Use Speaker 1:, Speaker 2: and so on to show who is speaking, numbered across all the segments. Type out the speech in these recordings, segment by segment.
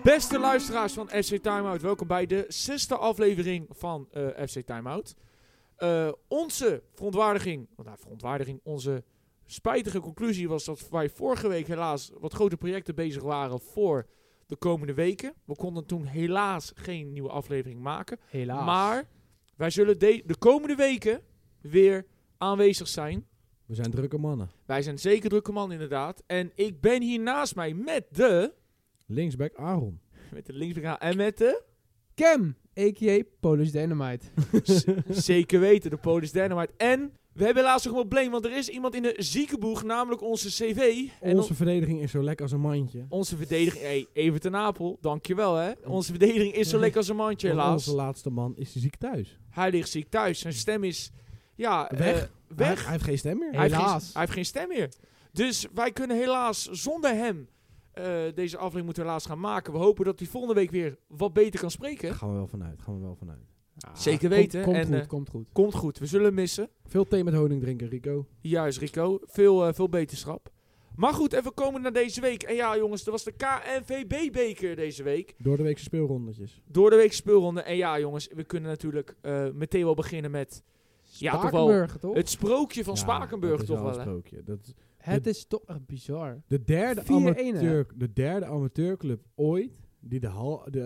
Speaker 1: Beste luisteraars van FC Timeout, welkom bij de 6e aflevering van FC Timeout. Onze verontwaardiging, onze spijtige conclusie was dat wij vorige week helaas wat grote projecten bezig waren voor de komende weken. We konden toen helaas geen nieuwe aflevering maken.
Speaker 2: Helaas.
Speaker 1: Maar wij zullen de komende weken weer aanwezig zijn.
Speaker 3: We zijn drukke mannen.
Speaker 1: Wij zijn zeker drukke man inderdaad. En ik ben hier naast mij met de...
Speaker 3: Linksback Aaron.
Speaker 1: Met de linksback en met de...
Speaker 2: Cam, a.k.a. Polish Dynamite.
Speaker 1: Zeker weten, de Polish Dynamite. En we hebben helaas nog een probleem, want er is iemand in de ziekenboeg, namelijk onze CV.
Speaker 3: Onze verdediging is zo lekker als een mandje.
Speaker 1: Onze verdediging... Hey, even ten Apel, dankjewel hè. Onze verdediging is zo lekker als een mandje,
Speaker 3: Want
Speaker 1: helaas.
Speaker 3: onze laatste man is ziek thuis.
Speaker 1: Hij ligt ziek thuis. Zijn stem is... Ja,
Speaker 3: Weg.
Speaker 1: weg.
Speaker 3: Hij heeft geen stem meer.
Speaker 2: Helaas.
Speaker 1: Hij heeft geen stem meer. Dus wij kunnen helaas zonder hem deze aflevering moeten helaas gaan maken. We hopen dat hij volgende week weer wat beter kan spreken.
Speaker 3: Daar gaan we wel vanuit.
Speaker 1: Zeker weten.
Speaker 2: Komt goed.
Speaker 1: Komt goed. We zullen hem missen.
Speaker 3: Veel thee met honing drinken, Rico.
Speaker 1: Juist, Rico. Veel beterschap. Maar goed, even komen naar deze week. En ja, jongens, er was de KNVB-beker deze week.
Speaker 3: Door de weekse speelrondetjes.
Speaker 1: Door de week speelronde. En ja, jongens, we kunnen natuurlijk meteen wel beginnen met... Ja, toch wel
Speaker 2: Spakenburg, toch?
Speaker 1: het sprookje van Spakenburg,
Speaker 3: dat is
Speaker 1: toch wel,
Speaker 3: een
Speaker 1: hè?
Speaker 3: sprookje.
Speaker 2: Het is toch echt bizar.
Speaker 3: De derde
Speaker 2: 4-1,
Speaker 3: amateurclub ooit die de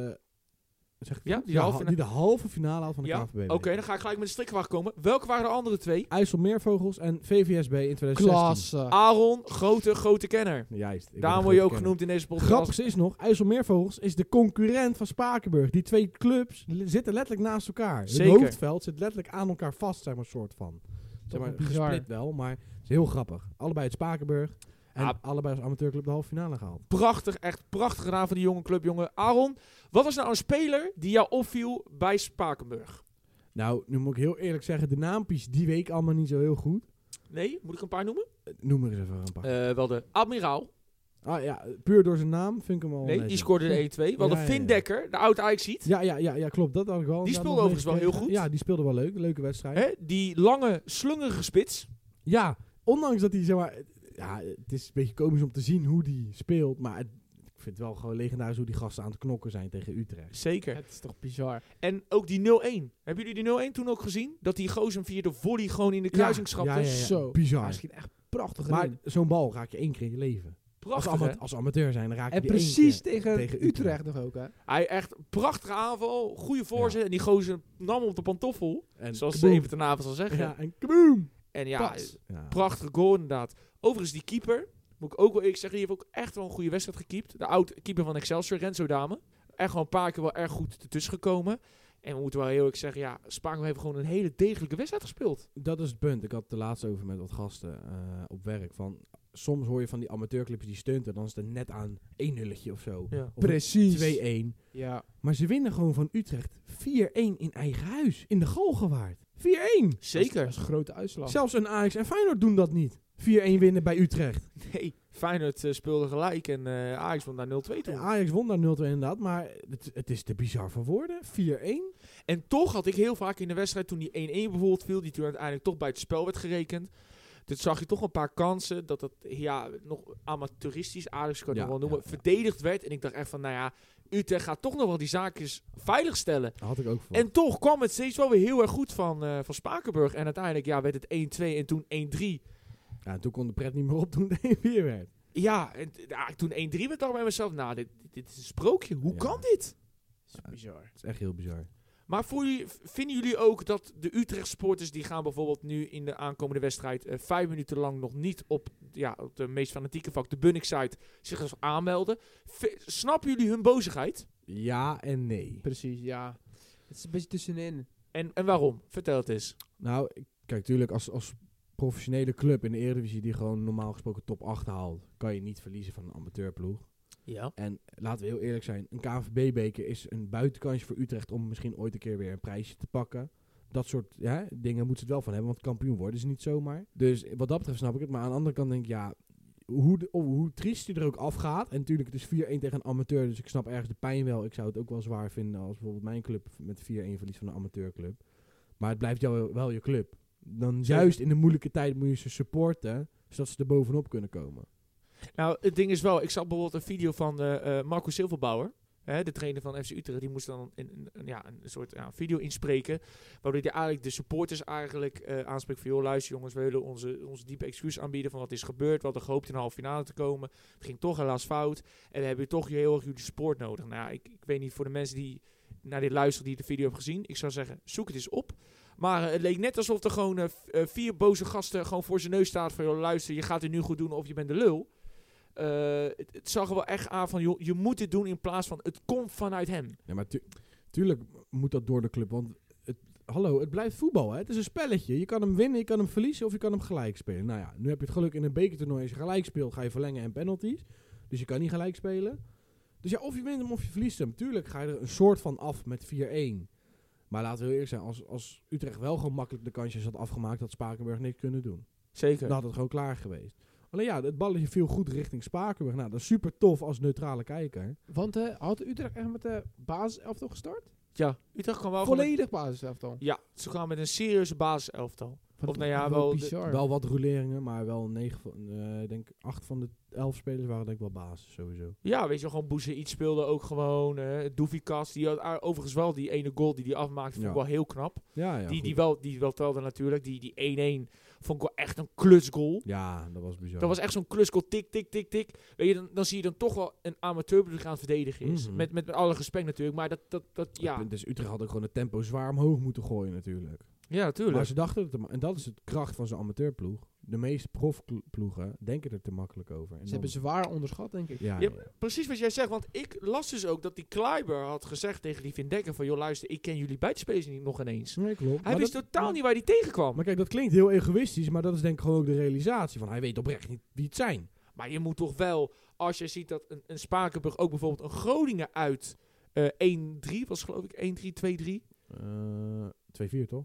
Speaker 3: halve finale had van de
Speaker 1: Ja,
Speaker 3: KNVB.
Speaker 1: oké, dan ga ik gelijk met de strikwacht komen. Welke waren de andere twee?
Speaker 3: IJsselmeervogels en VVSB in 2016.
Speaker 2: Klasse.
Speaker 1: Aaron, grote kenner.
Speaker 3: Juist.
Speaker 1: Daarom word je ook genoemd in deze podcast.
Speaker 3: Grappigste is nog, IJsselmeervogels is de concurrent van Spakenburg. Die twee clubs zitten letterlijk naast elkaar.
Speaker 1: Zeker.
Speaker 3: Het hoofdveld zit letterlijk aan elkaar vast, zeg maar, soort van. Zeg maar,
Speaker 2: bizar.
Speaker 3: gesplit wel, maar het is heel grappig. Allebei het Spakenburg en
Speaker 1: Ja.
Speaker 3: allebei als amateurclub de halve finale gehaald.
Speaker 1: Prachtig, echt prachtig gedaan van die jonge club, jongen. Aaron, wat was nou een speler die jou opviel bij Spakenburg?
Speaker 3: Nou, nu moet ik heel eerlijk zeggen, de naampjes die week allemaal niet zo heel goed.
Speaker 1: Nee, moet ik een paar noemen?
Speaker 3: Noem er eens even een paar.
Speaker 1: Wel de Admiraal.
Speaker 3: Ah ja, puur door zijn naam vind ik hem al
Speaker 1: Nee, die
Speaker 3: netjes.
Speaker 1: scoorde de 1-2. Wel de
Speaker 3: Ja,
Speaker 1: Finn Dekker, de oude Ajaxiet.
Speaker 3: Ja, klopt. Dat had ik wel.
Speaker 1: Die
Speaker 3: inderdaad
Speaker 1: speelde
Speaker 3: nog
Speaker 1: overigens wel heel
Speaker 3: meegekregen.
Speaker 1: goed.
Speaker 3: Ja, die speelde wel leuk. Een leuke wedstrijd.
Speaker 1: Hè? Die lange, slungerige spits.
Speaker 3: Ja, ondanks dat hij, zeg maar... Ja, het is een beetje komisch om te zien hoe die speelt. Maar ik vind het wel gewoon legendarisch hoe die gasten aan het knokken zijn tegen Utrecht.
Speaker 1: Zeker.
Speaker 2: Het is toch bizar.
Speaker 1: En ook die 0-1. Hebben jullie die 0-1 toen ook gezien? Dat die gozer hem via de volley gewoon in de kruising schapte.
Speaker 3: Ja.
Speaker 2: Zo.
Speaker 3: Bizar.
Speaker 2: Hij schiet echt prachtig
Speaker 3: Maar
Speaker 2: in.
Speaker 3: zo'n bal raak je 1 keer in je leven.
Speaker 1: Prachtig, hè?
Speaker 3: Als amateur zijn, dan raak je
Speaker 2: En
Speaker 3: die één
Speaker 2: precies
Speaker 3: keer
Speaker 2: tegen Utrecht nog ook, hè?
Speaker 1: Hij echt prachtige aanval, goede voorzet. En die gozer nam hem op de pantoffel.
Speaker 3: En
Speaker 1: Zoals
Speaker 3: kaboom.
Speaker 1: ze even ten avond zal zeggen.
Speaker 3: Ja, en kaboom!
Speaker 1: En ja,
Speaker 2: Pas.
Speaker 3: Ja.
Speaker 1: prachtige goal inderdaad. Overigens die keeper, moet ik ook wel eerlijk zeggen, die heeft ook echt wel een goede wedstrijd gekiept. De oud-keeper van Excelsior, Renzo Dame. Echt gewoon een paar keer wel erg goed ertussen gekomen. En we moeten wel heel eerlijk zeggen, ja, Spakenburg heeft gewoon een hele degelijke wedstrijd gespeeld.
Speaker 3: Dat is het punt. Ik had het er laatst over met wat gasten op werk. Van, soms hoor je van die amateurclubs die stunten. Dan is het net aan 1-0 of zo.
Speaker 1: Ja.
Speaker 3: Of
Speaker 2: Precies.
Speaker 3: 2-1.
Speaker 2: Ja.
Speaker 3: Maar ze winnen gewoon van Utrecht 4-1 in eigen huis. In de Galgenwaard. 4-1.
Speaker 1: Zeker.
Speaker 2: Dat is een grote uitslag.
Speaker 3: Zelfs een Ajax en Feyenoord doen dat niet. 4-1 winnen bij Utrecht.
Speaker 1: Nee, Feyenoord speelde gelijk en Ajax won daar 0-2 toen.
Speaker 3: Ajax won daar 0-2 inderdaad. Maar het is te bizar voor woorden. 4-1.
Speaker 1: En toch had ik heel vaak in de wedstrijd, toen die 1-1 bijvoorbeeld viel, die toen uiteindelijk toch bij het spel werd gerekend. Toen zag je toch een paar kansen dat het nog amateuristisch, Ajax kan je nog wel noemen, verdedigd werd. En ik dacht echt van, nou ja, Utrecht gaat toch nog wel die zaakjes veilig stellen.
Speaker 3: Dat had ik ook voor.
Speaker 1: En toch kwam het steeds wel weer heel erg goed van Spakenburg. En uiteindelijk werd het 1-2 en toen 1-3.
Speaker 3: Ja, en toen kon de pret niet meer op toen het 1-4 werd.
Speaker 1: Ja, en toen 1-3 werd ik bij mezelf, nou, dit is een sprookje. Hoe kan dit?
Speaker 2: Dat is bizar.
Speaker 3: Het is echt heel bizar.
Speaker 1: Maar vinden jullie ook dat de Utrecht supporters, die gaan bijvoorbeeld nu in de aankomende wedstrijd 5 minuten lang nog niet op de meest fanatieke vak, de Bunnik-site, zich aanmelden? Snappen jullie hun bozigheid?
Speaker 3: Ja en nee.
Speaker 2: Precies, ja. Het is een beetje tussenin.
Speaker 1: En waarom? Vertel het eens.
Speaker 3: Nou, kijk, natuurlijk als professionele club in de Eredivisie die gewoon normaal gesproken top 8 haalt, kan je niet verliezen van een amateurploeg.
Speaker 1: Ja.
Speaker 3: En laten we heel eerlijk zijn, een KNVB-beker is een buitenkansje voor Utrecht om misschien ooit een keer weer een prijsje te pakken. Dat soort dingen moeten ze het wel van hebben, want kampioen worden is niet zomaar. Dus wat dat betreft snap ik het. Maar aan de andere kant denk ik, ja, hoe triest je er ook afgaat. En natuurlijk, het is 4-1 tegen een amateur, dus ik snap ergens de pijn wel. Ik zou het ook wel zwaar vinden als bijvoorbeeld mijn club met 4-1 verliest van een amateurclub. Maar het blijft wel je club. Dan juist in de moeilijke tijd moet je ze supporten, zodat ze er bovenop kunnen komen.
Speaker 1: Nou, het ding is wel, ik zag bijvoorbeeld een video van Marco Silverbauer. de trainer van FC Utrecht, die moest dan een soort video inspreken. Waardoor hij eigenlijk de supporters aanspreekt van, joh, luister jongens, we willen onze diepe excuus aanbieden van wat is gebeurd. We hadden gehoopt in de halve finale te komen. Het ging toch helaas fout. En we hebben toch heel erg jullie support nodig. Nou ja, ik weet niet voor de mensen die naar dit luisteren, die de video hebben gezien. Ik zou zeggen, zoek het eens op. Maar het leek net alsof er gewoon 4 boze gasten gewoon voor zijn neus staat van, joh, luister, je gaat het nu goed doen of je bent de lul. Het zag er wel echt aan van, joh, je moet dit doen in plaats van, het komt vanuit hem.
Speaker 3: Ja, maar tuurlijk moet dat door de club, want het blijft voetbal, hè? Het is een spelletje. Je kan hem winnen, je kan hem verliezen of je kan hem gelijk spelen. Nou ja, nu heb je het geluk in een bekertoernooi, als je gelijk speelt, ga je verlengen en penalties. Dus je kan niet gelijk spelen. Dus ja, of je wint hem of je verliest hem. Tuurlijk ga je er een soort van af met 4-1. Maar laten we heel eerlijk zijn, als Utrecht wel gewoon makkelijk de kansjes had afgemaakt, had Spakenburg niks kunnen doen.
Speaker 1: Zeker.
Speaker 3: Dan had het gewoon klaar geweest. Alleen ja, het balletje viel goed richting Spakenburg. Nou, dat is super tof als neutrale kijker.
Speaker 2: Want had Utrecht echt met de basiselftal gestart?
Speaker 1: Ja, Utrecht kwam wel
Speaker 2: Volledig basiselftal?
Speaker 1: Ja, ze gaan met een serieuze basiselftal.
Speaker 2: Wat
Speaker 1: Of nou ja,
Speaker 2: wel
Speaker 1: wel
Speaker 2: bizar.
Speaker 3: Wel wat roleringen, maar wel 8 van de 11 spelers waren denk ik wel basis sowieso.
Speaker 1: Ja, weet je, gewoon Bouzid speelde ook gewoon. Doefikas, die had overigens wel die ene goal die hij afmaakte, vond ik wel heel knap.
Speaker 3: Ja,
Speaker 1: die wel telde natuurlijk. Die 1-1 vond ik wel echt een klutsgoal.
Speaker 3: Ja, dat was bizar.
Speaker 1: Dat was echt zo'n klutsgoal, tik, tik, tik, tik. Weet je, dan zie je dan toch wel een amateurploeg aan het verdedigen is.
Speaker 3: Mhm.
Speaker 1: Met alle respect natuurlijk, maar ja.
Speaker 3: Dus Utrecht had ook gewoon het tempo zwaar omhoog moeten gooien natuurlijk.
Speaker 1: Ja, natuurlijk.
Speaker 3: Maar ze dachten, en dat is het kracht van zo'n amateurploeg. De meeste profploegen denken er te makkelijk over. En
Speaker 2: Ze hebben zwaar onderschat, denk ik.
Speaker 3: Ja,
Speaker 1: Ja, precies wat jij zegt, want ik las dus ook dat die Kleiber had gezegd tegen die Vin Dekker van, joh, luister, ik ken jullie buitenspelers niet nog ineens.
Speaker 3: Nee, klopt.
Speaker 1: Hij wist totaal niet waar hij tegenkwam.
Speaker 3: Maar kijk, dat klinkt heel egoïstisch, maar dat is denk ik gewoon ook de realisatie. Van hij weet oprecht niet wie het zijn.
Speaker 1: Maar je moet toch wel, als je ziet dat een Spakenburg ook bijvoorbeeld een Groningen uit 1-3 was, geloof ik, 1-3, 2-3.
Speaker 3: 2-4 toch?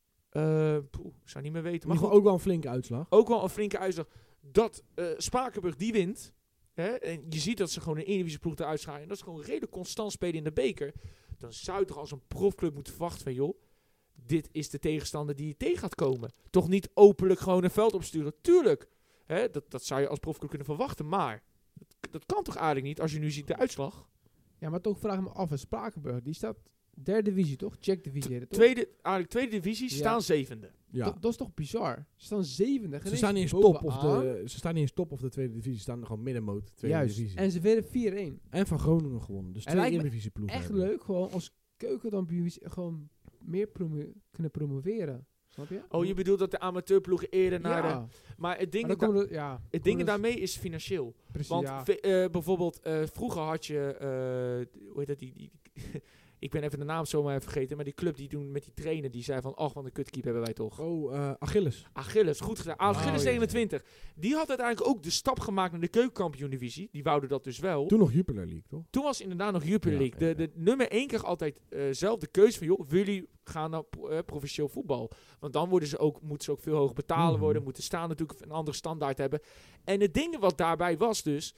Speaker 1: Ik zou niet meer weten. Maar goed,
Speaker 3: Ook wel een flinke uitslag.
Speaker 1: ook wel een flinke uitslag. Dat Spakenburg die wint. Hè, en je ziet dat ze gewoon een Eredivisieploeg eruit scharen. En dat is gewoon redelijk constant spelen in de beker. Dan zou je toch als een profclub moeten verwachten van, joh, dit is de tegenstander die je tegen gaat komen. Toch niet openlijk gewoon een veld opsturen. Tuurlijk. Hè, dat zou je als profclub kunnen verwachten. Maar dat kan toch eigenlijk niet als je nu ziet de uitslag.
Speaker 2: Ja, maar toch vraag ik me af, Spakenburg, die staat derde divisie, toch? Check divisie. Toch?
Speaker 1: Tweede divisie
Speaker 2: Ja.
Speaker 1: staan zevende.
Speaker 3: Ja.
Speaker 2: Dat is toch bizar? Ze staan zevende.
Speaker 3: Ze staan niet eens top ze staan niet eens top of de tweede divisie. Ze staan gewoon middenmoot tweede
Speaker 2: Juist.
Speaker 3: divisie.
Speaker 2: En ze werden 4-1.
Speaker 3: En van Groningen gewonnen. Dus
Speaker 2: En
Speaker 3: 2
Speaker 2: lijkt me
Speaker 3: Eredivisieploegen.
Speaker 2: Echt
Speaker 3: hebben.
Speaker 2: leuk, gewoon als keukenkampioen gewoon meer kunnen promoveren. Snap je?
Speaker 1: Oh, je bedoelt dat de amateurploegen eerder naar
Speaker 2: ja.
Speaker 1: de... Maar het ding,
Speaker 2: Maar dan komen ja.
Speaker 1: het ding daarmee is financieel.
Speaker 2: Precies,
Speaker 1: Want
Speaker 2: ja.
Speaker 1: bijvoorbeeld, vroeger had je... hoe heet dat? Ik ben even de naam zomaar even vergeten. Maar die club die doen met die trainer, die zei van... Ach, wat een kutkeep hebben wij toch.
Speaker 3: Achilles.
Speaker 1: Achilles, goed gedaan. Achilles 21. Die had uiteindelijk ook de stap gemaakt naar de keukenkampioen-divisie. Die wouden dat dus wel.
Speaker 3: Toen nog Jupiler League, toch?
Speaker 1: Toen was inderdaad nog Jupiler
Speaker 3: Ja,
Speaker 1: League.
Speaker 3: ja.
Speaker 1: De nummer 1 kreeg altijd zelf de keuze van... joh, willen jullie gaan naar professioneel voetbal? Want dan moeten ze ook veel hoger betalen
Speaker 3: Mhm.
Speaker 1: worden. Moeten staan natuurlijk een andere standaard hebben. En het ding wat daarbij was dus...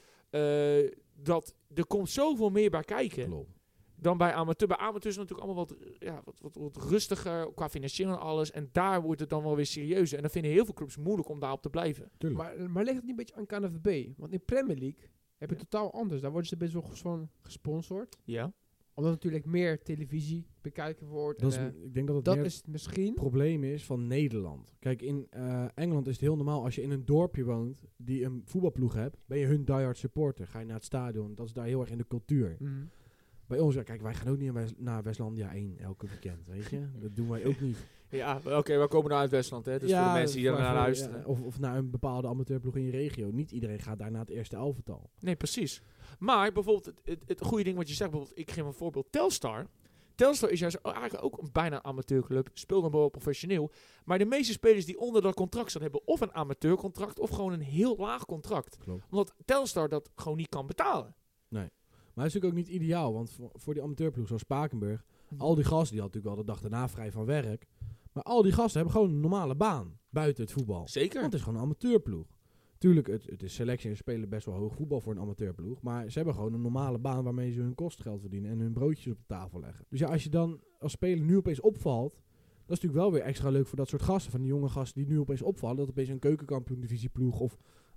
Speaker 1: dat er komt zoveel meer bij kijken
Speaker 3: Klopt.
Speaker 1: dan bij amateur. Bij amateur is het natuurlijk allemaal wat rustiger qua financieel en alles. En daar wordt het dan wel weer serieuzer. En dan vinden heel veel clubs moeilijk om daarop te blijven.
Speaker 3: Tuurlijk.
Speaker 2: Maar ligt het niet een beetje aan KNVB? Want in Premier League heb je
Speaker 1: Ja.
Speaker 2: totaal anders. Daar worden ze best wel gewoon gesponsord.
Speaker 1: Ja.
Speaker 2: Omdat natuurlijk meer televisie bekijken wordt.
Speaker 3: Dat is,
Speaker 2: en,
Speaker 3: ik denk dat het
Speaker 2: dat
Speaker 3: meer
Speaker 2: is het misschien.
Speaker 3: probleem is van Nederland. Kijk, in Engeland is het heel normaal als je in een dorpje woont die een voetbalploeg hebt, ben je hun diehard supporter. Ga je naar het stadion, dat is daar heel erg in de cultuur.
Speaker 2: Mhm.
Speaker 3: Bij ons, ja, kijk, wij gaan ook niet naar Westlandia 1 elke weekend, weet je. Dat doen wij ook niet.
Speaker 1: Ja, oké, we komen nou uit Westland, hè. Dus voor de mensen die daar naar luisteren.
Speaker 3: Ja, of naar een bepaalde amateurploeg in je regio. Niet iedereen gaat daar naar het eerste elftal.
Speaker 1: Nee, precies. Maar bijvoorbeeld, het goede ding wat je zegt, bijvoorbeeld, ik geef een voorbeeld, Telstar. Telstar is juist eigenlijk ook een bijna amateurclub, speelt dan wel professioneel. Maar de meeste spelers die onder dat contract staan, hebben of een amateurcontract of gewoon een heel laag contract.
Speaker 3: Klopt.
Speaker 1: Omdat Telstar dat gewoon niet kan betalen.
Speaker 3: Maar dat is natuurlijk ook niet ideaal, want voor die amateurploeg zoals Spakenburg, al die gasten, die hadden natuurlijk wel de dag daarna vrij van werk. Maar al die gasten hebben gewoon een normale baan buiten het voetbal.
Speaker 1: Zeker.
Speaker 3: Want het is gewoon een amateurploeg. Tuurlijk, het is selectie en spelen best wel hoog voetbal voor een amateurploeg. Maar ze hebben gewoon een normale baan waarmee ze hun kostgeld verdienen en hun broodjes op de tafel leggen. Dus ja, als je dan als speler nu opeens opvalt, dat is natuurlijk wel weer extra leuk voor dat soort gasten. Van die jonge gasten die nu opeens opvallen. Dat opeens een keukenkampioen divisieploeg of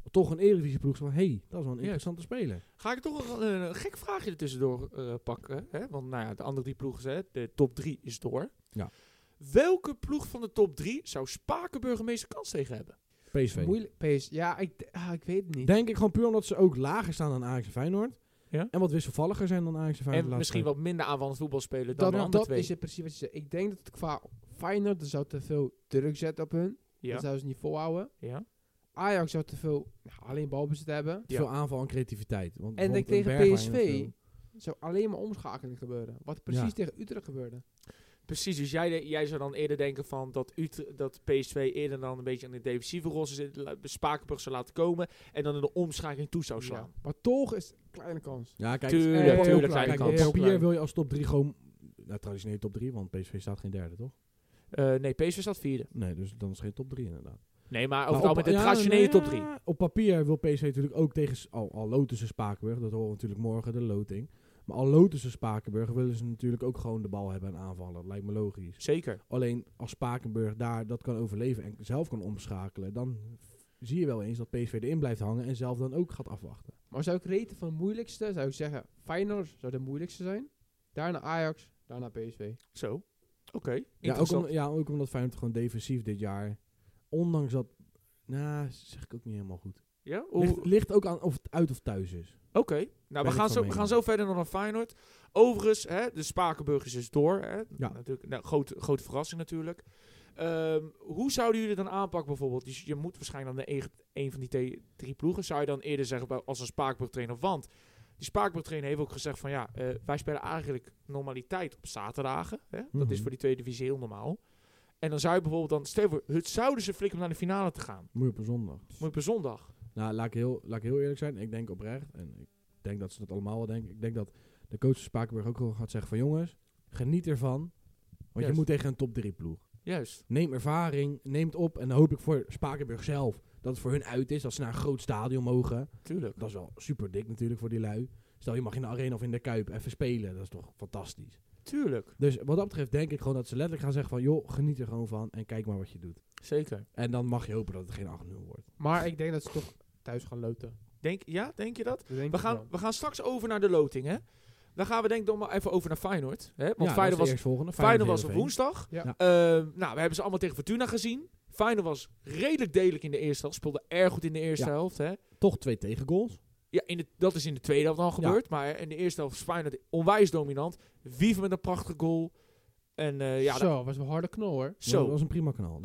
Speaker 3: toch een Eredivisie-ploeg van, hey, dat is wel een interessante speler.
Speaker 1: Ga ik toch een gek vraagje er tussendoor pakken. Hè? Want nou ja, de andere 3 ploegen, hè, de top 3 is door.
Speaker 3: Ja.
Speaker 1: Welke ploeg van de top 3 zou Spakenburg een meeste kans tegen hebben?
Speaker 3: PSV.
Speaker 2: Moeilijk. Ja, ik weet het niet.
Speaker 3: Denk ik gewoon puur omdat ze ook lager staan dan Ajax en Feyenoord.
Speaker 1: Ja?
Speaker 3: En wat wisselvalliger zijn dan Ajax en Feyenoord.
Speaker 1: En misschien wat minder aanvallend voetbal spelen dan de andere
Speaker 2: Dat
Speaker 1: 2.
Speaker 2: is het precies wat je zegt. Ik denk dat het qua Feyenoord, er zou te veel druk zetten op hun.
Speaker 1: Ja.
Speaker 2: Dat zouden ze niet volhouden.
Speaker 1: Ja.
Speaker 2: Ajax zou te veel alleen balbezit hebben.
Speaker 1: Ja.
Speaker 3: veel aanval en creativiteit. Want
Speaker 2: En denk
Speaker 3: bijvoorbeeld
Speaker 2: tegen
Speaker 3: een Bergwijn
Speaker 2: PSV
Speaker 3: of zo.
Speaker 2: zou alleen maar omschakeling gebeuren. Wat precies tegen Utrecht gebeurde.
Speaker 1: Precies, dus jij zou dan eerder denken van dat PSV eerder dan een beetje aan de defensieve rol Spakenburg zou laten komen en dan in de omschakeling toe zou slaan.
Speaker 2: Ja. Maar toch is het een kleine kans.
Speaker 3: Ja, kijk,
Speaker 1: Tuurlijk,
Speaker 2: kleine
Speaker 3: kijk,
Speaker 2: kans.
Speaker 3: op
Speaker 2: Heel
Speaker 3: papier
Speaker 2: klein.
Speaker 3: wil je als top 3 gewoon... Nou, traditioneel top 3, want PSV staat geen derde, toch?
Speaker 1: Nee, PSV staat 4e.
Speaker 3: Nee, dus dan is geen top 3 inderdaad.
Speaker 1: Nee, maar
Speaker 3: Maar
Speaker 1: overal met de traditionele top 3.
Speaker 3: Op papier wil PSV natuurlijk ook tegen... Al loten ze Spakenburg, dat horen we natuurlijk morgen, de loting. Maar al loten ze Spakenburg, willen ze natuurlijk ook gewoon de bal hebben en aanvallen. Dat lijkt me logisch.
Speaker 1: Zeker.
Speaker 3: Alleen als Spakenburg daar dat kan overleven en zelf kan omschakelen, dan zie je wel eens dat PSV erin blijft hangen en zelf dan ook gaat afwachten.
Speaker 2: Maar zou ik reten van de moeilijkste, zou ik zeggen, Feyenoord zou de moeilijkste zijn. Daarna Ajax, daarna PSV.
Speaker 1: Zo. Oké.
Speaker 3: Ja,
Speaker 1: Interessant.
Speaker 3: ook omdat Feyenoord gewoon defensief dit jaar, ondanks dat, nou, zeg ik ook niet helemaal goed.
Speaker 1: Ja?
Speaker 3: Ligt ook aan of het uit of thuis is.
Speaker 1: Oké. Nou,
Speaker 3: Ben
Speaker 1: we
Speaker 3: ik
Speaker 1: gaan,
Speaker 3: van
Speaker 1: we
Speaker 3: mening.
Speaker 1: gaan zo verder naar Feyenoord. Overigens, hè, de Spakenburg is dus door. Hè.
Speaker 3: Ja.
Speaker 1: Natuurlijk, nou, grote verrassing natuurlijk. Hoe zouden jullie dan aanpakken bijvoorbeeld? Dus je moet waarschijnlijk dan een van die 3 ploegen. Zou je dan eerder zeggen als een Spakenburg trainer? Want die Spakenburg trainer heeft ook gezegd van ja, wij spelen eigenlijk normaliteit op zaterdagen. Hè. Dat is voor die tweede divisie heel normaal. En dan zou je bijvoorbeeld dan, stel je voor, het zouden ze flikken om naar de finale te gaan.
Speaker 3: Moet je op een zondag.
Speaker 1: Moet je op een zondag.
Speaker 3: Nou, laat ik heel eerlijk zijn. Ik denk oprecht, en ik denk dat ze dat allemaal wel denken. Ik denk dat de coach van Spakenburg ook wel gaat zeggen van jongens, geniet ervan. Want
Speaker 1: Juist.
Speaker 3: je moet tegen een top 3 ploeg.
Speaker 1: Juist.
Speaker 3: Neem ervaring, neem het op. En dan hoop ik voor Spakenburg zelf dat het voor hun uit is. Dat ze naar een groot stadion mogen.
Speaker 1: Tuurlijk.
Speaker 3: Dat is wel super dik natuurlijk voor die lui. Stel je mag in de arena of in de Kuip even spelen. Dat is toch fantastisch.
Speaker 1: Tuurlijk.
Speaker 3: Dus wat dat betreft denk ik gewoon dat ze letterlijk gaan zeggen van joh, geniet er gewoon van en kijk maar wat je doet.
Speaker 1: Zeker.
Speaker 3: En dan mag je hopen dat het geen 8-0 wordt.
Speaker 2: Maar ik denk dat ze toch thuis gaan loten.
Speaker 1: Denk je dat?
Speaker 2: Dat denk
Speaker 1: We
Speaker 2: ik wel.
Speaker 1: gaan straks over naar de loting, hè? Dan gaan we denk ik nog maar even over naar Feyenoord. Hè? Want
Speaker 3: Ja, dat is
Speaker 1: Feyenoord
Speaker 3: de
Speaker 1: was,
Speaker 3: eerstvolgende.
Speaker 1: Feyenoord was op
Speaker 3: Heerenveen.
Speaker 1: woensdag.
Speaker 2: Ja.
Speaker 1: Nou, we hebben ze allemaal tegen Fortuna gezien. Feyenoord was redelijk degelijk in de eerste helft. Speelde erg goed in de eerste
Speaker 3: Ja.
Speaker 1: helft. Hè?
Speaker 3: Toch 2 tegengoals.
Speaker 1: Ja, dat is in de tweede helft al gebeurd. Maar in de eerste helft was Feyenoord onwijs dominant. Wiever met een prachtige goal. En
Speaker 2: Zo, was wel een harde knal hoor.
Speaker 1: zo.
Speaker 3: Dat was een prima kanaal.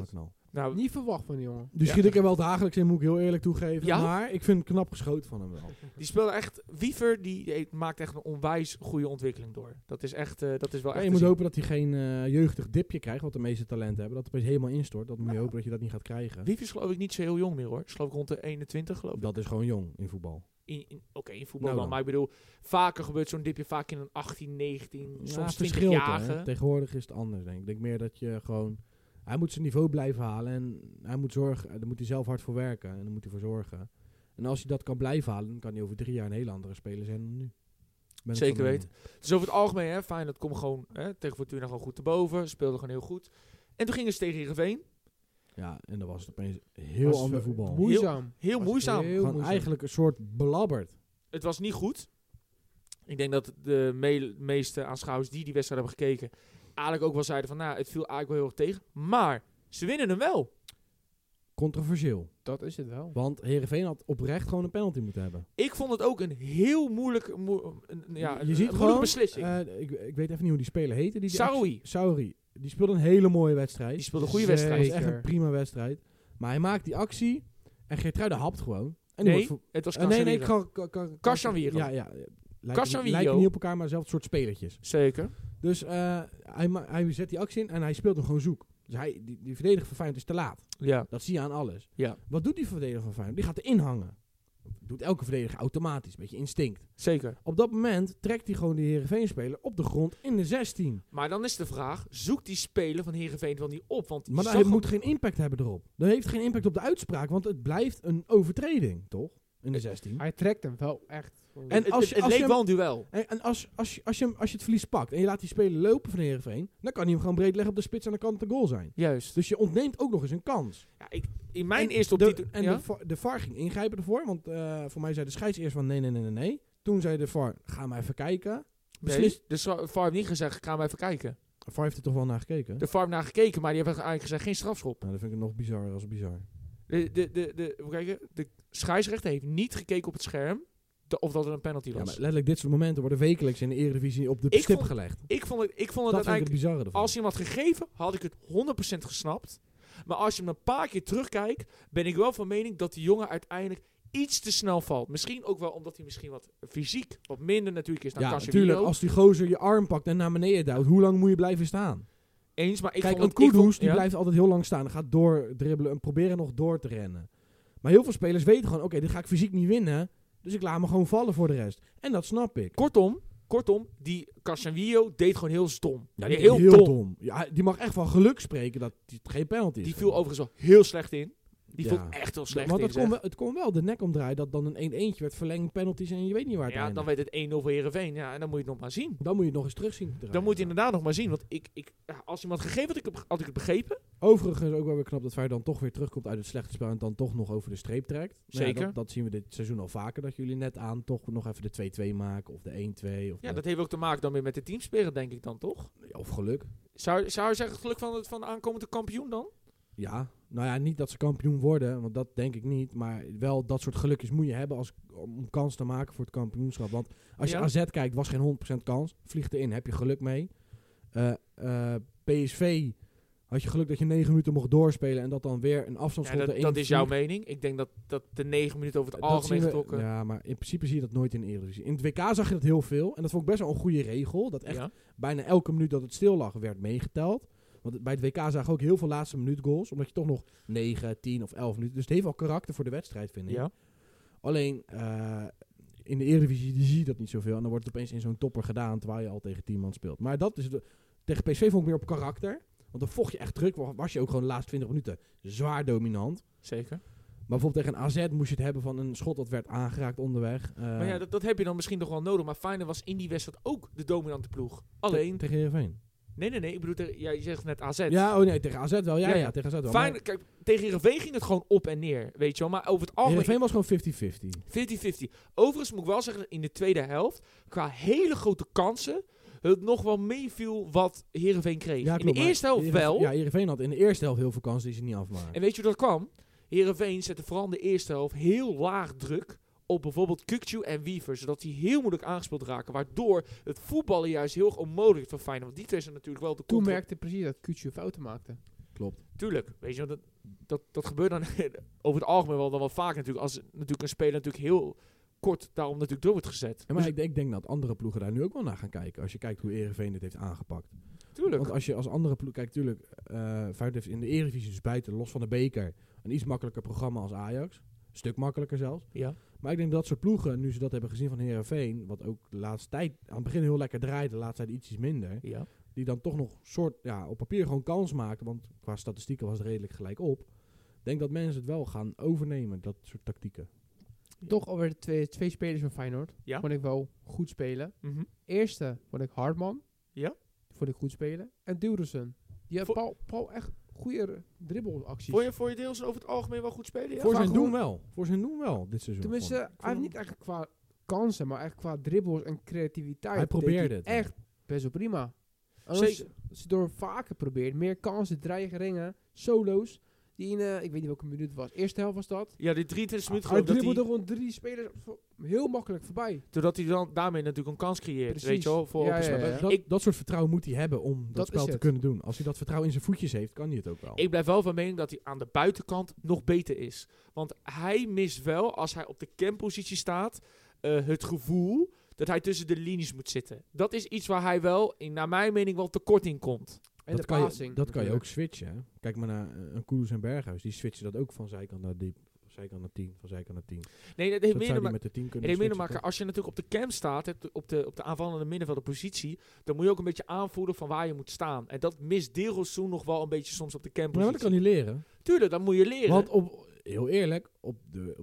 Speaker 1: Nou,
Speaker 2: Niet verwacht van die jongen.
Speaker 3: Dus
Speaker 1: Ja.
Speaker 3: schiet ik er wel dagelijks in, moet ik heel eerlijk toegeven.
Speaker 1: Ja?
Speaker 3: Maar ik vind het knap geschoten van hem wel.
Speaker 1: die speelde echt... Wiever, maakt echt een onwijs goede ontwikkeling door. Dat is echt... dat is wel
Speaker 3: Ja,
Speaker 1: echt
Speaker 3: je
Speaker 1: te
Speaker 3: moet
Speaker 1: zien.
Speaker 3: hopen dat hij geen jeugdig dipje krijgt, wat de meeste talenten hebben. Dat het opeens helemaal instort. Dat moet je hopen dat je dat niet gaat krijgen.
Speaker 1: Wiever is geloof ik niet zo heel jong meer hoor. Is geloof ik rond de 21 geloof ik.
Speaker 3: Dat is gewoon jong in voetbal.
Speaker 1: Oké, in voetbal
Speaker 3: Nou
Speaker 1: dan.
Speaker 3: dan.
Speaker 1: Maar ik bedoel, vaker gebeurt zo'n dipje vaak in een 18, 19,
Speaker 3: Ja,
Speaker 1: soms
Speaker 3: verschilt, hè.
Speaker 1: 20-jarige.
Speaker 3: Tegenwoordig is het anders, denk ik. Ik denk meer dat je gewoon... Hij moet zijn niveau blijven halen en hij moet zorgen. Daar moet hij zelf hard voor werken en daar moet hij voor zorgen. En als hij dat kan blijven halen, dan kan hij over 3 jaar een hele andere speler zijn dan nu. Ben ik
Speaker 1: Zeker
Speaker 3: van mening.
Speaker 1: weten. Dus over het algemeen, hè, Feyenoord komt gewoon tegen Fortuna gewoon goed te boven. Speelde gewoon heel goed. En toen gingen ze tegen Heerenveen.
Speaker 3: Ja, en dan was het opeens heel
Speaker 2: Was
Speaker 3: ander voetbal.
Speaker 2: Moeizaam.
Speaker 1: Heel
Speaker 2: Was
Speaker 1: moeizaam.
Speaker 2: heel
Speaker 3: Gewoon
Speaker 2: moeizaam.
Speaker 3: eigenlijk een soort belabberd.
Speaker 1: Het was niet goed. Ik denk dat de meeste aanschouwers die wedstrijd hebben gekeken, eigenlijk ook wel zeiden van, nou, het viel eigenlijk wel heel erg tegen. Maar ze winnen hem wel.
Speaker 3: Controversieel.
Speaker 2: Dat is het wel.
Speaker 3: Want Heerenveen had oprecht gewoon een penalty moeten hebben.
Speaker 1: Ik vond het ook een heel moeilijke
Speaker 3: gewoon,
Speaker 1: beslissing.
Speaker 3: Ik weet even niet hoe die speler heette.
Speaker 1: Saoui.
Speaker 3: Die speelde een hele mooie wedstrijd.
Speaker 1: Die speelde een goede
Speaker 2: Zeker.
Speaker 3: Dat
Speaker 1: wedstrijd.
Speaker 3: was echt een prima wedstrijd. Maar hij maakt die actie en Geertruiden hapt gewoon. En die
Speaker 1: Nee,
Speaker 3: wordt voor-
Speaker 1: het was
Speaker 3: nee,
Speaker 1: Casemiro. Casemiro.
Speaker 3: Ja.
Speaker 1: Casemiro.
Speaker 3: Lijken niet op elkaar, maar zelfs soort spelertjes.
Speaker 1: Zeker.
Speaker 3: Dus hij zet die actie in en hij speelt hem gewoon zoek. Dus die verdediger van Feyenoord is te laat.
Speaker 1: Ja.
Speaker 3: Dat zie je aan alles.
Speaker 1: Ja,
Speaker 3: Wat doet die verdediger van Feyenoord? Die gaat erin hangen. Doet elke verdediger automatisch, een beetje instinct.
Speaker 1: zeker.
Speaker 3: Op dat moment trekt hij gewoon die Heerenveen-speler op de grond in de 16.
Speaker 1: Maar dan is de vraag, zoekt die speler van Heerenveen wel niet op? Want
Speaker 3: Maar
Speaker 1: je
Speaker 3: dat
Speaker 1: zag
Speaker 3: moet geen impact hebben erop. Dat heeft geen impact op de uitspraak, want het blijft een overtreding, toch? in de 16.
Speaker 2: Hij trekt hem wel echt.
Speaker 3: En
Speaker 1: Het leek wel een duel.
Speaker 3: En als je het verlies pakt en je laat die speler lopen van Heerenveen, dan kan hij hem gewoon breed leggen op de spits aan de kant de goal zijn.
Speaker 1: Juist.
Speaker 3: Dus je ontneemt ook nog eens een kans.
Speaker 1: Ja, in mijn
Speaker 3: En
Speaker 1: eerste optiek...
Speaker 3: de VAR ging ingrijpen ervoor, want voor mij zei de scheids eerst van nee. Toen zei de VAR, ga maar even kijken.
Speaker 1: Nee, de VAR heeft niet gezegd, ga maar even kijken.
Speaker 3: De VAR heeft er toch wel naar gekeken?
Speaker 1: De VAR heeft naar gekeken, maar die heeft eigenlijk gezegd, geen strafschop.
Speaker 3: Nou, dat vind ik nog bizar als bizar.
Speaker 1: De scheidsrechter heeft niet gekeken op het scherm of dat er een penalty
Speaker 3: Ja,
Speaker 1: was.
Speaker 3: maar letterlijk dit soort momenten worden wekelijks in de Eredivisie op de stip gelegd.
Speaker 1: Ik vond het
Speaker 3: Dat vind ik
Speaker 1: uiteindelijk...
Speaker 3: het bizarre ervan.
Speaker 1: Als je hem had gegeven, had ik het 100% gesnapt. Maar als je hem een paar keer terugkijkt, ben ik wel van mening dat die jongen uiteindelijk iets te snel valt. Misschien ook wel omdat hij misschien wat fysiek wat minder natuurlijk is dan
Speaker 3: Ja,
Speaker 1: Casemiro.
Speaker 3: natuurlijk. Als die gozer je arm pakt en naar beneden duwt, hoe lang moet je blijven staan?
Speaker 1: Eens, maar ik
Speaker 3: Kijk,
Speaker 1: vond
Speaker 3: een
Speaker 1: het...
Speaker 3: Kudus, die blijft altijd heel lang staan. En gaat doordribbelen en proberen nog door te rennen. Maar heel veel spelers weten gewoon, oké, dit ga ik fysiek niet winnen. Dus ik laat me gewoon vallen voor de rest. En dat snap ik.
Speaker 1: Kortom, die Casemiro deed gewoon heel stom.
Speaker 3: Ja,
Speaker 1: Nee,
Speaker 3: heel dom. Ja, die mag echt van geluk spreken dat het geen penalty is.
Speaker 1: Die viel overigens wel heel slecht in. Die
Speaker 3: Ja.
Speaker 1: viel echt heel slecht
Speaker 3: Want
Speaker 1: in.
Speaker 3: het kon wel de nek omdraaien dat dan een 1-1'tje werd verlengd, penalties en je weet niet waar het
Speaker 1: Ja, dan
Speaker 3: eindigt.
Speaker 1: werd het 1-0 voor Heerenveen. Ja, en dan moet je het nog maar zien.
Speaker 3: Dan moet je het nog eens terugzien.
Speaker 1: Dan moet je inderdaad nog maar zien. Want als iemand gegeven had ik het begrepen.
Speaker 3: Overigens ook wel weer knap dat Feyenoord dan toch weer terugkomt uit het slechte spel en dan toch nog over de streep trekt. Nou ja,
Speaker 1: Zeker.
Speaker 3: dat zien we dit seizoen al vaker, dat jullie net aan toch nog even de 2-2 maken of de 1-2. Of,
Speaker 1: Ja, dat heeft ook te maken dan weer met de teamspirit, denk ik dan, toch?
Speaker 3: of geluk.
Speaker 1: Zou je zeggen het geluk van de aankomende kampioen dan?
Speaker 3: Ja, nou ja, niet dat ze kampioen worden, want dat denk ik niet. Maar wel dat soort gelukjes moet je hebben om kans te maken voor het kampioenschap. Want als je
Speaker 1: Ja.
Speaker 3: AZ kijkt, was geen 100% kans. Vliegt erin, heb je geluk mee. PSV had je geluk dat je 9 minuten mocht doorspelen en dat dan weer een afstandsschot erin
Speaker 1: dat is jouw
Speaker 3: vliegt.
Speaker 1: mening. Ik denk dat de 9 minuten over het
Speaker 3: Dat
Speaker 1: algemeen
Speaker 3: zien we-
Speaker 1: getrokken...
Speaker 3: Ja, maar in principe zie je dat nooit in de Eredivisie. In het WK zag je dat heel veel. En dat vond ik best wel een goede regel. Dat echt bijna elke minuut dat het stil lag werd meegeteld. Want bij het WK zagen we ook heel veel laatste minuut goals. Omdat je toch nog 9, 10 of 11 minuten... Dus het heeft wel karakter voor de wedstrijd, vind ik.
Speaker 1: Ja.
Speaker 3: Alleen in de Eredivisie zie je dat niet zoveel. En dan wordt het opeens in zo'n topper gedaan terwijl je al tegen 10 man speelt. Maar dat is tegen PSV vond ik meer op karakter. Want dan vocht je echt druk. Was je ook gewoon de laatste 20 minuten zwaar dominant.
Speaker 1: Zeker.
Speaker 3: Maar bijvoorbeeld tegen een AZ moest je het hebben van een schot dat werd aangeraakt onderweg.
Speaker 1: Maar ja, dat heb je dan misschien nog wel nodig. Maar Feyenoord was in die wedstrijd ook de dominante ploeg. Alleen...
Speaker 3: Tegen Heerenveen.
Speaker 1: Nee. Ik bedoel, je zegt net AZ.
Speaker 3: Ja, oh nee, tegen AZ wel. Ja,
Speaker 1: Ja.
Speaker 3: tegen AZ wel.
Speaker 1: Feyenoord, kijk, tegen Heerenveen ging het gewoon op en neer. Weet je wel. Maar over het algemeen...
Speaker 3: Heerenveen was gewoon
Speaker 1: 50-50. Overigens moet ik wel zeggen, in de tweede helft, qua hele grote kansen, het nog wel meeviel wat Heerenveen kreeg.
Speaker 3: Ja,
Speaker 1: in
Speaker 3: klopt,
Speaker 1: de eerste helft wel.
Speaker 3: Ja, Heerenveen had in de eerste helft heel veel kansen die ze niet afmaakten.
Speaker 1: En weet je hoe dat kwam? Heerenveen zette vooral in de eerste helft heel laag druk op bijvoorbeeld Kukçu en Wiever, zodat die heel moeilijk aangespeeld raken, waardoor het voetballen juist heel erg onmogelijk van Feyenoord. Want die twee zijn natuurlijk wel de
Speaker 2: Toen merkte precies dat Kutje fouten maakte.
Speaker 3: Klopt.
Speaker 1: Tuurlijk, weet je, dat gebeurt dan over het algemeen wel vaak natuurlijk, als natuurlijk een speler natuurlijk heel kort daarom natuurlijk door wordt gezet.
Speaker 3: Ja, maar ik denk dat andere ploegen daar nu ook wel naar gaan kijken, als je kijkt hoe Heerenveen dit heeft aangepakt.
Speaker 1: Tuurlijk.
Speaker 3: Want als je als andere ploeg kijkt, tuurlijk, Feyenoord heeft in de Eredivisie dus buiten, los van de beker, een iets makkelijker programma als Ajax. Een stuk makkelijker zelfs.
Speaker 1: Ja.
Speaker 3: Maar ik denk dat soort ploegen, nu ze dat hebben gezien van Heerenveen, wat ook de laatste tijd aan het begin heel lekker draaide, de laatste tijd ietsjes minder,
Speaker 1: Ja.
Speaker 3: die dan toch nog op papier gewoon kans maakten, want qua statistieken was het redelijk gelijk op. Ik denk dat mensen het wel gaan overnemen, dat soort tactieken.
Speaker 2: Toch alweer de twee spelers van Feyenoord.
Speaker 1: Ja.
Speaker 2: Vond ik wel goed spelen.
Speaker 1: Mhm.
Speaker 2: Eerste vond ik Hartman.
Speaker 1: Ja.
Speaker 2: Vond ik goed spelen. En Dilderson. Die had
Speaker 1: Vo-
Speaker 2: Paul echt goede dribbelacties.
Speaker 1: Vond je deels over het algemeen wel goed spelen? Ja?
Speaker 3: Voor
Speaker 2: maar
Speaker 3: zijn
Speaker 2: goed.
Speaker 3: doen wel. Voor zijn doen wel, dit seizoen.
Speaker 2: Tenminste,
Speaker 3: vond ik.
Speaker 2: hij heeft niet echt qua kansen, maar echt qua dribbles en creativiteit.
Speaker 3: Hij probeerde
Speaker 2: deed
Speaker 3: het.
Speaker 2: echt best wel prima. En
Speaker 1: Zeker.
Speaker 2: Als je door vaker probeert, meer kansen, dreigeringen, solo's, die in, ik weet niet welke minuut het was. Eerste helft was dat.
Speaker 1: Ja, die 23 minuten
Speaker 2: Hij
Speaker 1: geloof ik,
Speaker 2: dribbelde gewoon 3 spelers heel makkelijk voorbij.
Speaker 1: doordat hij dan daarmee natuurlijk een kans creëert.
Speaker 2: Precies.
Speaker 1: Weet je wel, voor
Speaker 2: Ja,
Speaker 1: open
Speaker 2: ja,
Speaker 1: spel.
Speaker 2: ja.
Speaker 3: Dat soort vertrouwen moet hij hebben om dat
Speaker 2: Dat
Speaker 3: spel
Speaker 2: is
Speaker 3: te
Speaker 2: het.
Speaker 3: kunnen doen. Als hij dat vertrouwen in zijn voetjes heeft, kan hij het ook wel.
Speaker 1: Ik blijf wel van mening dat hij aan de buitenkant nog beter is. Want hij mist wel, als hij op de campositie staat, het gevoel dat hij tussen de linies moet zitten. Dat is iets waar hij wel, naar mijn mening, wel tekort in komt.
Speaker 2: En
Speaker 3: dat
Speaker 2: de
Speaker 3: kan
Speaker 2: passing.
Speaker 3: je ook
Speaker 2: natuurlijk.
Speaker 3: switchen. Hè? Kijk maar naar een Kudus en Berghuis. Die switchen dat ook van zijkant naar diep. Zijkant naar 10, van zijkant naar 10.
Speaker 1: Nee, dat heeft
Speaker 3: Dat
Speaker 1: meer
Speaker 3: zou
Speaker 1: te
Speaker 3: die met de 10
Speaker 1: Het
Speaker 3: kunnen
Speaker 1: heeft meer te
Speaker 3: switchen,
Speaker 1: maken,
Speaker 3: toch?
Speaker 1: als je natuurlijk op de cam staat, op de aanvallende middenveld de positie, dan moet je ook een beetje aanvoelen van waar je moet staan. En dat mist Dilrosun nog wel een beetje soms op de
Speaker 3: Maar dat
Speaker 1: campositie.
Speaker 3: kan hij leren.
Speaker 1: Tuurlijk, dat moet je leren.
Speaker 3: Want heel eerlijk, op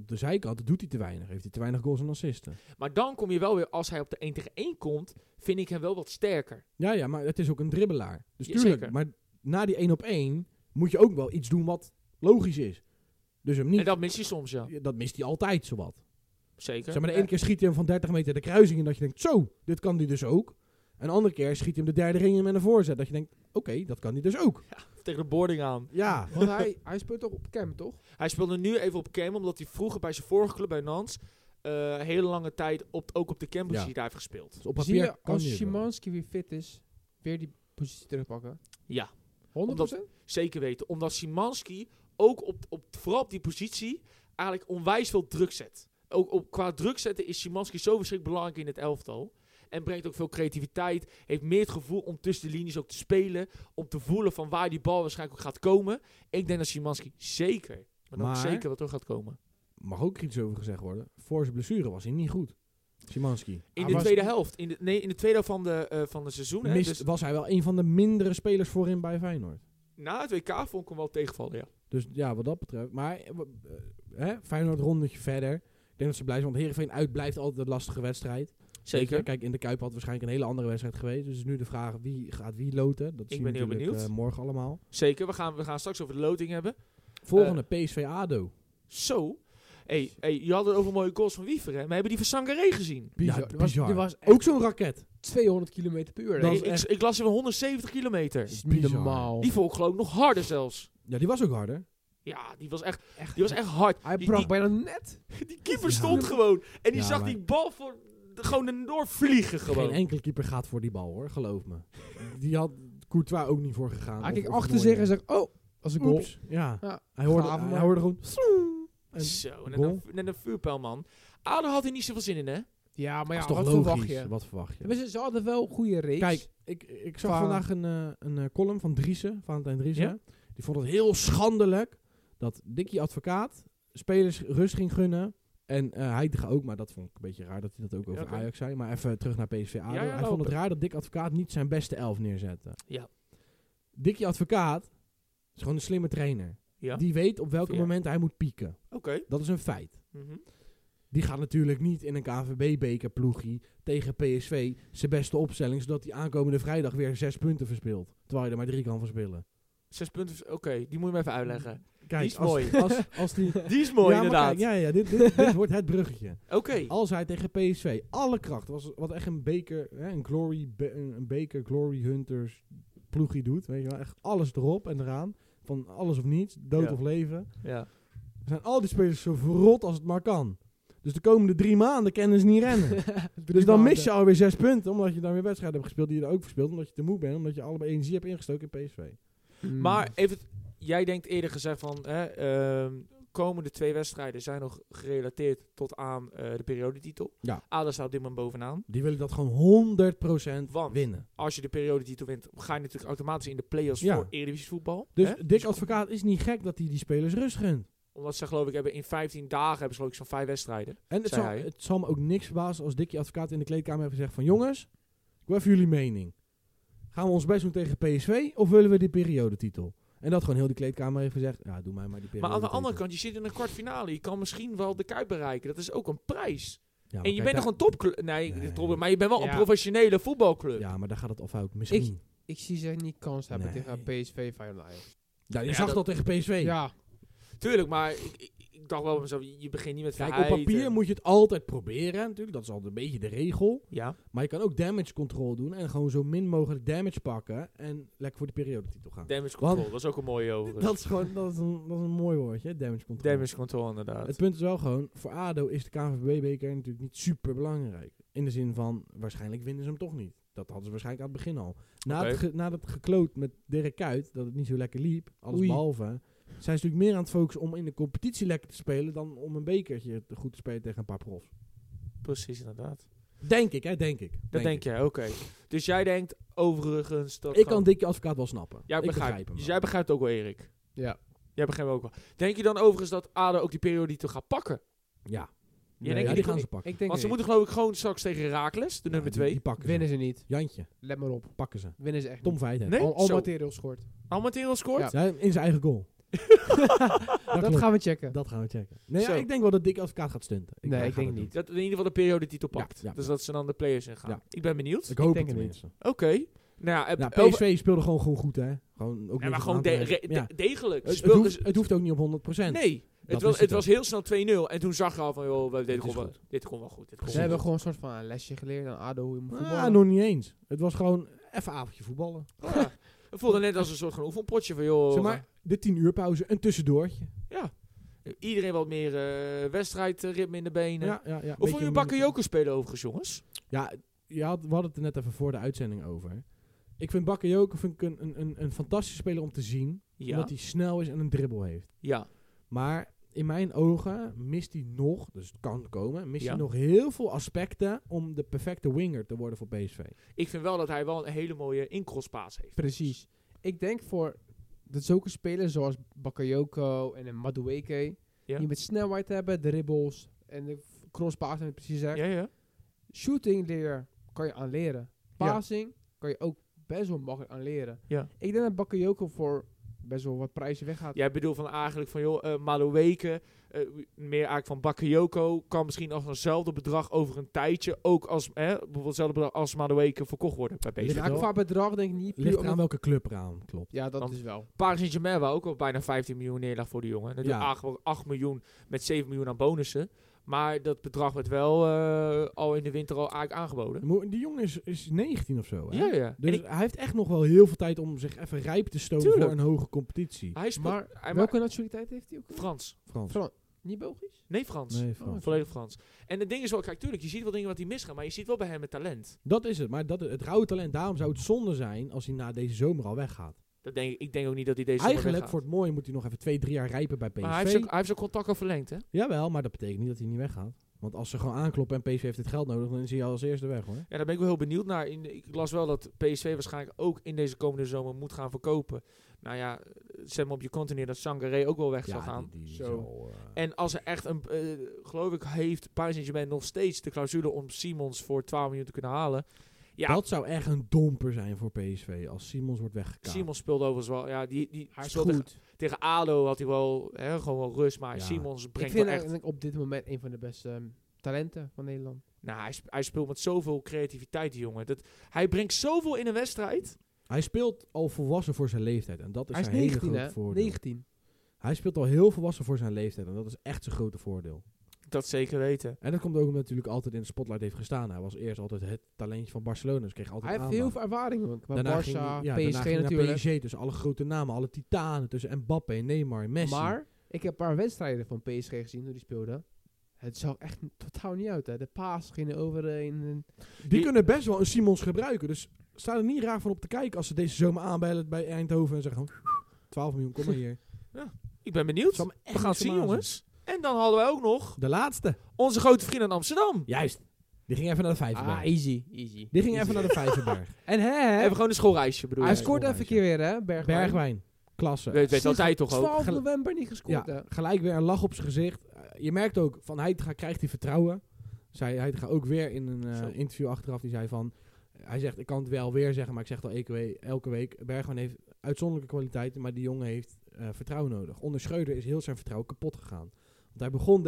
Speaker 3: op de zijkant doet hij te weinig. Heeft hij te weinig goals en assisten.
Speaker 1: Maar dan kom je wel weer, als hij op de 1-tegen-1 komt, vind ik hem wel wat sterker.
Speaker 3: Ja, maar het is ook een dribbelaar. Dus
Speaker 1: Ja,
Speaker 3: tuurlijk,
Speaker 1: zeker.
Speaker 3: maar na die 1-op-1 moet je ook wel iets doen wat logisch is. Dus hem niet.
Speaker 1: En dat mist hij soms, ja.
Speaker 3: Dat mist hij altijd, zowat.
Speaker 1: Zeker.
Speaker 3: Zeg maar, de ene keer schiet hij hem van 30 meter de kruising in dat je denkt, zo, dit kan hij dus ook. En de andere keer schiet hij hem de derde ring in met een voorzet. Dat je denkt, oké, dat kan hij dus ook.
Speaker 1: Tegen de boarding aan.
Speaker 3: Ja.
Speaker 2: Want hij speelt toch op cam, toch?
Speaker 1: Hij speelde nu even op cam, omdat hij vroeger bij zijn vorige club bij Nantes hele lange tijd ook op de campositie daar heeft gespeeld.
Speaker 3: Dus op
Speaker 2: Zie
Speaker 3: papier
Speaker 2: je,
Speaker 3: kan
Speaker 2: als
Speaker 3: hij het wel.
Speaker 2: Szymanski weer fit is, weer die positie terugpakken?
Speaker 1: Ja,
Speaker 2: 100%?
Speaker 1: zeker weten. Omdat Szymanski ook vooral op die positie eigenlijk onwijs veel druk zet. Ook qua druk zetten is Szymanski zo verschrikkelijk belangrijk in het elftal. En brengt ook veel creativiteit. Heeft meer het gevoel om tussen de linies ook te spelen. Om te voelen van waar die bal waarschijnlijk ook gaat komen. Ik denk dat Szymanski zeker, maar ook
Speaker 3: Maar-
Speaker 1: zeker wat er gaat komen.
Speaker 3: Mag ook iets over gezegd worden. Voor zijn blessure was hij niet goed. Szymanski.
Speaker 1: In
Speaker 2: Hij
Speaker 1: de
Speaker 2: was-
Speaker 1: tweede helft. In de tweede helft van de seizoen. Hè, dus
Speaker 3: Was hij wel een van de mindere spelers voorin bij Feyenoord.
Speaker 1: na het WK vond ik hem wel tegenvallen, ja.
Speaker 3: Dus ja, wat dat betreft. Maar Feyenoord rondetje verder. Ik denk dat ze blij zijn, want Heerenveen uit blijft altijd een lastige wedstrijd.
Speaker 1: Zeker.
Speaker 3: Kijk, in de Kuip had waarschijnlijk een hele andere wedstrijd geweest. Dus is nu de vraag, wie gaat wie loten? Dat zien
Speaker 1: ben
Speaker 3: we
Speaker 1: heel
Speaker 3: natuurlijk
Speaker 1: benieuwd.
Speaker 3: morgen allemaal.
Speaker 1: Zeker. We gaan straks over de loting hebben.
Speaker 3: Volgende, PSV ADO.
Speaker 1: Zo. Hey, je had het over mooie goals van Wiever, hè? Maar hebben die van Sangaré gezien?
Speaker 2: Bizar.
Speaker 3: Ja,
Speaker 2: Die was
Speaker 3: bizar.
Speaker 2: echt
Speaker 3: Ook zo'n raket.
Speaker 2: 200 km per uur.
Speaker 3: Dat
Speaker 2: hè?
Speaker 3: is echt-
Speaker 1: Ik las hem 170 kilometer.
Speaker 2: is niet
Speaker 3: bizar.
Speaker 2: normaal.
Speaker 1: Die vond ik geloof ik nog harder zelfs.
Speaker 3: Ja, die was ook harder.
Speaker 1: Ja, die was echt hard.
Speaker 2: Hij
Speaker 1: Die-
Speaker 2: bracht
Speaker 1: die,
Speaker 2: bijna net.
Speaker 1: die keeper
Speaker 3: Ja.
Speaker 1: stond gewoon. En die
Speaker 3: Ja,
Speaker 1: zag
Speaker 3: maar-
Speaker 1: die bal gewoon erdoor vliegen gewoon.
Speaker 3: Geen enkele keeper gaat voor die bal, hoor. Geloof me. Die had Courtois ook niet voor gegaan.
Speaker 2: Hij
Speaker 3: Of-
Speaker 2: keek
Speaker 3: of
Speaker 2: achter
Speaker 3: Mooijer.
Speaker 2: zich en zegt, oh, als een goal.
Speaker 3: Oeps. Ja.
Speaker 2: Ja,
Speaker 3: Hij hoorde
Speaker 2: maar.
Speaker 3: gewoon... En
Speaker 1: Zo,
Speaker 3: goal.
Speaker 1: net een vuurpijl, man. ADO had er niet zoveel zin in, hè?
Speaker 2: Ja, maar
Speaker 3: Dat
Speaker 2: ja,
Speaker 3: is toch
Speaker 2: wat verwacht
Speaker 3: logisch?
Speaker 2: je?
Speaker 3: Wat verwacht je?
Speaker 2: Maar ze hadden wel een goede reeks.
Speaker 3: Kijk, ik zag
Speaker 2: Qua-
Speaker 3: vandaag een column van Driessen, Valentijn Driessen.
Speaker 1: Ja?
Speaker 3: Die vond het heel schandelijk dat Dickie Advocaat spelers rust ging gunnen. En Heitinga ook, maar dat vond ik een beetje raar dat hij dat ook over
Speaker 1: Ja, oké.
Speaker 3: Ajax zei. Maar even terug naar PSV ADO.
Speaker 1: Ja,
Speaker 3: Hij vond
Speaker 1: lopen.
Speaker 3: het raar dat Dick Advocaat niet zijn beste 11 neerzette.
Speaker 1: Ja.
Speaker 3: Dickie Advocaat is gewoon een slimme trainer.
Speaker 1: Ja.
Speaker 3: Die weet op welke
Speaker 1: Ja.
Speaker 3: momenten hij moet pieken.
Speaker 1: Oké.
Speaker 3: Dat is een feit.
Speaker 1: Mhm.
Speaker 3: Die gaat natuurlijk niet in een KNVB-bekerploegie tegen PSV zijn beste opstelling, zodat hij aankomende vrijdag weer 6 punten verspeelt. Terwijl je er maar 3 kan verspillen.
Speaker 1: 6 punten. Oké, die moet je me even uitleggen.
Speaker 3: Kijk,
Speaker 1: Die is
Speaker 3: als,
Speaker 1: mooi.
Speaker 3: Als die,
Speaker 1: Die is mooi,
Speaker 3: ja, maar
Speaker 1: inderdaad.
Speaker 3: kijk, dit wordt het bruggetje.
Speaker 1: Oké.
Speaker 3: Als hij tegen PSV alle kracht, wat echt een beker, een beker Glory Hunters ploegie doet, weet je wel, echt alles erop en eraan, van alles of niets, dood
Speaker 1: Ja.
Speaker 3: of leven.
Speaker 1: Ja.
Speaker 3: Zijn al die spelers zo verrot als het maar kan. Dus de komende 3 maanden kennen ze niet rennen. Dus dan mis je alweer 6 punten, omdat je dan weer wedstrijden hebt gespeeld die je er ook verspeelt, omdat je te moe bent, omdat je allebei energie hebt ingestoken in PSV.
Speaker 1: Maar even, jij denkt eerder gezegd van, komende 2 wedstrijden zijn nog gerelateerd tot aan de periodetitel.
Speaker 3: Ja.
Speaker 1: ADO staat op dit moment bovenaan.
Speaker 3: Die willen dat gewoon 100%
Speaker 1: Want
Speaker 3: winnen.
Speaker 1: als je de periodetitel wint, ga je natuurlijk automatisch in de play-offs
Speaker 3: Ja.
Speaker 1: voor Eredivisie voetbal.
Speaker 3: Dus
Speaker 1: hè?
Speaker 3: Dick Advocaat is niet gek dat hij die spelers rust gunt.
Speaker 1: Omdat ze geloof ik hebben in 15 dagen hebben ze geloof ik zo'n 5 wedstrijden.
Speaker 3: En
Speaker 1: Zei hij.
Speaker 3: het zal me ook niks verbazen als Dickie Advocaat in de kleedkamer heeft gezegd van... Jongens, ik wil even jullie mening. Gaan we ons best doen tegen PSV of willen we die periodetitel? En dat gewoon heel die kleedkamer heeft gezegd... Ja, doe mij maar die periodetitel.
Speaker 1: Maar aan de andere kant, je zit in een kwartfinale. Je kan misschien wel de Kuip bereiken. Dat is ook een prijs.
Speaker 3: Ja, maar
Speaker 1: En je
Speaker 3: kijk,
Speaker 1: bent nog een topclub. Nee,
Speaker 3: Nee.
Speaker 1: maar je bent wel
Speaker 2: Ja.
Speaker 1: een professionele voetbalclub.
Speaker 3: Ja, maar daar gaat het al fout. Misschien.
Speaker 2: Ik zie ze niet kans hebben
Speaker 3: Nee.
Speaker 2: tegen PSV, Feyenoord, Ajax.
Speaker 3: Ja, je
Speaker 1: Ja,
Speaker 3: zag
Speaker 1: dat-
Speaker 3: het al tegen PSV.
Speaker 2: Ja,
Speaker 1: Tuurlijk, maar ik dacht wel bij mezelf, je begint niet met
Speaker 3: Kijk, op
Speaker 1: vereiten.
Speaker 3: papier moet je het altijd proberen. Natuurlijk, dat is altijd een beetje de regel.
Speaker 1: Ja,
Speaker 3: Maar je kan ook damage control doen. En gewoon zo min mogelijk damage pakken. En lekker voor de periodetitel gaan.
Speaker 1: damage control.
Speaker 3: Want-
Speaker 1: Dat is ook een mooie overigens.
Speaker 3: Dat is gewoon dat is een mooi woordje, damage control.
Speaker 1: Damage control inderdaad.
Speaker 3: Het punt is wel gewoon, voor ADO is de KNVB-beker natuurlijk niet super belangrijk. In de zin van, waarschijnlijk winnen ze hem toch niet. Dat hadden ze waarschijnlijk aan het begin al. Na het gekloot met Dirk Kuyt, dat het niet zo lekker liep, alles
Speaker 2: Oei.
Speaker 3: behalve, zijn ze natuurlijk meer aan het focussen om in de competitie lekker te spelen dan om een bekertje goed te spelen tegen een paar profs.
Speaker 1: Precies, inderdaad.
Speaker 3: Denk ik, hè, denk ik.
Speaker 1: Dat denk jij, oké. Dus jij denkt overigens dat...
Speaker 3: Ik kan Dickie Advocaat wel snappen.
Speaker 1: Jij
Speaker 3: Ik
Speaker 1: begrijpt.
Speaker 3: begrijp hem
Speaker 1: Dus
Speaker 3: wel.
Speaker 1: jij begrijpt ook wel, Erik.
Speaker 2: ja.
Speaker 1: Jij begrijpt ook wel. Denk je dan overigens dat ADO ook die periodetitel gaat pakken?
Speaker 3: Ja.
Speaker 1: denkt
Speaker 3: Ja,
Speaker 1: het
Speaker 3: die
Speaker 1: niet?
Speaker 3: gaan ze pakken.
Speaker 2: Ik denk
Speaker 1: Want ze
Speaker 2: het
Speaker 1: moeten geloof ik gewoon straks tegen Heracles, de
Speaker 3: Ja,
Speaker 1: nummer
Speaker 3: die
Speaker 1: 2.
Speaker 3: pakken
Speaker 2: niet. Winnen ze niet.
Speaker 3: Jantje,
Speaker 2: Let maar op.
Speaker 3: pakken ze.
Speaker 2: Winnen ze echt
Speaker 3: Tom
Speaker 2: niet.
Speaker 3: Veit.
Speaker 1: Nee?
Speaker 2: Al
Speaker 1: Zo.
Speaker 2: materieel scoort.
Speaker 1: Almatero scoort?
Speaker 2: Ja.
Speaker 3: In zijn eigen goal.
Speaker 2: Dat gaan we checken.
Speaker 3: Dat gaan we checken. Nee, ja,
Speaker 1: Zo.
Speaker 3: ik denk wel dat Dick Advocaat gaat stunten.
Speaker 2: Nee,
Speaker 3: hij
Speaker 2: ik
Speaker 3: gaat
Speaker 2: denk
Speaker 3: het
Speaker 2: niet.
Speaker 1: Dat in ieder geval de periodetitel
Speaker 3: Ja,
Speaker 1: pakt.
Speaker 3: ja.
Speaker 1: Dus dat ze dan de players in gaan.
Speaker 3: Ja.
Speaker 1: Ik ben benieuwd.
Speaker 3: doen. Ik hoop
Speaker 2: denk
Speaker 3: het
Speaker 2: het niet.
Speaker 3: tenminste.
Speaker 1: Oké. Nou ja,
Speaker 3: Nou, PSV speelde gewoon goed, hè? Gewoon ook
Speaker 1: ja, maar
Speaker 3: niks
Speaker 1: gewoon
Speaker 3: aan te merken. Ja.
Speaker 1: degelijk.
Speaker 3: Het,
Speaker 1: Speelde-
Speaker 3: het hoeft ook niet op 100%.
Speaker 1: nee.
Speaker 3: Dat
Speaker 1: Het
Speaker 3: is het
Speaker 1: was heel snel 2-0. En toen zag je al van, joh, dit
Speaker 3: is
Speaker 1: kon wel
Speaker 3: goed.
Speaker 1: dit kon wel goed. Dit kon
Speaker 2: Ze
Speaker 1: wel
Speaker 2: hebben
Speaker 1: goed.
Speaker 2: gewoon een soort van een lesje geleerd aan ADO hoe je moet voetballen.
Speaker 3: Ah, nog niet eens. Het was gewoon even avondje voetballen.
Speaker 1: Ja. Het voelde net als een soort van oefenpotje van, joh.
Speaker 3: Zeg maar, de 10 uur pauze, een tussendoortje.
Speaker 1: Ja. Iedereen wat meer wedstrijdritme in de benen.
Speaker 3: Ja, ja, ja.
Speaker 1: Hoe vond je Bakayoko spelen overigens, jongens?
Speaker 3: Ja, we hadden het er net even voor de uitzending over. Ik vind Bakayoko een fantastische speler om te zien.
Speaker 1: Ja.
Speaker 3: Omdat hij snel is en een dribbel heeft.
Speaker 1: Ja.
Speaker 3: Maar in mijn ogen mist hij nog, dus het kan komen, mist
Speaker 1: Ja.
Speaker 3: hij nog heel veel aspecten om de perfecte winger te worden voor PSV.
Speaker 1: Ik vind wel dat hij wel een hele mooie incrosspaas heeft.
Speaker 2: Precies. Ik denk voor dat zulke spelers zoals Bakayoko en Madueke,
Speaker 1: Ja.
Speaker 2: die met snelheid hebben, de dribbles en de crosspassen, wat je precies zegt.
Speaker 1: Ja, ja.
Speaker 2: Shooting kan je aan leren. Passing kan je ook best wel makkelijk aan leren.
Speaker 1: Ja.
Speaker 2: Ik denk dat Bakayoko voor best wel wat prijzen weggaat.
Speaker 1: Jij bedoelt van eigenlijk van, joh, Madueke, meer eigenlijk van Bakayoko, kan misschien nog eenzelfde bedrag over een tijdje, ook als, bijvoorbeeld hetzelfde bedrag als Madueke verkocht worden bij
Speaker 3: Ligt
Speaker 1: PSV.
Speaker 2: Ja,
Speaker 3: wel.
Speaker 2: qua bedrag denk ik niet. puur
Speaker 3: Ligt
Speaker 2: omdat-
Speaker 3: eraan welke club eraan klopt.
Speaker 2: Ja, dat
Speaker 1: Want-
Speaker 2: is wel.
Speaker 1: Paris Saint-Germain wou ook al bijna 15 miljoen neerlag voor de jongen. Dat
Speaker 3: Ja.
Speaker 1: doet 8 miljoen met 7 miljoen aan bonussen. Maar dat bedrag werd wel al in de winter al eigenlijk aangeboden.
Speaker 3: Die jongen is 19 of zo. Hè?
Speaker 1: Ja, ja.
Speaker 3: Dus
Speaker 1: En ik-
Speaker 3: hij heeft echt nog wel heel veel tijd om zich even rijp te stomen
Speaker 1: Tuurlijk.
Speaker 3: voor een hoge competitie.
Speaker 1: hij speelt...
Speaker 2: Maar
Speaker 1: hij
Speaker 2: welke nationaliteit heeft hij ook?
Speaker 1: Frans.
Speaker 3: Frans.
Speaker 2: Niet Belgisch?
Speaker 1: Nee, Frans.
Speaker 3: Nee, Frans.
Speaker 1: Volledig Frans. En het ding is wel, kijk, tuurlijk, je ziet wel dingen wat hij misgaan, maar je ziet wel bij hem het talent.
Speaker 3: Dat is het. Maar het rauwe talent, daarom zou het zonde zijn als hij na deze zomer al weggaat.
Speaker 1: Ik denk ook niet dat hij deze zomer
Speaker 3: Eigenlijk
Speaker 1: weggaat.
Speaker 3: voor het mooie moet hij nog even 2-3 jaar rijpen bij PSV.
Speaker 1: Maar hij heeft zijn contract al verlengd, hè?
Speaker 3: Jawel, maar dat betekent niet dat hij niet weggaat. Want als ze gewoon aankloppen en PSV heeft het geld nodig, dan is hij al als eerste weg, hoor.
Speaker 1: Ja, daar ben ik wel heel benieuwd naar. Ik las wel dat PSV waarschijnlijk ook in deze komende zomer moet gaan verkopen. Nou ja, zet me op je konto neer dat Sangaré ook wel weg zal gaan.
Speaker 3: die
Speaker 2: Zo.
Speaker 3: zal,
Speaker 1: En als er echt een, geloof ik, heeft Paris Saint-Germain nog steeds de clausule om Simons voor 12 miljoen te kunnen halen. Ja,
Speaker 3: Dat zou echt een domper zijn voor PSV als Simons wordt weggekaapt.
Speaker 1: Simons speelde overigens wel. Ja, die
Speaker 2: Hij is
Speaker 1: speelde
Speaker 2: goed.
Speaker 1: tegen ADO had hij wel gewoon wel rust. Maar
Speaker 3: Ja.
Speaker 1: Simons
Speaker 2: Ik
Speaker 1: brengt
Speaker 2: vind
Speaker 1: wel echt...
Speaker 2: eigenlijk op dit moment een van de beste talenten van Nederland.
Speaker 1: Nou, hij speelt met zoveel creativiteit, die jongen. Hij brengt zoveel in een wedstrijd.
Speaker 3: Hij speelt al volwassen voor zijn leeftijd en dat is
Speaker 2: Hij is
Speaker 3: zijn hele
Speaker 2: 19,
Speaker 3: grote
Speaker 2: hè?
Speaker 3: voordeel.
Speaker 2: 19.
Speaker 3: Hij speelt al heel volwassen voor zijn leeftijd en dat is echt zijn grote voordeel.
Speaker 1: Dat zeker weten.
Speaker 3: En dat komt ook omdat hij natuurlijk altijd in de spotlight heeft gestaan. Hij was eerst altijd het talentje van Barcelona, dus kreeg altijd
Speaker 2: Hij heeft
Speaker 3: aandacht.
Speaker 2: heel veel ervaring ook. Bij
Speaker 3: Daarna
Speaker 2: Barça,
Speaker 3: ging hij-
Speaker 2: PSG
Speaker 3: daarna ging hij
Speaker 2: natuurlijk.
Speaker 3: naar PSG, tussen alle grote namen, alle titanen, tussen Mbappé, Neymar, Messi.
Speaker 2: Maar ik heb een paar wedstrijden van PSG gezien hoe die speelden. Het zag echt totaal niet uit. Hè. De paas gingen overheen.
Speaker 3: Die kunnen best wel een Simons gebruiken. Dus sta er niet raar van op te kijken als ze deze zomer aanbellen bij Eindhoven en zeggen 12 miljoen, kom maar hier.
Speaker 1: Ik ben benieuwd.
Speaker 3: Zal me echt
Speaker 1: We gaan
Speaker 3: niet
Speaker 1: zien,
Speaker 3: verbazen.
Speaker 1: jongens. En dan hadden wij ook nog
Speaker 3: De laatste.
Speaker 1: onze grote vriend in Amsterdam.
Speaker 3: Juist. Die ging even naar de Vijverberg.
Speaker 2: Ah, easy. Easy.
Speaker 3: Die ging even naar de Vijverberg.
Speaker 2: En
Speaker 1: Even gewoon een schoolreisje, bedoel
Speaker 2: hij
Speaker 1: je?
Speaker 2: scoort even een keer weer, hè? Bergwijn.
Speaker 3: Bergwijn. Klasse.
Speaker 1: Weet altijd toch ook.
Speaker 2: 12 november niet gescoord, hè?
Speaker 3: Ja, gelijk weer een lach op zijn gezicht. Je merkt ook, van Heitinga krijgt hij vertrouwen. Zei Heitinga ook weer in een
Speaker 1: Zo.
Speaker 3: interview achteraf. Die zei van, hij zegt, ik kan het wel weer zeggen, maar ik zeg het al elke week. Bergwijn heeft uitzonderlijke kwaliteiten, maar die jongen heeft vertrouwen nodig. Onder Schreuder is heel zijn vertrouwen kapot gegaan. Want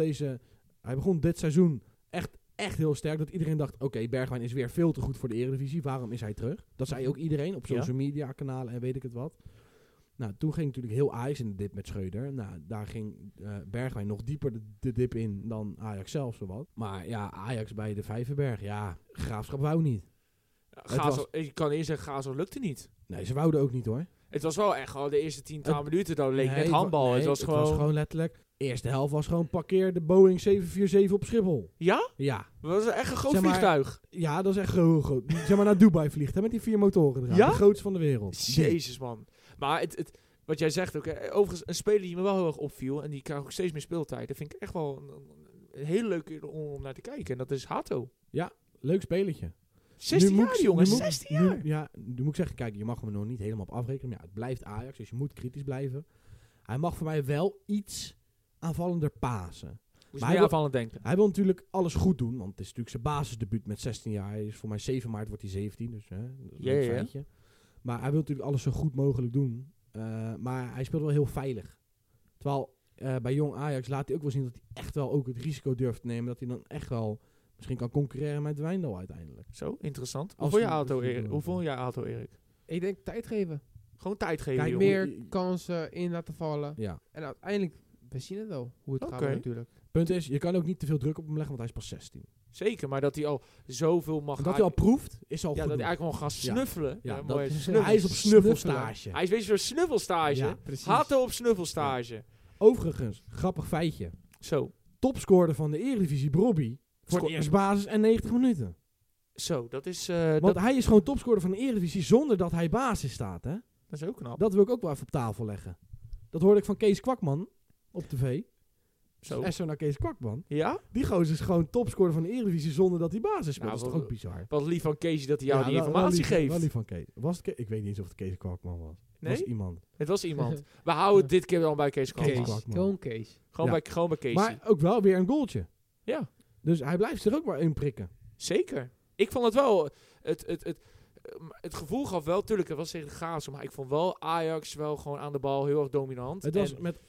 Speaker 3: hij begon dit seizoen echt heel sterk. Dat iedereen dacht, oké, Bergwijn is weer veel te goed voor de Eredivisie. Waarom is hij terug? Dat zei ook iedereen op social media kanalen en weet ik het wat. Nou, toen ging natuurlijk heel Ajax in de dip met Schreuder. Nou, daar ging Bergwijn nog dieper de dip in dan Ajax zelf zowat. Maar ja, Ajax bij de Vijverberg, ja, Graafschap wou niet.
Speaker 1: Ik kan eerst zeggen, Gazel lukte niet.
Speaker 3: Nee, ze wouden ook niet hoor.
Speaker 1: Het was wel echt gewoon de eerste 10 minuten. Dat leek
Speaker 3: Nee,
Speaker 1: net handbal.
Speaker 3: nee,
Speaker 1: het was gewoon...
Speaker 3: letterlijk. Eerste helft was gewoon parkeer de Boeing 747 op Schiphol.
Speaker 1: Ja?
Speaker 3: Ja.
Speaker 1: Dat was echt een groot
Speaker 3: Zeg maar-
Speaker 1: vliegtuig.
Speaker 3: Ja, dat is echt heel groot. Die, zeg maar naar Dubai vliegt, hè, met die 4 motoren eraan.
Speaker 1: Ja?
Speaker 3: De grootste van de wereld. Die.
Speaker 1: Jezus, man. Maar wat jij zegt ook, overigens een speler die me wel heel erg opviel, en die krijgt ook steeds meer speeltijd, dat vind ik echt wel een hele leuke om naar te kijken. En dat is Hato.
Speaker 3: Leuk spelletje.
Speaker 1: 16
Speaker 3: Nu moet
Speaker 1: jaar,
Speaker 3: ik-
Speaker 1: jongen.
Speaker 3: nu moet-
Speaker 1: 16 jaar.
Speaker 3: Nu moet ik zeggen, kijk, je mag hem er nog niet helemaal op afrekenen. Maar ja, het blijft Ajax, dus je moet kritisch blijven. Hij mag voor mij wel iets aanvallender pasen.
Speaker 1: Moest
Speaker 3: Maar
Speaker 1: meer
Speaker 3: hij wil-
Speaker 1: aanvallend denken.
Speaker 3: Hij wil natuurlijk alles goed doen, want het is natuurlijk zijn basisdebuut met 16 jaar. Hij is voor mij 7 maart wordt hij 17, dus hè, dat is
Speaker 1: Ja,
Speaker 3: een
Speaker 1: ja, ja.
Speaker 3: feitje. Maar hij wil natuurlijk alles zo goed mogelijk doen. Maar hij speelt wel heel veilig. Terwijl bij jong Ajax laat hij ook wel zien dat hij echt wel ook het risico durft te nemen. Dat hij dan echt wel misschien kan concurreren met Wijndal uiteindelijk.
Speaker 1: Zo, interessant. Hoe
Speaker 3: Als
Speaker 1: vond je
Speaker 3: hij-
Speaker 1: Aalto,
Speaker 3: als hij
Speaker 1: Erik?
Speaker 3: wil.
Speaker 1: Hoe vond jij Aalto, Erik?
Speaker 2: Ik denk tijd geven.
Speaker 1: Gewoon tijd geven,
Speaker 3: Kijk,
Speaker 1: jongen.
Speaker 2: Meer kansen in laten vallen.
Speaker 3: Ja.
Speaker 2: En uiteindelijk, we zien het wel. Hoe het
Speaker 1: Oké.
Speaker 2: gaat natuurlijk.
Speaker 3: Punt is, je kan ook niet te veel druk op hem leggen, want hij is pas 16.
Speaker 1: Zeker, maar dat hij al zoveel mag...
Speaker 3: En dat hij al proeft, is al
Speaker 1: ja,
Speaker 3: goed.
Speaker 1: dat hij eigenlijk gewoon gaat snuffelen.
Speaker 3: Ja,
Speaker 1: Ja,
Speaker 3: dat-
Speaker 1: mooi.
Speaker 3: hij is op snuffelstage.
Speaker 1: Hij is bezig voor snuffelstage.
Speaker 3: Ja,
Speaker 2: precies.
Speaker 1: Hato op snuffelstage.
Speaker 3: Overigens, grappig feitje.
Speaker 1: Zo.
Speaker 3: Topscorer van de Eredivisie, Brobby. Voor het eerst basis en 90 minuten.
Speaker 1: Zo, dat is...
Speaker 3: Want hij is gewoon topscorer van de Eredivisie zonder dat hij basis staat. Hè?
Speaker 1: dat is ook knap.
Speaker 3: Dat wil ik ook wel even op tafel leggen. Dat hoorde ik van Kees Kwakman op tv.
Speaker 1: Zo.
Speaker 3: SO naar Kees Kwakman.
Speaker 1: Ja?
Speaker 3: Die gozer is gewoon topscorer van de Eredivisie zonder dat hij basis speelt.
Speaker 1: Nou,
Speaker 3: dat is toch
Speaker 1: wel-
Speaker 3: ook bizar?
Speaker 1: Wat lief van Kees dat hij jou die
Speaker 3: wel
Speaker 1: informatie
Speaker 3: lief-
Speaker 1: geeft.
Speaker 3: Wel lief van Kees. Was het ik weet niet eens of het Kees Kwakman was.
Speaker 1: Nee?
Speaker 3: Was het iemand.
Speaker 1: Het was iemand. We houden het dit keer dan bij Kees
Speaker 3: Kees.
Speaker 1: Kwakman.
Speaker 3: Kwakman.
Speaker 2: Gewoon Kees.
Speaker 1: Gewoon,
Speaker 3: Ja.
Speaker 1: gewoon bij Kees.
Speaker 3: Maar ook wel weer een goaltje.
Speaker 1: Ja,
Speaker 3: Dus hij blijft er ook maar in prikken.
Speaker 1: zeker. Ik vond het wel... Het gevoel gaf wel... Tuurlijk, het was tegen de Graafschap. Maar ik vond wel Ajax wel gewoon aan de bal heel erg dominant.
Speaker 3: Het was
Speaker 1: En-
Speaker 3: met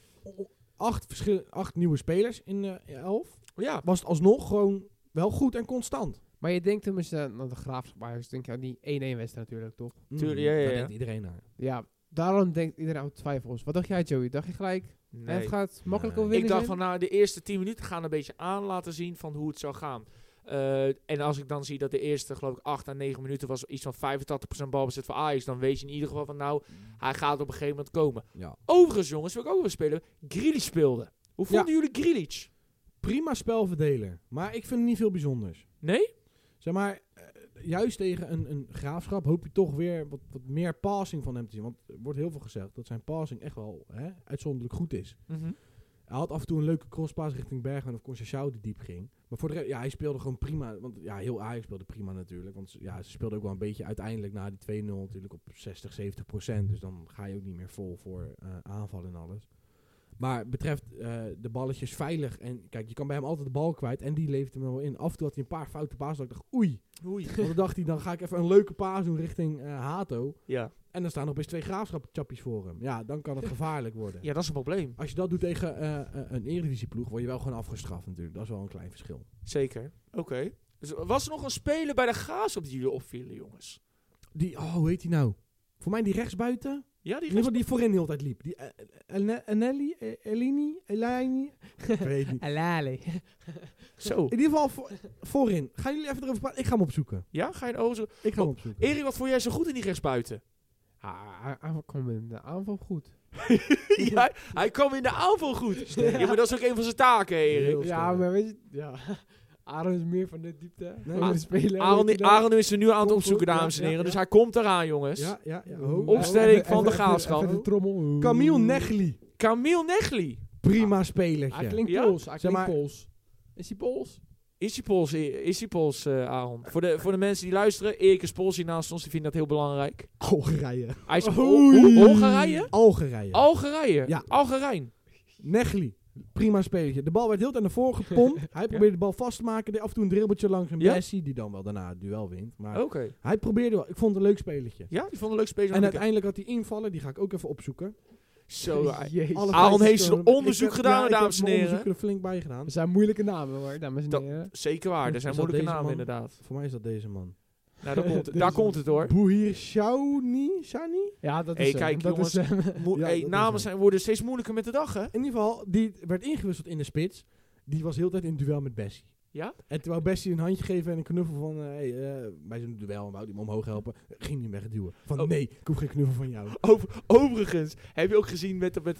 Speaker 3: 8 nieuwe spelers in de 11.
Speaker 1: ja,
Speaker 3: Was het alsnog gewoon wel goed en constant.
Speaker 2: Maar je denkt tenminste, naar de Graafschap Ajax, denk je aan die 1-1 wedstrijd natuurlijk, toch?
Speaker 1: Tuurlijk, ja.
Speaker 3: Daar denkt iedereen naar.
Speaker 2: Ja, daarom denkt iedereen aan twijfels. Wat dacht jij, Joey? Dacht je gelijk,
Speaker 1: nee.
Speaker 2: het gaat makkelijk
Speaker 3: Nee.
Speaker 2: overwinnen
Speaker 1: Ik dacht
Speaker 2: zijn?
Speaker 1: van, nou, de eerste 10 minuten gaan een beetje aan laten zien van hoe het zou gaan. En als ik dan zie dat de eerste, geloof ik, 8 à 9 minuten was iets van 85% balbezit voor Ajax, dan weet je in ieder geval van, nou, hij gaat op een gegeven moment komen.
Speaker 3: Ja.
Speaker 1: Overigens, jongens, wil ik ook weer spelen. Grealish speelde. Hoe vonden jullie Grealish?
Speaker 3: Prima spelverdeler. Maar ik vind het niet veel bijzonders.
Speaker 1: Nee?
Speaker 3: Zeg maar, juist tegen een Graafschap hoop je toch weer wat meer passing van hem te zien. Want er wordt heel veel gezegd dat zijn passing echt wel uitzonderlijk goed is. Hij had af en toe een leuke crosspass richting Bergwijn of Conceição die diep ging. Maar voor de rest, ja, hij speelde gewoon prima. Want ja, heel Ajax speelde prima natuurlijk. Want ja, ze speelden ook wel een beetje uiteindelijk na die 2-0 natuurlijk op 60-70%. Dus dan ga je ook niet meer vol voor aanvallen en alles. Maar betreft de balletjes veilig. En kijk, je kan bij hem altijd de bal kwijt. En die levert hem wel in. Af en toe had hij een paar foute paas. Dat ik dacht, oei.
Speaker 1: Oei.
Speaker 3: Want dan dacht hij, dan ga ik even een leuke paas doen richting Hato.
Speaker 1: Ja.
Speaker 3: En dan staan nog best 2 Graafschap-chappies voor hem. Ja, dan kan het gevaarlijk worden.
Speaker 1: Ja, dat is een probleem.
Speaker 3: Als je dat doet tegen een Eredivisieploeg, word je wel gewoon afgestraft natuurlijk. Dat is wel een klein verschil.
Speaker 1: Zeker. Oké. Dus was er nog een speler bij de Graafschap die jullie opvielen, jongens?
Speaker 3: Hoe heet die nou? Voor mij die rechtsbuiten.
Speaker 1: Ja, die
Speaker 3: In ieder geval die voorin de hele tijd liep. Die Elaini? Ik weet niet.
Speaker 2: Alale.
Speaker 1: Zo.
Speaker 3: In ieder geval voorin. Gaan jullie even erover praten? Ik ga hem opzoeken.
Speaker 1: Ja, ga je zo...
Speaker 3: Ik ga hem opzoeken.
Speaker 1: Erik, wat vond jij zo goed in die rechtsbuiten?
Speaker 2: Hij kwam in de aanval goed.
Speaker 1: Ja, hij kwam in de aanval goed. Ja, maar dat is ook een van zijn taken, Erik.
Speaker 3: Heel
Speaker 2: Ja,
Speaker 3: sterk.
Speaker 2: maar weet je, ja. Aaron is meer van de diepte.
Speaker 3: Nee,
Speaker 2: Van de speler.
Speaker 1: Aaron is er nu aan het
Speaker 3: Komt
Speaker 1: opzoeken,
Speaker 3: goed,
Speaker 1: dames en
Speaker 3: ja,
Speaker 1: heren.
Speaker 3: ja.
Speaker 1: Dus hij komt eraan, jongens.
Speaker 3: Ja.
Speaker 1: Opstelling van de Graafschap.
Speaker 2: Even de trommel.
Speaker 3: Camille Negli.
Speaker 1: Camille Negli.
Speaker 3: Prima spelertje.
Speaker 2: Hij klinkt
Speaker 1: Ja?
Speaker 2: Pools. Hij
Speaker 3: Zeg
Speaker 2: klinkt
Speaker 3: maar-
Speaker 2: Pools. Is hij Pools?
Speaker 1: Is hij Pools, Aaron? Voor de mensen die luisteren, Erik is Pools hier naast ons. Die vinden dat heel belangrijk.
Speaker 3: Algerije.
Speaker 1: Hij is
Speaker 3: Oei.
Speaker 1: Algerije?
Speaker 3: Algerije.
Speaker 1: Algerije?
Speaker 3: Ja.
Speaker 1: Algerijn.
Speaker 3: Negli. Prima spelertje. De bal werd heel tijd naar voren gepompt. Hij probeerde de bal vast te maken. Deed af en toe een dribbeltje langs een
Speaker 1: Ja?
Speaker 3: Messi. Die dan wel daarna het duel wint. Maar
Speaker 1: Oké.
Speaker 3: hij probeerde wel. Ik vond het een leuk spelertje.
Speaker 1: Ja, die vond een leuk speler.
Speaker 3: En uiteindelijk had hij invallen. Die ga ik ook even opzoeken.
Speaker 1: Zo,
Speaker 2: Jezus.
Speaker 3: Alle
Speaker 1: Aaron
Speaker 3: feitjes
Speaker 1: heeft zijn
Speaker 3: komen.
Speaker 1: onderzoek
Speaker 3: Ik heb-
Speaker 1: gedaan,
Speaker 3: ja,
Speaker 1: dames en
Speaker 3: Ik heb
Speaker 1: heren.
Speaker 3: mijn onderzoek er flink bij gedaan.
Speaker 2: Dat zijn moeilijke namen hoor, dames en
Speaker 1: Dat-
Speaker 2: heren.
Speaker 1: zeker waar. Er
Speaker 3: Is
Speaker 1: zijn
Speaker 3: dat
Speaker 1: moeilijke
Speaker 3: deze
Speaker 1: namen,
Speaker 3: man?
Speaker 1: inderdaad.
Speaker 3: Voor mij is dat deze man.
Speaker 1: Nou, daar komt het hoor.
Speaker 3: Bouhir Shani?
Speaker 2: Ja, dat
Speaker 1: Hey,
Speaker 2: is hem.
Speaker 1: kijk,
Speaker 2: Dat
Speaker 1: jongens.
Speaker 2: is hem.
Speaker 3: Ja, dat is
Speaker 1: Namen
Speaker 3: hem.
Speaker 1: worden steeds moeilijker met de dag, hè?
Speaker 3: In ieder geval, die werd ingewisseld in de spits. Die was heel de tijd in duel met Bessie.
Speaker 1: Ja?
Speaker 3: En terwijl Bessie een handje geven en een knuffel van... bij zo'n duel, wou die hem omhoog helpen. Ging hij hem wegduwen. Van
Speaker 1: Oh.
Speaker 3: nee, ik hoef geen knuffel van jou.
Speaker 1: Overigens, heb je ook gezien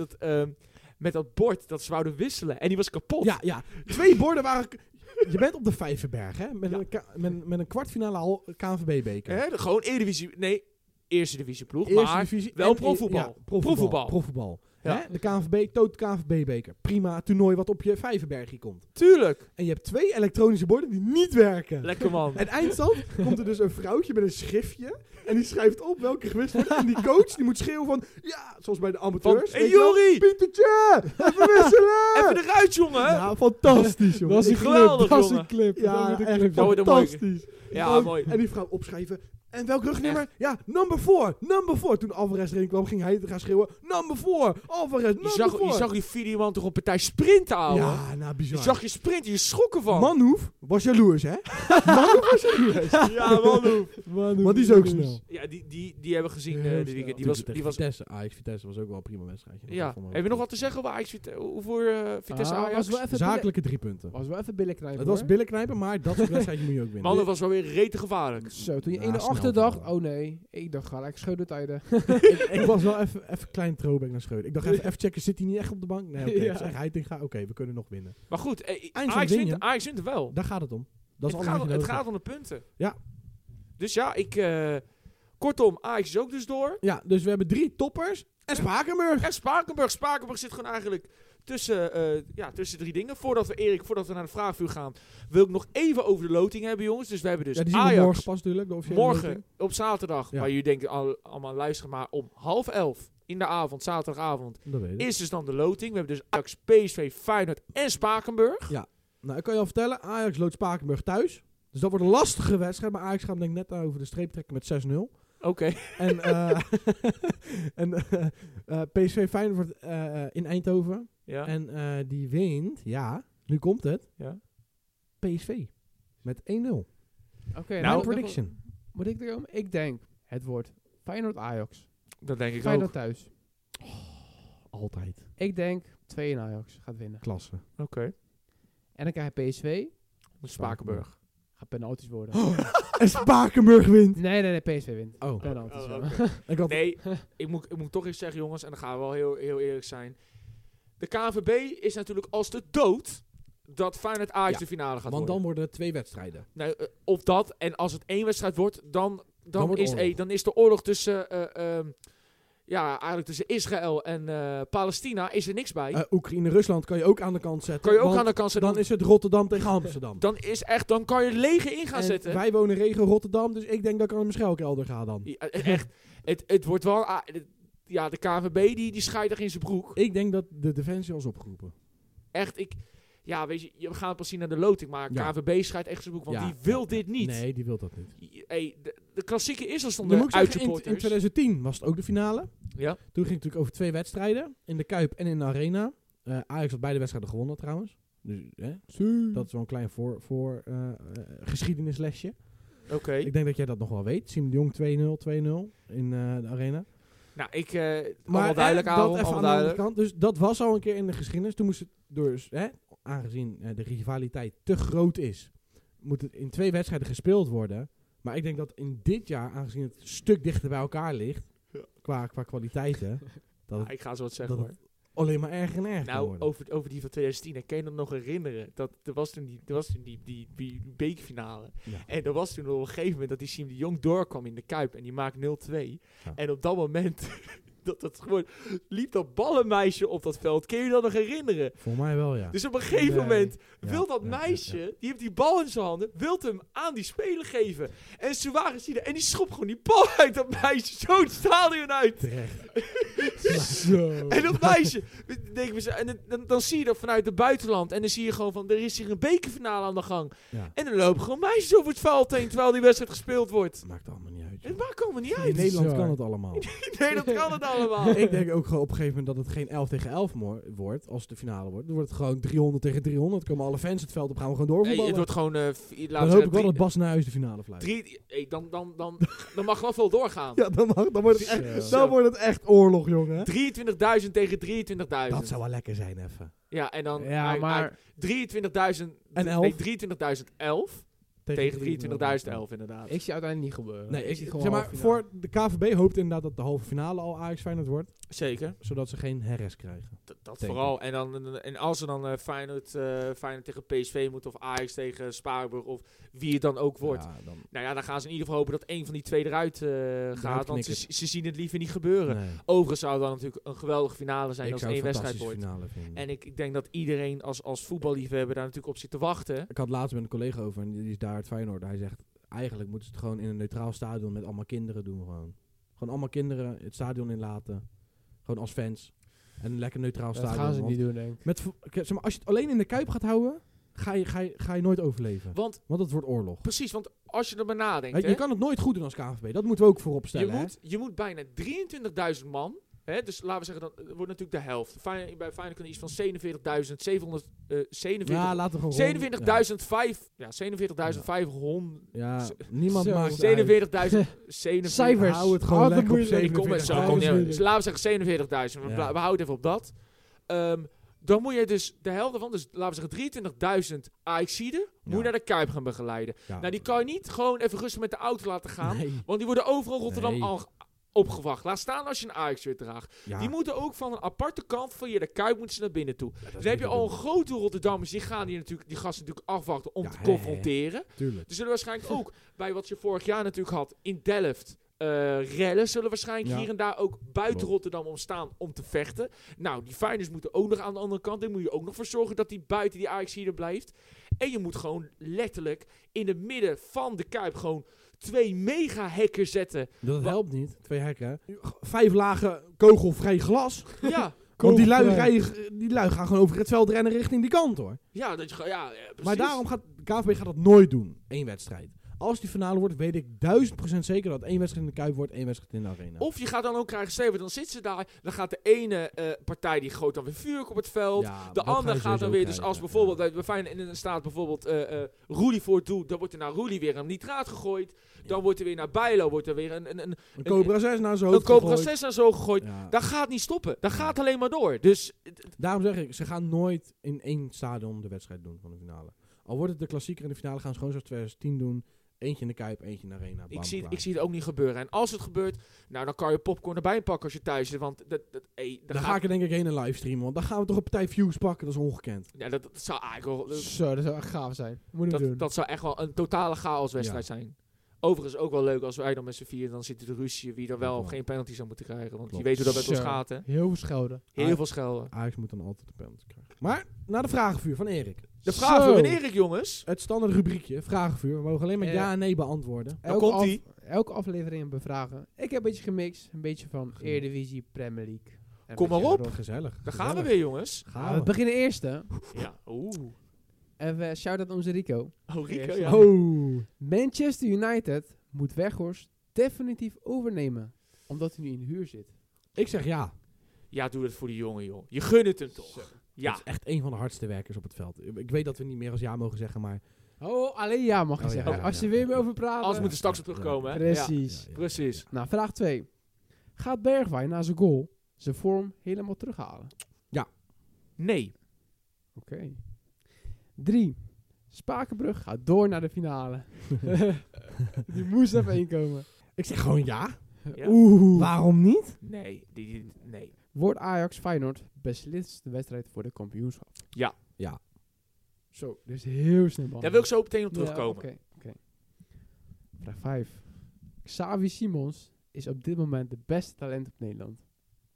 Speaker 1: met dat bord dat ze wouden wisselen. En die was kapot.
Speaker 3: Ja. 2 borden waren... Je bent op de Vijverberg, hè? Met een kwartfinale KNVB-beker.
Speaker 1: Gewoon Eredivisie. Nee, Eerste Divisie ploeg.
Speaker 3: Eerste
Speaker 1: maar
Speaker 3: divisie
Speaker 1: wel
Speaker 3: en-
Speaker 1: profvoetbal.
Speaker 3: Ja,
Speaker 1: Profvoetbal.
Speaker 3: profvoetbal.
Speaker 1: Ja.
Speaker 3: Hè? De KNVB-beker. Prima toernooi wat op je Vijverbergje komt.
Speaker 1: Tuurlijk.
Speaker 3: En je hebt 2 elektronische borden die niet werken.
Speaker 1: Lekker man.
Speaker 3: En eindstand komt er dus een vrouwtje met een schriftje. En die schrijft op welke gewisseld wordt. En die coach die moet schreeuwen van... Ja, zoals bij de amateurs.
Speaker 1: Hey
Speaker 3: weet je wel,
Speaker 1: Jori!
Speaker 3: Pietertje! Even wisselen!
Speaker 1: Even eruit, jongen.
Speaker 3: Ja, fantastisch, jongen.
Speaker 2: Dat is een
Speaker 1: geweldig,
Speaker 2: clip. Dat is
Speaker 1: jongen.
Speaker 2: een clip.
Speaker 3: Ja,
Speaker 2: Dat is een
Speaker 3: echt
Speaker 2: clip.
Speaker 1: Dat wordt een mooie-
Speaker 3: fantastisch.
Speaker 1: Ja, mooi.
Speaker 3: En die vrouw opschrijven. En welk rugnummer? Ja, number 4. Toen Alvarez erin kwam, ging hij gaan schreeuwen, number 4, Alvarez, number 4.
Speaker 1: Je zag die videoman toch op partij sprinten, ouwe?
Speaker 3: Ja, nou, bizar.
Speaker 1: Je zag je sprinten, je schrok ervan.
Speaker 3: Manhoef was jaloers, hè? Manhoef was jaloers.
Speaker 1: Ja, Manhoef.
Speaker 3: Want die is ook snel.
Speaker 1: Ja, die hebben gezien.
Speaker 3: Heel
Speaker 1: Die
Speaker 3: snel.
Speaker 1: was
Speaker 3: Vitesse. Vitesse was ook wel een prima wedstrijdje.
Speaker 1: ja. Heb je nog wat te zeggen over Ajax? Voor Vitesse Ajax?
Speaker 2: Was wel even
Speaker 3: Zakelijke 3 punten.
Speaker 2: was wel even billen knijpen.
Speaker 3: Het was billen knijpen, maar dat soort wedstrijdje moet je ook winnen.
Speaker 1: Manhoef was wel weer rete gevaarlijk.
Speaker 2: Zo, toen je
Speaker 3: Ja,
Speaker 2: 1-8
Speaker 3: snel
Speaker 2: dacht,
Speaker 3: vooral.
Speaker 2: oh nee, ik dacht gelijk scheudetijden.
Speaker 3: ik was wel even klein throwback naar Schreuder. Ik dacht even checken, zit hij niet echt op de bank? Nee, oké.
Speaker 2: Ja.
Speaker 3: Zeg Heitinga, oké, we kunnen nog winnen.
Speaker 1: Maar goed,
Speaker 3: Eindstand
Speaker 1: Ajax
Speaker 3: win je.
Speaker 1: wint er wel.
Speaker 3: Daar gaat het om. Dat is
Speaker 1: Het
Speaker 3: allemaal wat je
Speaker 1: gaat
Speaker 3: nodig hebt.
Speaker 1: om de punten.
Speaker 3: Ja.
Speaker 1: Dus ja, kortom, Ajax is ook dus door.
Speaker 3: Ja, dus we hebben 3 toppers en Spakenburg.
Speaker 1: En Spakenburg zit gewoon eigenlijk tussen 3 dingen. Voordat we naar de vraagvuur gaan, wil ik nog even over de loting hebben, jongens. Dus we hebben dus
Speaker 3: Ja, die zien we
Speaker 1: Ajax
Speaker 3: morgen pas natuurlijk. de officiële
Speaker 1: morgen
Speaker 3: loting.
Speaker 1: op zaterdag.
Speaker 3: Ja.
Speaker 1: Maar jullie denken allemaal luisteren, maar om 10:30 in de avond, zaterdagavond,
Speaker 3: Dat weet ik.
Speaker 1: is dus dan de loting. We hebben dus Ajax, PSV, Feyenoord en Spakenburg.
Speaker 3: Nou, ik kan je al vertellen, Ajax loopt Spakenburg thuis. Dus dat wordt een lastige wedstrijd. Maar Ajax gaat hem denk ik net over de streep trekken met 6-0.
Speaker 1: Oké.
Speaker 3: En PSV Feyenoord wordt in Eindhoven.
Speaker 1: Ja.
Speaker 3: En die wint, ja, nu komt het,
Speaker 1: Ja.
Speaker 3: PSV. Met 1-0.
Speaker 2: Oké,
Speaker 3: Nou, prediction.
Speaker 2: Moet ik erom? Ik denk, het wordt Feyenoord-Ajax.
Speaker 1: Dat denk ik
Speaker 2: Feyenoord
Speaker 1: ook.
Speaker 2: thuis.
Speaker 3: Altijd.
Speaker 2: Ik denk 2 Ajax gaat winnen.
Speaker 3: Klasse.
Speaker 1: Oké.
Speaker 2: En dan krijg je PSV.
Speaker 1: Spakenburg.
Speaker 2: Gaat penalties worden.
Speaker 3: En Spakenburg wint.
Speaker 2: Nee, PSV wint.
Speaker 3: Oh.
Speaker 2: Penalties,
Speaker 1: Oh,
Speaker 2: ja.
Speaker 1: oké.
Speaker 3: Ik had
Speaker 1: Nee, ik moet toch eens zeggen, jongens, en dan gaan we wel heel eerlijk zijn. De KNVB is natuurlijk als de dood dat Feyenoord Ajax
Speaker 3: Ja,
Speaker 1: de finale gaat
Speaker 3: want
Speaker 1: worden.
Speaker 3: dan worden het 2 wedstrijden.
Speaker 1: Nou, of dat, en als het 1 wedstrijd wordt, dan
Speaker 3: wordt oorlog.
Speaker 1: dan is de oorlog tussen, eigenlijk tussen Israël en Palestina is er niks bij.
Speaker 3: Oekraïne-Rusland kan je ook aan de kant zetten.
Speaker 1: Kan je ook
Speaker 3: want
Speaker 1: aan de kant zetten.
Speaker 3: Dan is het Rotterdam tegen Amsterdam.
Speaker 1: Dan kan je het leger in gaan
Speaker 3: En
Speaker 1: zetten.
Speaker 3: wij wonen regio Rotterdam, dus ik denk dat ik aan mijn schuilkelder ga dan.
Speaker 1: Ja, echt, het wordt wel... Ja, de KNVB die scheidt er in zijn broek.
Speaker 3: Ik denk dat de Defensie al is opgeroepen.
Speaker 1: Echt, ja, weet je, we gaan het pas zien naar de loting, maar
Speaker 3: Ja.
Speaker 1: KNVB scheidt echt zijn broek, want
Speaker 3: Ja,
Speaker 1: die wil
Speaker 3: ja,
Speaker 1: dit niet.
Speaker 3: Nee, die wil dat niet.
Speaker 1: Hey, de klassieke is al
Speaker 3: Dan
Speaker 1: stonden
Speaker 3: moet ik zeggen, in
Speaker 1: uitsupporters.
Speaker 3: 2010 was het ook de finale.
Speaker 1: Ja,
Speaker 3: Toen ging het natuurlijk over 2 wedstrijden. In de Kuip en in de Arena. Ajax had beide wedstrijden gewonnen trouwens. Dus dat is wel een klein geschiedenislesje.
Speaker 1: oké.
Speaker 3: Ik denk dat jij dat nog wel weet. Siem de Jong 2-0 in de Arena.
Speaker 1: Nou, allemaal duidelijk,
Speaker 3: dat
Speaker 1: Aaron,
Speaker 3: even
Speaker 1: allemaal
Speaker 3: aan de andere
Speaker 1: duidelijk.
Speaker 3: kant. Dus dat was al een keer in de geschiedenis. Toen moest het dus, aangezien de rivaliteit te groot is, moet het in 2 wedstrijden gespeeld worden. Maar ik denk dat in dit jaar, aangezien het een stuk dichter bij elkaar ligt, qua kwaliteiten, dat het
Speaker 1: Ik ga zo wat zeggen,
Speaker 3: dat
Speaker 1: hoor.
Speaker 3: alleen maar erger en erger kan
Speaker 1: Nou,
Speaker 3: worden.
Speaker 1: over die van 2010, kan je dat nog herinneren? Er was toen die bekerfinale.
Speaker 3: Ja.
Speaker 1: En er was toen op een gegeven moment dat die Siem de Jong doorkwam in de Kuip en die maakt 0-2.
Speaker 3: Ja.
Speaker 1: En op dat moment dat gewoon liep dat ballenmeisje op dat veld. Kun je je dat nog herinneren?
Speaker 3: Voor mij wel, ja.
Speaker 1: Dus op een gegeven
Speaker 2: Nee.
Speaker 1: moment
Speaker 3: Ja,
Speaker 1: wil dat
Speaker 3: ja,
Speaker 1: meisje,
Speaker 3: ja.
Speaker 1: die heeft die bal in zijn handen, wil hem aan die speler geven. En Suarez zie je en die schopt gewoon die bal uit dat meisje zo het stadion uit.
Speaker 3: Terecht.
Speaker 2: Zo.
Speaker 1: En dat meisje, en dan zie je dat vanuit het buitenland. En dan zie je gewoon van, er is hier een bekerfinale aan de gang.
Speaker 3: Ja.
Speaker 1: En dan lopen gewoon meisjes over het veld heen, terwijl die wedstrijd gespeeld wordt.
Speaker 3: Maakt allemaal niet uit.
Speaker 1: Het maakt allemaal niet
Speaker 3: In
Speaker 1: uit.
Speaker 3: Nederland
Speaker 2: Zo.
Speaker 3: kan het allemaal.
Speaker 1: Nee, dat kan het allemaal.
Speaker 3: Ik denk ook gewoon op een gegeven moment dat het geen 11 tegen 11 wordt, als het de finale wordt. Dan wordt het gewoon 300 tegen 300. Komen alle fans het veld op, gaan we gewoon
Speaker 1: Hey,
Speaker 3: doorvoetballen.
Speaker 1: het wordt gewoon,
Speaker 3: Dan hoop ik wel dat Bas Nijhuis de finale fluit.
Speaker 1: dan mag wel veel doorgaan.
Speaker 3: Ja, dan wordt het echt,
Speaker 1: Zo.
Speaker 3: dan wordt het echt oorlog, jongen.
Speaker 1: 23.000 tegen 23.000.
Speaker 3: Dat zou wel lekker zijn, even.
Speaker 1: Ja, en dan
Speaker 2: Ja, maar
Speaker 1: 23.000
Speaker 3: En 11.
Speaker 1: nee, 23.011 tegen 23.011 inderdaad.
Speaker 2: ik zie uiteindelijk niet gebeuren.
Speaker 3: Nee,
Speaker 2: ik zie gewoon
Speaker 3: zeg maar,
Speaker 2: halve finale.
Speaker 3: voor de KVB hoopt inderdaad dat de halve finale al Ajax Feyenoord wordt.
Speaker 1: Zeker.
Speaker 3: Zodat ze geen herres krijgen.
Speaker 1: Dat
Speaker 3: Denk
Speaker 1: vooral. En als er dan Feyenoord tegen PSV moet of Ajax tegen Spakenburg of wie het dan ook wordt.
Speaker 3: Ja, dan,
Speaker 1: Nou ja, dan gaan ze in ieder geval hopen dat één van die twee eruit gaat. Want
Speaker 3: knikken.
Speaker 1: ze zien het liever niet gebeuren.
Speaker 3: nee.
Speaker 1: Overigens zou het dan natuurlijk een geweldige finale zijn
Speaker 3: Ik
Speaker 1: als
Speaker 3: zou
Speaker 1: één
Speaker 3: het een
Speaker 1: wedstrijd
Speaker 3: fantastische
Speaker 1: wordt.
Speaker 3: finale vinden.
Speaker 1: En ik denk dat iedereen als voetballiefhebber daar natuurlijk op zit te wachten.
Speaker 3: Ik had laatst met een collega over en die is daar uit Feyenoord. Hij zegt, eigenlijk moeten ze het gewoon in een neutraal stadion met allemaal kinderen doen. Gewoon allemaal kinderen het stadion inlaten. Gewoon als fans. En een lekker neutraal
Speaker 2: Dat
Speaker 3: stadion.
Speaker 2: gaan ze
Speaker 3: want
Speaker 2: niet doen, denk ik.
Speaker 3: zeg maar, als je het alleen in de Kuip gaat houden, ga je nooit overleven.
Speaker 1: Want
Speaker 3: Want het wordt oorlog.
Speaker 1: precies, want als je er maar nadenkt.
Speaker 3: Je
Speaker 1: hè.
Speaker 3: kan het nooit goed doen als KNVB. Dat moeten we ook voorop stellen.
Speaker 1: Je moet bijna 23.000 man. Hè, dus laten we zeggen, dat wordt natuurlijk de helft. Bij Feyenoord kan iets van 47.700.
Speaker 3: Ja, laten we gewoon...
Speaker 1: 47.500.
Speaker 3: Ja, niemand
Speaker 2: Zo.
Speaker 3: maakt het uit.
Speaker 1: 47.000.
Speaker 2: Cijfers.
Speaker 3: Hou het gewoon
Speaker 2: Altijd
Speaker 3: lekker op
Speaker 2: moeilijk.
Speaker 1: Ik kom met zo.
Speaker 3: 47.000.
Speaker 1: Dus laten we zeggen 47.000.
Speaker 3: Ja.
Speaker 1: We houden even op dat. Dan moet je dus de helft ervan, dus laten we zeggen 23.000 Ajaxiden, moet je naar de Kuip gaan begeleiden.
Speaker 3: Ja.
Speaker 1: Nou, die kan je niet gewoon even rustig met de auto laten gaan.
Speaker 3: Nee.
Speaker 1: Want die worden overal in Rotterdam
Speaker 3: Nee.
Speaker 1: al opgewacht. Laat staan als je een Ajax-shirt draagt.
Speaker 3: Ja.
Speaker 1: Die moeten ook van een aparte kant van je de Kuip moeten ze naar binnen toe.
Speaker 3: Ja, dat is
Speaker 1: Dan heb je
Speaker 3: niet
Speaker 1: al een
Speaker 3: te
Speaker 1: grote Rotterdammers, die gaan die gasten natuurlijk afwachten om
Speaker 3: Ja,
Speaker 1: te
Speaker 3: hè.
Speaker 1: confronteren.
Speaker 3: doen. Tuurlijk.
Speaker 1: Er zullen waarschijnlijk ook, bij wat je vorig jaar natuurlijk had, in Delft, rellen zullen waarschijnlijk
Speaker 3: Ja.
Speaker 1: hier en daar ook buiten
Speaker 3: Klopt.
Speaker 1: Rotterdam ontstaan om te vechten. Nou, die Feyenoorders moeten ook nog aan de andere kant. Daar moet je ook nog voor zorgen dat die buiten die Ajax hier blijft. En je moet gewoon letterlijk in het midden van de Kuip gewoon 2 mega-hekken zetten.
Speaker 3: Dat
Speaker 1: Wa-
Speaker 3: helpt niet. 2 hekken. 5 lagen kogelvrij glas.
Speaker 1: Ja,
Speaker 3: Want die lui,
Speaker 2: Kogelvrij.
Speaker 3: die lui gaan gewoon over het veld rennen richting die kant hoor.
Speaker 1: ja, dat je, precies.
Speaker 3: Maar daarom gaat KNVB gaat dat nooit doen. 1 wedstrijd. Als die finale wordt, weet ik 1000% zeker dat 1 wedstrijd in de Kuip wordt, 1 wedstrijd in de Arena.
Speaker 1: Of je gaat dan ook krijgen, Steven, dan zitten ze daar. Dan gaat de ene partij die gooit dan weer vuur op het veld.
Speaker 3: Ja,
Speaker 1: De
Speaker 3: dat ga
Speaker 1: andere
Speaker 3: je
Speaker 1: gaat dan
Speaker 3: sowieso
Speaker 1: weer, dus
Speaker 3: krijgen,
Speaker 1: als bijvoorbeeld
Speaker 3: ja.
Speaker 1: bij Feyenoord in staat bijvoorbeeld Roelie voor het doel, dan wordt er naar Roelie weer een nitraat gegooid. Dan wordt er weer naar Bijlo, wordt er weer een
Speaker 3: Een Cobra 6 naar zijn
Speaker 1: een
Speaker 3: hoofd
Speaker 1: Cobra
Speaker 3: gegooid.
Speaker 1: 6 naar zo gegooid.
Speaker 3: Ja.
Speaker 1: Dat gaat niet stoppen. Dat gaat alleen maar door. Dus
Speaker 3: Daarom zeg ik, ze gaan nooit in 1 stadion de wedstrijd doen van de finale. Al wordt het de klassieker in de finale, gaan ze gewoon zoals 2010 doen. Eentje in de Kuip, eentje in de Arena.
Speaker 1: ik
Speaker 3: Bam,
Speaker 1: zie
Speaker 3: klaar.
Speaker 1: het ook niet gebeuren. En als het gebeurt, nou dan kan je popcorn erbij pakken als je thuis zit. Want dan
Speaker 3: Dan ga ik er denk ik heen en livestreamen, want dan gaan we toch een partij views pakken, dat is ongekend.
Speaker 1: Ja, dat zou eigenlijk wel...
Speaker 2: Zo, dat zou echt gaaf zijn. Moeten we doen.
Speaker 1: Dat zou echt wel een totale chaoswedstrijd zijn. Overigens ook wel leuk als wij dan met z'n vier, dan zitten de ruzie wie dan wel
Speaker 3: Klopt
Speaker 1: of
Speaker 3: wel.
Speaker 1: geen penalty zou moeten krijgen. Want
Speaker 3: Klopt.
Speaker 1: je weet hoe dat met ons
Speaker 2: Zo.
Speaker 1: gaat, hè.
Speaker 2: Heel veel schelden.
Speaker 1: Heel veel schelden.
Speaker 3: Ajax moet dan altijd de penalty krijgen. Maar, naar de vragenvuur van Erik.
Speaker 1: De vraag
Speaker 2: Zo.
Speaker 1: voor meneer Erik, jongens.
Speaker 3: Het standaard rubriekje, vragenvuur. We mogen alleen maar ja en nee beantwoorden.
Speaker 2: Elke aflevering bevragen. Ik heb een beetje gemixt. Een beetje van Eredivisie, Premier League. En een
Speaker 1: Kom maar
Speaker 2: beetje
Speaker 1: op.
Speaker 2: rond.
Speaker 3: Gezellig.
Speaker 1: Daar gaan we weer, jongens.
Speaker 2: We beginnen eerst, hè.
Speaker 1: Ja. Oeh.
Speaker 2: Even shout-out onze Rico.
Speaker 1: Oh, Rico,
Speaker 2: Eerst.
Speaker 1: ja.
Speaker 3: Oh.
Speaker 2: Manchester United moet Weghorst definitief overnemen. Omdat hij nu in huur zit.
Speaker 3: Ik zeg ja.
Speaker 1: Ja, doe het voor die jongen, joh. Je gunt het hem toch. Ja.
Speaker 3: Het is echt een van de hardste werkers op het veld. Ik weet dat we niet meer als ja mogen zeggen, maar...
Speaker 2: Oh, alleen ja mag je
Speaker 3: Oh,
Speaker 2: zeggen.
Speaker 3: ja, ja,
Speaker 2: Als je
Speaker 3: ja.
Speaker 2: weer meer over praten.
Speaker 1: Anders moeten we straks op terugkomen, hè.
Speaker 2: Precies.
Speaker 1: Ja, precies.
Speaker 2: Nou, vraag 2. Gaat Bergwijn na zijn goal zijn vorm helemaal terughalen?
Speaker 1: Nee.
Speaker 2: Oké. 3. Spakenbrug gaat door naar de finale. Die moest even inkomen.
Speaker 3: Ik zeg gewoon ja.
Speaker 1: Ja?
Speaker 2: Oeh.
Speaker 3: Waarom niet?
Speaker 1: Nee. Nee.
Speaker 2: Wordt Ajax Feyenoord beslist de wedstrijd voor de kampioenschap?
Speaker 1: Ja.
Speaker 3: Ja.
Speaker 2: Zo, dus heel snel. man.
Speaker 1: Daar wil ik zo meteen op
Speaker 2: Ja,
Speaker 1: terugkomen.
Speaker 2: Oké. Vraag 5. Xavi Simons is op dit moment de beste talent op Nederland.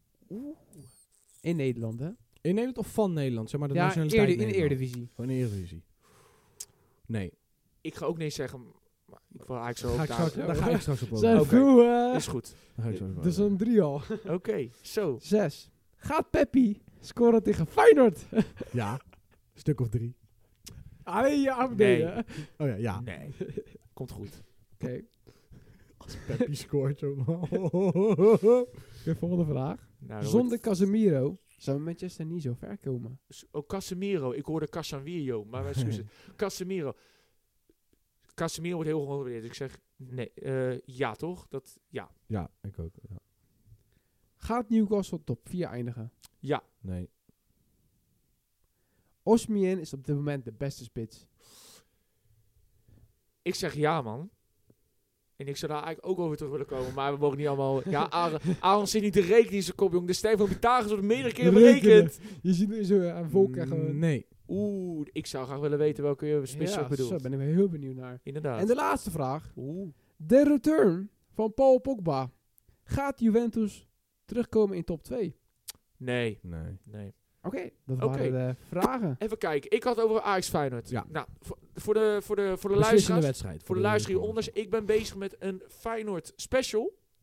Speaker 2: In Nederland, hè?
Speaker 3: In Nederland of van Nederland? Zeg maar de
Speaker 2: Ja,
Speaker 3: nationaliteit
Speaker 2: in de
Speaker 3: Nederland.
Speaker 2: Eredivisie.
Speaker 3: Gewoon in de Eredivisie. Nee.
Speaker 1: Ik ga ook nee zeggen, maar ik wil eigenlijk zo
Speaker 3: Ga
Speaker 1: ook
Speaker 3: ik straks,
Speaker 1: daar...
Speaker 3: daar ga ik straks op
Speaker 2: Zijn
Speaker 1: Oké.
Speaker 2: veel,
Speaker 1: Is goed.
Speaker 3: Daar ga ik straks op
Speaker 2: dus een 3 al.
Speaker 1: Oké, zo.
Speaker 2: 6. Gaat Peppi scoren tegen Feyenoord?
Speaker 3: Ja. Een stuk of 3.
Speaker 2: Alleen ja,
Speaker 1: Nee.
Speaker 2: nee.
Speaker 3: Oh ja, ja.
Speaker 1: Nee. Komt goed.
Speaker 2: Oké.
Speaker 3: Peppi scoort zo.
Speaker 2: De volgende vraag.
Speaker 1: Nou, dan
Speaker 2: Zonder Casemiro zou Manchester niet zo ver komen.
Speaker 1: Oh, Casemiro. Ik hoorde Casemiro, maar mijn excuses. Casemiro. Casemiro wordt heel gehoord. Dus ik zeg nee. Ja, toch? Ja.
Speaker 3: Ja, ik ook. Ja.
Speaker 2: Gaat Newcastle top 4 eindigen?
Speaker 1: Ja.
Speaker 3: Nee.
Speaker 2: Osimhen is op dit moment de beste spits.
Speaker 1: Ik zeg ja, man. En ik zou daar eigenlijk ook over terug willen komen. Maar we mogen niet allemaal... Ja, Aaron zit niet te rekenen in zijn kop, jong. De Stefan Pythagoras wordt meerdere keer berekend.
Speaker 2: Je ziet nu zo een volk gewoon.
Speaker 3: Nee.
Speaker 1: Oeh, ik zou graag willen weten welke spits je
Speaker 2: Ja,
Speaker 1: bedoelt.
Speaker 2: zo ben ik wel heel benieuwd naar.
Speaker 1: Inderdaad.
Speaker 2: En de laatste vraag.
Speaker 1: Oeh.
Speaker 2: De return van Paul Pogba. Gaat Juventus terugkomen in top 2?
Speaker 1: Nee.
Speaker 3: Nee.
Speaker 2: Oké, dat
Speaker 1: Oké.
Speaker 2: waren de vragen.
Speaker 1: Even kijken. Ik had over Ajax Feyenoord.
Speaker 3: Ja.
Speaker 1: Nou, voor de
Speaker 3: Beslissende
Speaker 1: luisteraars...
Speaker 3: wedstrijd.
Speaker 1: Voor de luisteraars hieronder. Ik ben bezig met een Feyenoord special.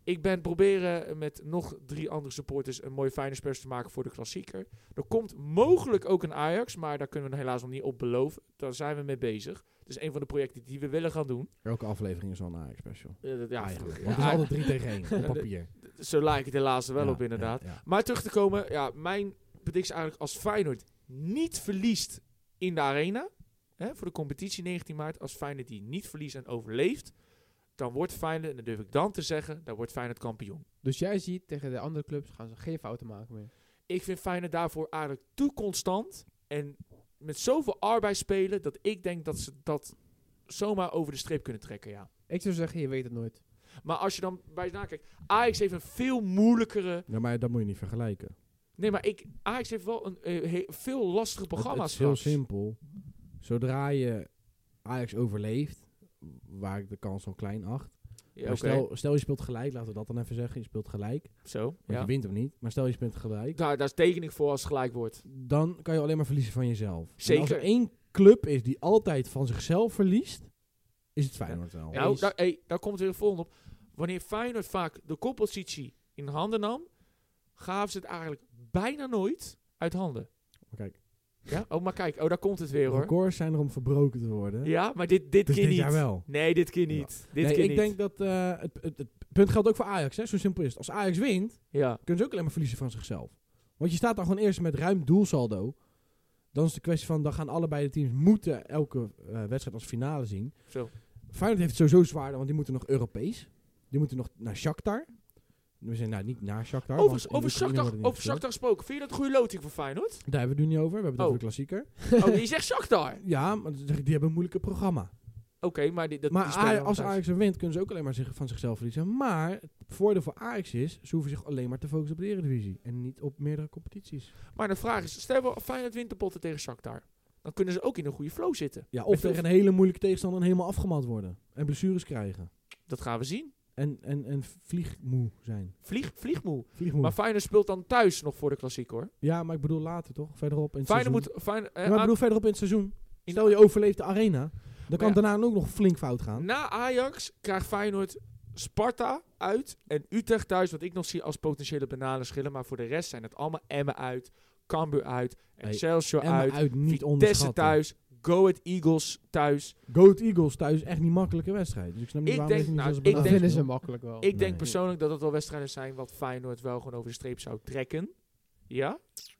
Speaker 1: Ik ben proberen met nog 3 andere supporters een mooi Feyenoord te maken voor de klassieker. Er komt mogelijk ook een Ajax, maar daar kunnen we helaas nog niet op beloven. Daar zijn we mee bezig. Het is een van de projecten die we willen gaan doen.
Speaker 3: Elke aflevering is wel een Ajax-special.
Speaker 1: Ja,
Speaker 3: Eigenlijk.
Speaker 1: ja,
Speaker 3: Want het is altijd 3 tegen 1 op papier.
Speaker 1: Zo lijkt het helaas er wel
Speaker 3: Ja,
Speaker 1: op inderdaad.
Speaker 3: ja.
Speaker 1: Maar terug te komen, ja, mijn predictie eigenlijk als Feyenoord niet verliest in de arena, hè, voor de competitie 19 maart, als Feyenoord die niet verliest en overleeft, dan wordt Feyenoord, en dat durf ik dan te zeggen, dan wordt Feyenoord kampioen.
Speaker 2: Dus jij ziet tegen de andere clubs gaan ze geen fouten maken meer.
Speaker 1: Ik vind Feyenoord daarvoor eigenlijk te constant en met zoveel arbeid spelen, dat ik denk dat ze dat zomaar over de streep kunnen trekken, ja.
Speaker 2: Ik zou zeggen, je weet het nooit.
Speaker 1: Maar als je dan bij je nakijkt, Ajax heeft een veel moeilijkere...
Speaker 3: Ja, maar dat moet je niet vergelijken.
Speaker 1: Nee, maar Ajax heeft wel een veel lastige
Speaker 3: Het
Speaker 1: programma's
Speaker 3: is heel
Speaker 1: straks.
Speaker 3: simpel. Zodra je Ajax overleeft, waar ik de kans al klein acht.
Speaker 1: Ja,
Speaker 3: Maar
Speaker 1: oké.
Speaker 3: stel je speelt gelijk, laten we dat dan even zeggen. Je speelt gelijk.
Speaker 1: Zo,
Speaker 3: Want
Speaker 1: ja.
Speaker 3: je wint hem niet. Maar stel je speelt gelijk.
Speaker 1: Daar teken ik voor als het gelijk wordt.
Speaker 3: Dan kan je alleen maar verliezen van jezelf. En
Speaker 1: Zeker.
Speaker 3: als er één club is die altijd van zichzelf verliest, is het Feyenoord wel.
Speaker 1: Nou, daar komt weer het volgende op. Wanneer Feyenoord vaak de koppositie in handen nam, gaven ze het eigenlijk bijna nooit uit handen.
Speaker 3: Maar kijk,
Speaker 1: Ja? Oh, maar kijk. Oh, daar komt het weer hoor.
Speaker 3: records zijn er om verbroken te worden.
Speaker 1: Ja, maar dit
Speaker 3: dus
Speaker 1: keer
Speaker 3: dit
Speaker 1: niet.
Speaker 3: jaar wel.
Speaker 1: Nee, dit keer niet. Dit
Speaker 3: Nee,
Speaker 1: keer
Speaker 3: ik
Speaker 1: niet.
Speaker 3: denk dat het punt geldt ook voor Ajax. Hè? Zo simpel is het. Als Ajax wint,
Speaker 1: Ja.
Speaker 3: kunnen ze ook alleen maar verliezen van zichzelf. Want je staat dan gewoon eerst met ruim doelsaldo. Dan is de kwestie van, dan gaan allebei de teams moeten elke wedstrijd als finale zien.
Speaker 1: Zo.
Speaker 3: Feyenoord heeft het sowieso zwaarder, want die moeten nog Europees. Die moeten nog naar Shakhtar. We zijn nou niet naar Shakhtar. want in
Speaker 1: Over
Speaker 3: Oekraïne
Speaker 1: Shakhtar
Speaker 3: wordt er niet
Speaker 1: Shakhtar gesproken. Vind je dat een goede loting voor Feyenoord?
Speaker 3: gespeeld. Daar hebben we het nu niet over. We hebben het over de klassieker.
Speaker 1: Oh, je zegt Shakhtar.
Speaker 3: Ja, maar dan zeg ik, die hebben een moeilijke programma.
Speaker 1: Oké, maar die
Speaker 3: Maar
Speaker 1: spelen nog
Speaker 3: als
Speaker 1: thuis.
Speaker 3: Ajax er wint, kunnen ze ook alleen maar van zichzelf verliezen. Maar het voordeel voor Ajax is, ze hoeven zich alleen maar te focussen op de Eredivisie. En niet op meerdere competities.
Speaker 1: Maar de vraag is, stel wel Feyenoord wint de potten tegen Shakhtar. Dan kunnen ze ook in een goede flow zitten.
Speaker 3: Ja,
Speaker 1: Met
Speaker 3: of
Speaker 1: veel-
Speaker 3: tegen een hele moeilijke tegenstander en helemaal afgemat worden. En blessures krijgen.
Speaker 1: Dat gaan we zien.
Speaker 3: En vliegmoe zijn.
Speaker 1: Vliegmoe.
Speaker 3: Vliegmoe.
Speaker 1: Maar Feyenoord speelt dan thuis nog voor de klassiek hoor.
Speaker 3: Ja, maar ik bedoel later toch? Verderop in het
Speaker 1: Feyenoord
Speaker 3: seizoen.
Speaker 1: moet... Feyenoord,
Speaker 3: Ja, maar ik bedoel verderop in het seizoen.
Speaker 1: in-
Speaker 3: Stel je overleeft de arena. Dan kan
Speaker 1: ja.
Speaker 3: het daarna ook nog flink fout gaan.
Speaker 1: Na Ajax krijgt Feyenoord Sparta uit en Utrecht thuis, wat ik nog zie als potentiële bananenschillen. Maar voor de rest zijn het allemaal Emmen uit, Cambuur uit, Excelsior
Speaker 3: En
Speaker 1: uit,
Speaker 3: niet
Speaker 1: Vitesse
Speaker 3: onderschatten.
Speaker 1: thuis, Go Ahead Eagles thuis.
Speaker 3: Go Ahead Eagles thuis echt niet makkelijke wedstrijd. Dus ik snap niet
Speaker 1: Ik
Speaker 3: waarom
Speaker 1: denk-
Speaker 3: deze niet
Speaker 1: nou,
Speaker 3: zoals
Speaker 1: ik
Speaker 2: Dat
Speaker 3: banaan
Speaker 2: vinden ze
Speaker 3: spelen.
Speaker 2: makkelijk wel.
Speaker 1: Ik
Speaker 3: Nee.
Speaker 1: denk persoonlijk dat het wel wedstrijden zijn wat Feyenoord wel gewoon over de streep zou trekken. Ja?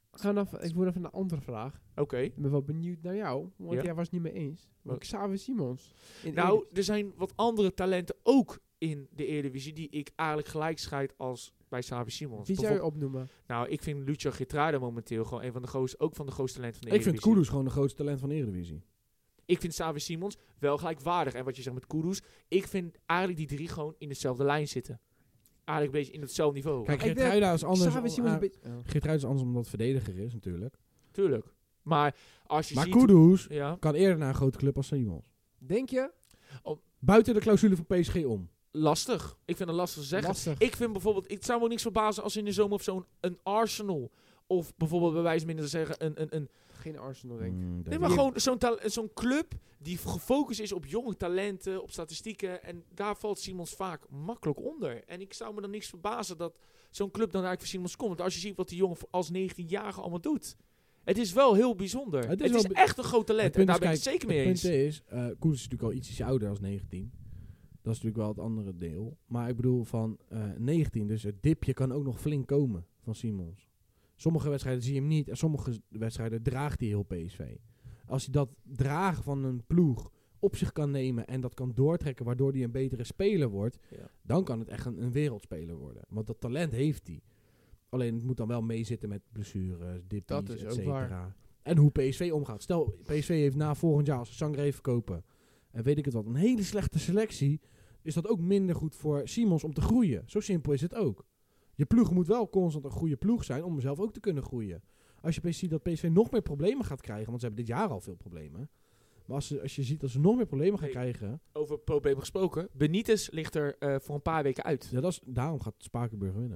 Speaker 2: Ik wil even een andere vraag.
Speaker 1: Oké.
Speaker 2: Ik ben wel benieuwd naar jou, want
Speaker 1: Ja?
Speaker 2: jij was het niet mee eens.
Speaker 1: Wat?
Speaker 2: Xavi Simons.
Speaker 1: Nou, er zijn wat andere talenten ook in de Eredivisie die ik eigenlijk gelijk scheid als bij Xavi Simons.
Speaker 2: Wie zou je opnoemen?
Speaker 1: Nou, ik vind Lucio Geertruida momenteel gewoon een van de grootste, ook van de grootste talenten van de
Speaker 3: Ik vind
Speaker 1: Eredivisie.
Speaker 3: Kudus gewoon de grootste talent van de Eredivisie.
Speaker 1: Ik vind Xavi Simons wel gelijkwaardig. En wat je zegt met Kudus, ik vind eigenlijk die drie gewoon in dezelfde lijn zitten. Eigenlijk een beetje in hetzelfde niveau.
Speaker 3: Kijk,
Speaker 2: Ik denk-
Speaker 3: Geertruida is anders.
Speaker 2: Xavi Simons een beetje...
Speaker 3: Geertruida is anders omdat het verdediger is natuurlijk.
Speaker 1: Tuurlijk. Maar als je
Speaker 3: Maar
Speaker 1: ziet...
Speaker 3: Kudus
Speaker 1: Ja,
Speaker 3: kan eerder naar een grote club als Simons.
Speaker 2: Denk je?
Speaker 3: Buiten de clausule van PSG om.
Speaker 1: lastig. Ik vind het lastig te zeggen.
Speaker 2: Lastig.
Speaker 1: Ik vind bijvoorbeeld, het zou me ook niks verbazen als in de zomer of zo'n een Arsenal, of bijvoorbeeld bij wijze van te zeggen een
Speaker 2: Geen Arsenal, denk ik.
Speaker 3: Denk
Speaker 1: nee,
Speaker 3: ik.
Speaker 1: maar gewoon zo'n club die gefocust is op jonge talenten, op statistieken. En daar valt Simons vaak makkelijk onder. En ik zou me dan niks verbazen dat zo'n club dan eigenlijk voor Simons komt. Want als je ziet wat die jongen als 19-jarige allemaal doet. Het is wel heel bijzonder. Het is
Speaker 3: wel
Speaker 1: echt een groot talent. En daar ben ik het zeker mee eens.
Speaker 3: Het punt is, Kudus is natuurlijk al ietsje ouder als 19. Dat is natuurlijk wel het andere deel. Maar ik bedoel van 19, dus het dipje kan ook nog flink komen van Simons. Sommige wedstrijden zie je hem niet en sommige wedstrijden draagt hij heel PSV. Als hij dat dragen van een ploeg op zich kan nemen en dat kan doortrekken waardoor hij een betere speler wordt,
Speaker 1: Ja.
Speaker 3: dan kan het echt een wereldspeler worden. Want dat talent heeft hij. Alleen het moet dan wel meezitten met blessures, dippies,
Speaker 2: Dat is
Speaker 3: et
Speaker 2: ook
Speaker 3: cetera.
Speaker 2: waar.
Speaker 3: En hoe PSV omgaat. Stel, PSV heeft na volgend jaar als ze Sangaré verkopen en weet ik het wat, een hele slechte selectie, is dat ook minder goed voor Simons om te groeien. Zo simpel is het ook. Je ploeg moet wel constant een goede ploeg zijn om zelf ook te kunnen groeien. Als je ziet dat PSV nog meer problemen gaat krijgen, want ze hebben dit jaar al veel problemen. Maar als je ziet dat ze nog meer problemen gaan
Speaker 1: Hey.
Speaker 3: krijgen,
Speaker 1: Over problemen gesproken. Benitez ligt er voor een paar weken uit.
Speaker 3: ja, daarom gaat Spakenburg winnen.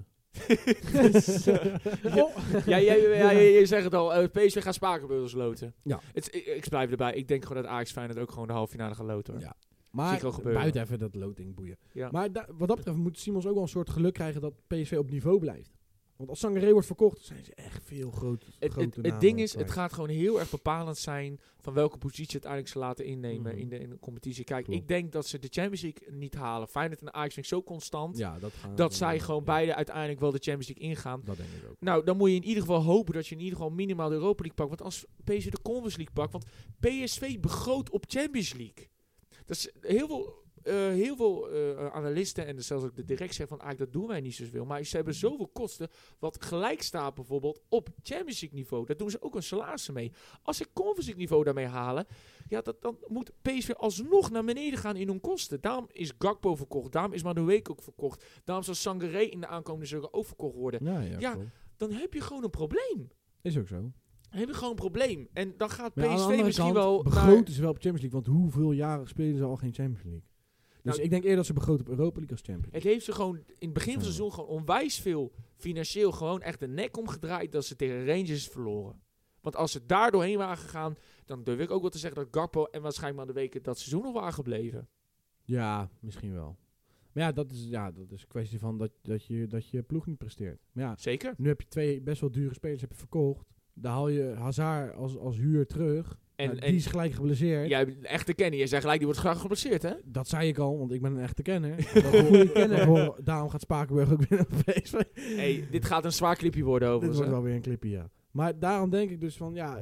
Speaker 1: Ja, jij zegt het al. PSV gaat Spakenburgers loten.
Speaker 3: Ja.
Speaker 1: Ik blijf erbij. Ik denk gewoon dat Ajax Feyenoord ook gewoon de halve finale gaat loten. Hoor.
Speaker 3: Ja. Maar
Speaker 1: Zie ik wel gebeuren.
Speaker 3: buiten even dat loting boeien.
Speaker 1: Ja.
Speaker 3: Maar wat dat betreft moet Simons ook wel een soort geluk krijgen dat PSV op niveau blijft. Want als Sangaré wordt verkocht, zijn ze echt veel grote
Speaker 1: Het ding is, het gaat gewoon heel erg bepalend zijn van welke positie uiteindelijk ze laten innemen in de competitie. Kijk,
Speaker 3: Klopt.
Speaker 1: ik denk dat ze de Champions League niet halen. Feyenoord en Ajax vind ik zo constant
Speaker 3: Ja,
Speaker 1: dat zij gewoon beide uiteindelijk wel de Champions League ingaan.
Speaker 3: Dat denk ik ook.
Speaker 1: Nou, dan moet je in ieder geval hopen dat je in ieder geval minimaal de Europa League pakt. Want als PSV de Conference League pakt, want PSV begroot op Champions League. Dat is heel veel analisten en zelfs ook de directie zeggen van dat doen wij niet zoveel. Maar ze hebben zoveel kosten wat gelijk staat bijvoorbeeld op Champions League niveau. Daar doen ze ook een salaris mee. Als ze Conference League niveau daarmee halen, dan moet PSV alsnog naar beneden gaan in hun kosten. Daarom is Gakpo verkocht. Daarom is Madueke ook verkocht. Daarom zal Sangaré in de aankomende seizoen ook verkocht worden.
Speaker 3: Ja,
Speaker 1: klopt. Dan heb je gewoon een probleem.
Speaker 3: Is ook zo.
Speaker 1: Dan heb je gewoon een probleem. En dan gaat
Speaker 3: Maar aan de
Speaker 1: PSV
Speaker 3: andere
Speaker 1: misschien
Speaker 3: kant
Speaker 1: wel
Speaker 3: begroten ze wel op Champions League. Want hoeveel jaren spelen ze al geen Champions League? Dus
Speaker 1: Nou,
Speaker 3: ik denk eerder dat ze begroten op Europa League als Champions
Speaker 1: Het
Speaker 3: League.
Speaker 1: heeft ze gewoon in het begin van het seizoen gewoon onwijs veel financieel gewoon echt de nek omgedraaid dat ze tegen Rangers verloren. Want als ze daar doorheen waren gegaan, dan durf ik ook wel te zeggen dat Gakpo en waarschijnlijk maar de weken dat seizoen nog waren gebleven.
Speaker 3: Ja, misschien wel. Maar ja, dat is een kwestie van dat je ploeg niet presteert. Maar ja,
Speaker 1: Zeker.
Speaker 3: nu heb je 2 best wel dure spelers heb je verkocht. Daar haal je Hazard als huur terug.
Speaker 1: En
Speaker 3: Die is gelijk geblesseerd.
Speaker 1: jij bent een echte kenner. Je zegt gelijk, die wordt graag geblesseerd, hè?
Speaker 3: Dat zei ik al, want ik ben een echte kenner.
Speaker 2: Goeie kenner.
Speaker 3: Daarom gaat Spakenburg ook weer naar PSV.
Speaker 1: Hey, dit gaat een zwaar clipje worden
Speaker 3: Dit
Speaker 1: overigens.
Speaker 3: wordt
Speaker 1: hè?
Speaker 3: wel weer een clipje, ja. Maar daarom denk ik dus van, ja,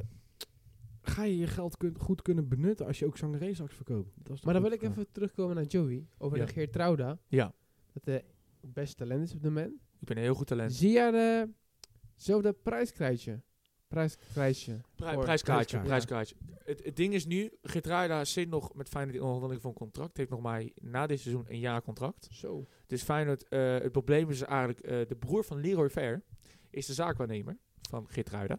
Speaker 3: ga je je geld goed kunnen benutten als je ook Sangaré straks verkoopt? Dat is toch
Speaker 2: Maar dan
Speaker 3: goed
Speaker 2: wil ik
Speaker 3: vraag.
Speaker 2: even terugkomen naar Joey. Over
Speaker 1: Ja.
Speaker 2: de Geertruida.
Speaker 1: Ja,
Speaker 2: Dat de beste talent is op dit moment.
Speaker 1: ik ben een heel goed talent.
Speaker 2: Zie jij dezelfde prijskrijtje? Prijskaartje.
Speaker 1: Prijskaartje. Het ding is nu, Geertruida zit nog met Feyenoord in onderhandeling voor een contract. Heeft nog maar na dit seizoen een jaar contract.
Speaker 2: Zo.
Speaker 1: Dus Feyenoord, het probleem is eigenlijk, de broer van Leroy Ver is de zaakwaarnemer van Geertruida.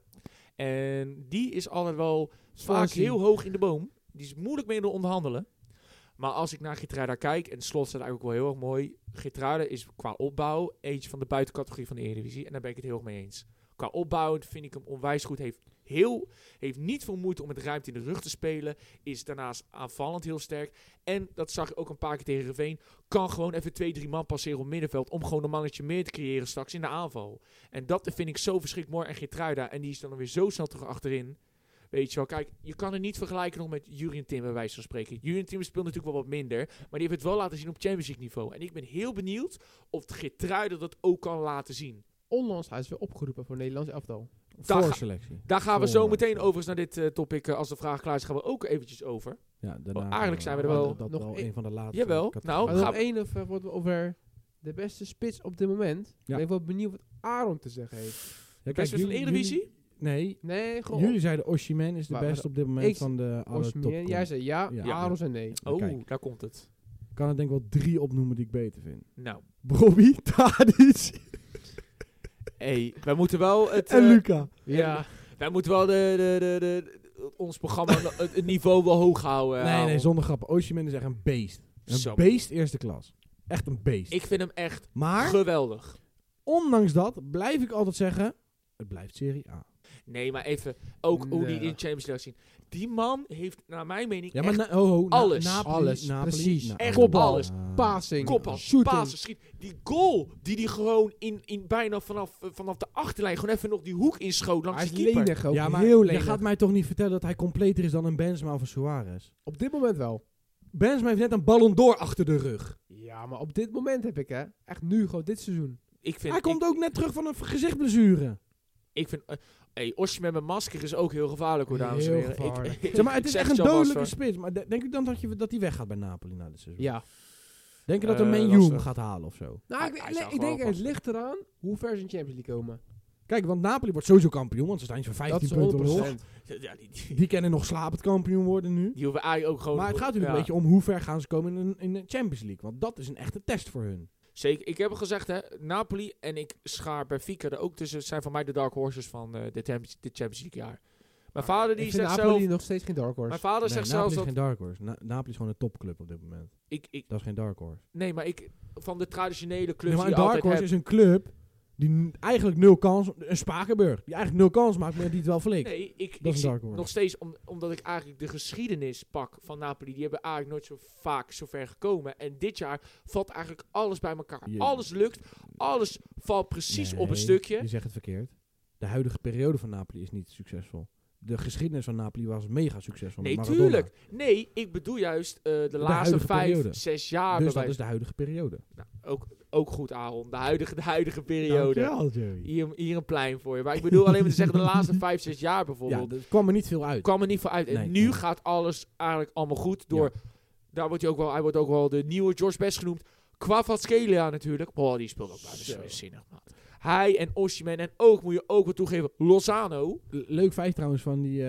Speaker 1: En die is altijd wel vaak
Speaker 2: Fancy.
Speaker 1: heel hoog in de boom. Die is moeilijk mee te onderhandelen. Maar als ik naar Geertruida kijk, en Slot staat eigenlijk ook wel heel erg mooi. Geertruida is qua opbouw eentje van de buitencategorie van de Eredivisie. En daar ben ik het heel erg mee eens. Qua opbouw vind ik hem onwijs goed. Heeft niet veel moeite om met ruimte in de rug te spelen. Is daarnaast aanvallend heel sterk. En dat zag je ook een paar keer tegen Heerenveen. Kan gewoon even 2-3 man passeren op middenveld. Om gewoon een mannetje meer te creëren straks in de aanval. En dat vind ik zo verschrikkelijk mooi. En Geertruida, en die is dan weer zo snel terug achterin. Weet je wel, kijk, je kan het niet vergelijken nog met Jurien Timmer, bij wijze van spreken. Jurien Timmer speelt natuurlijk wel wat minder, maar die heeft het wel laten zien op Champions League niveau. En ik ben heel benieuwd of de Geertruida dat ook kan laten zien.
Speaker 2: Onlangs hij is weer opgeroepen voor het Nederlands elftal.
Speaker 3: Voorselectie.
Speaker 1: Daar gaan we zo
Speaker 3: Voor-
Speaker 1: meteen overigens naar dit topic, als de vraag klaar is, gaan we ook eventjes over.
Speaker 3: Ja, daarna
Speaker 1: Oh, eigenlijk zijn we er wel-
Speaker 3: Dat
Speaker 2: nog
Speaker 3: wel
Speaker 2: één-
Speaker 3: een van de laatste.
Speaker 1: Jawel,
Speaker 3: categorieën.
Speaker 1: nou,
Speaker 2: Maar nog
Speaker 1: gaan we-
Speaker 2: één over de beste spits op dit moment.
Speaker 3: Ja.
Speaker 2: Ik ben wel benieuwd wat Aaron te zeggen heeft.
Speaker 3: Ja,
Speaker 1: Best van de Eredivisie?
Speaker 3: Nee,
Speaker 2: Nee, gewoon
Speaker 3: jullie zeiden Osimhen is de
Speaker 2: Maar-
Speaker 3: beste op dit moment
Speaker 2: ik-
Speaker 3: van de alle
Speaker 2: Osimhen.
Speaker 3: top.
Speaker 2: Jij zei ja,
Speaker 3: Ja.
Speaker 2: Aaron zei nee.
Speaker 1: Oh,
Speaker 3: Kijk.
Speaker 1: daar komt het.
Speaker 3: Ik kan er denk ik wel 3 opnoemen die ik beter vind.
Speaker 1: Nou,
Speaker 3: Bobby, Tadic
Speaker 1: wij moeten wel het...
Speaker 3: en Luca.
Speaker 2: Ja,
Speaker 1: wij moeten wel ons programma, het niveau wel hoog houden.
Speaker 3: Nee,
Speaker 1: Aaron.
Speaker 3: zonder grappen. Osimhen is echt een beest.
Speaker 1: Zo.
Speaker 3: Een beest eerste klas. Echt een beest.
Speaker 1: Ik vind hem echt
Speaker 3: Maar,
Speaker 1: geweldig.
Speaker 3: ondanks dat, blijf ik altijd zeggen, het blijft Serie A.
Speaker 1: Nee, maar even, ook hoe die
Speaker 2: Nee.
Speaker 1: in Champions League laat zien. Die man heeft, naar mijn mening,
Speaker 3: Ja, maar
Speaker 1: echt
Speaker 3: Napoli,
Speaker 2: alles, precies.
Speaker 1: Echt
Speaker 2: Kopbal,
Speaker 1: alles.
Speaker 2: passing,
Speaker 1: kopbal,
Speaker 2: shooting.
Speaker 1: pasen, schiet. Die goal die die gewoon in bijna vanaf de achterlijn gewoon even nog die hoek inschoot langs
Speaker 2: Hij
Speaker 1: de
Speaker 2: is
Speaker 1: keeper.
Speaker 2: lenig ook,
Speaker 3: Ja, maar
Speaker 2: heel
Speaker 3: je
Speaker 2: lenig.
Speaker 3: gaat mij toch niet vertellen dat hij completer is dan een Benzema of een Suarez?
Speaker 2: Op dit moment wel.
Speaker 3: Benzema heeft net een Ballon d'Or achter de rug.
Speaker 2: Ja, maar op dit moment heb ik echt nu gewoon dit seizoen.
Speaker 3: Hij komt ook net terug van een gezichtblessure.
Speaker 1: Ik vind, Osje met mijn masker is ook heel gevaarlijk hoor, dames en
Speaker 2: Heel
Speaker 1: heren.
Speaker 2: gevaarlijk.
Speaker 3: Zeg maar, het is
Speaker 1: zeg
Speaker 3: echt een
Speaker 1: het je alvast,
Speaker 3: dodelijke
Speaker 1: hoor.
Speaker 3: spits. Maar denk je dan dat hij weggaat bij Napoli na dit seizoen?
Speaker 2: Ja.
Speaker 3: Denk je dat een Man U
Speaker 1: lastig.
Speaker 3: hem gaat halen of zo?
Speaker 2: Nou,
Speaker 1: Hij zou
Speaker 2: ik
Speaker 1: gewoon
Speaker 2: denk het
Speaker 1: passen.
Speaker 2: ligt eraan hoe ver ze in Champions League komen.
Speaker 3: Kijk, want Napoli wordt sowieso kampioen, want ze staan iets van
Speaker 2: Dat
Speaker 3: 15
Speaker 2: is
Speaker 3: punten los.
Speaker 2: 100%.
Speaker 1: Ja,
Speaker 3: Die kunnen nog slapend kampioen worden nu.
Speaker 1: die hoeven eigenlijk ook gewoon...
Speaker 3: Maar het gaat natuurlijk een beetje om hoe ver gaan ze komen in de Champions League. Want dat is een echte test voor hun.
Speaker 1: Zeker, ik heb al gezegd, hè, Napoli en ik schaar Benfica er ook tussen. Zijn voor mij de dark horses van de Champions League jaar. Mijn vader die
Speaker 2: Ik vind
Speaker 1: zegt
Speaker 2: Napoli
Speaker 1: zelf...
Speaker 2: nog steeds geen dark horse.
Speaker 1: Mijn vader
Speaker 3: Nee,
Speaker 1: zegt
Speaker 3: Napoli
Speaker 1: zelfs
Speaker 3: is
Speaker 1: dat...
Speaker 3: geen dark horse. Napoli is gewoon een topclub op dit moment. Dat is geen dark horse.
Speaker 1: Nee, maar van de traditionele
Speaker 3: Nee,
Speaker 1: clubs
Speaker 3: maar
Speaker 1: die
Speaker 3: een
Speaker 1: je
Speaker 3: dark
Speaker 1: altijd
Speaker 3: horse
Speaker 1: hebt...
Speaker 3: is een club Die eigenlijk 0 kans... Een Spakenburg. Die eigenlijk 0 kans maakt, maar die het wel flikt.
Speaker 1: Nee, ik
Speaker 3: Dat is een
Speaker 1: zie
Speaker 3: dark horse.
Speaker 1: nog steeds, omdat ik eigenlijk de geschiedenis pak van Napoli, die hebben eigenlijk nooit zo vaak zo ver gekomen. En dit jaar valt eigenlijk alles bij elkaar.
Speaker 3: Je-
Speaker 1: Alles lukt, alles valt precies op een
Speaker 3: Nee,
Speaker 1: stukje.
Speaker 3: Je zegt het verkeerd. De huidige periode van Napoli is niet succesvol. De geschiedenis van Napoli was mega succesvol.
Speaker 1: Nee,
Speaker 3: met Maradona.
Speaker 1: tuurlijk. Nee, ik bedoel juist de laatste
Speaker 3: huidige
Speaker 1: 5,
Speaker 3: periode.
Speaker 1: 6 jaar.
Speaker 3: Dus
Speaker 1: waarbij-
Speaker 3: dat is de huidige periode.
Speaker 1: Nou, ook goed, Aaron. De huidige periode.
Speaker 3: Dankjewel, Joey.
Speaker 1: Hier een plein voor je. Maar ik bedoel alleen maar te zeggen, de laatste 5, 6 jaar
Speaker 3: Ja,
Speaker 1: bijvoorbeeld.
Speaker 3: er kwam er niet veel uit.
Speaker 1: Kwam er niet voor uit.
Speaker 3: Nee,
Speaker 1: En nu
Speaker 3: nee.
Speaker 1: gaat alles eigenlijk allemaal goed. Door, hij wordt ook wel de nieuwe George Best genoemd. Kvaratskhelia natuurlijk. Boah, die speelt ook buitenzinnig. Hij en Osimhen. En ook, moet je ook wel toegeven, Lozano.
Speaker 3: Leuk feit trouwens van die...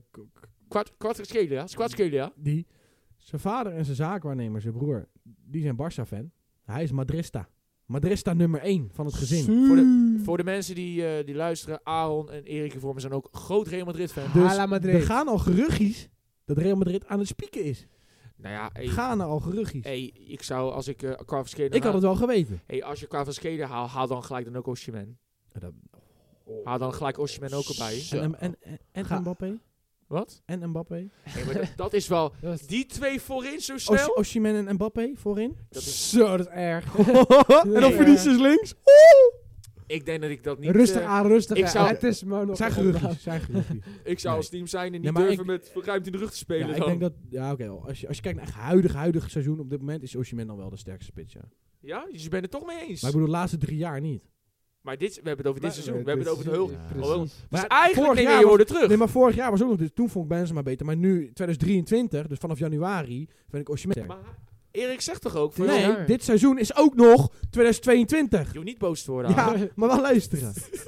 Speaker 1: Kvaratskhelia.
Speaker 3: die zijn vader en zijn zaakwaarnemer, zijn broer, die zijn Barça-fan. Hij is Madrista. Madrista nummer 1 van het gezin.
Speaker 1: Voor de mensen die luisteren, Aaron en Erik voor me zijn ook groot Real Madrid fan.
Speaker 3: Dus
Speaker 2: Hala Madrid.
Speaker 3: er gaan al geruchtjes dat Real Madrid aan het spieken is.
Speaker 1: Nou ja,
Speaker 3: Gaan er al geruchtjes.
Speaker 1: ik zou als ik Kvaratskhelia
Speaker 3: Ik had het wel geweten.
Speaker 1: als je Kvaratskhelia haal dan gelijk dan ook Osimhen. Haal dan gelijk Osimhen ook erbij.
Speaker 2: Zo.
Speaker 3: En
Speaker 2: Ga-
Speaker 3: Mbappé?
Speaker 1: Wat?
Speaker 3: En Mbappé?
Speaker 1: Nee, maar dat is wel...
Speaker 2: Dat is-
Speaker 1: Die twee voorin zo snel?
Speaker 3: Osimhen en Mbappé voorin?
Speaker 1: Dat is,
Speaker 2: Zo, dat is erg.
Speaker 3: en dan
Speaker 2: Nee.
Speaker 3: Vinicius links?
Speaker 1: ik denk dat ik dat niet...
Speaker 2: Rustig aan, rustig
Speaker 1: ik
Speaker 2: aan.
Speaker 1: zou-
Speaker 2: Het is maar nog
Speaker 3: Zijn
Speaker 2: een
Speaker 3: geruchtjes. Zijn geruchtjes.
Speaker 1: Ik zou
Speaker 3: Nee.
Speaker 1: als team zijn en
Speaker 3: Nee,
Speaker 1: niet
Speaker 3: maar
Speaker 1: durven met ruimte in de rug te spelen.
Speaker 3: Ja, ik
Speaker 1: dan.
Speaker 3: denk dat... Ja, oké. Als je kijkt naar echt huidige seizoen op dit moment, is Osimhen dan wel de sterkste spits, ja.
Speaker 1: Ja, dus je bent het toch mee eens.
Speaker 3: Maar ik bedoel, de laatste 3 jaar niet.
Speaker 1: Maar we hebben het over dit seizoen. We hebben het over de
Speaker 2: heel.
Speaker 1: hulp.
Speaker 3: Ja.
Speaker 1: Dus
Speaker 2: Precies.
Speaker 1: eigenlijk
Speaker 3: vorig
Speaker 1: neem je
Speaker 3: jaar
Speaker 1: je
Speaker 3: was-
Speaker 1: woorden terug.
Speaker 3: Nee, maar vorig jaar was ook nog dit. Toen vond ik Benzema beter. Maar nu, 2023, dus vanaf januari, vind ik Osimhen sterk.
Speaker 1: Maar Erik zegt toch ook... Van,
Speaker 3: Nee,
Speaker 1: joh,
Speaker 2: Ja.
Speaker 3: dit seizoen is ook nog 2022.
Speaker 1: je hoeft niet boos te worden.
Speaker 3: Ja,
Speaker 1: Aaron.
Speaker 3: maar wel luisteren.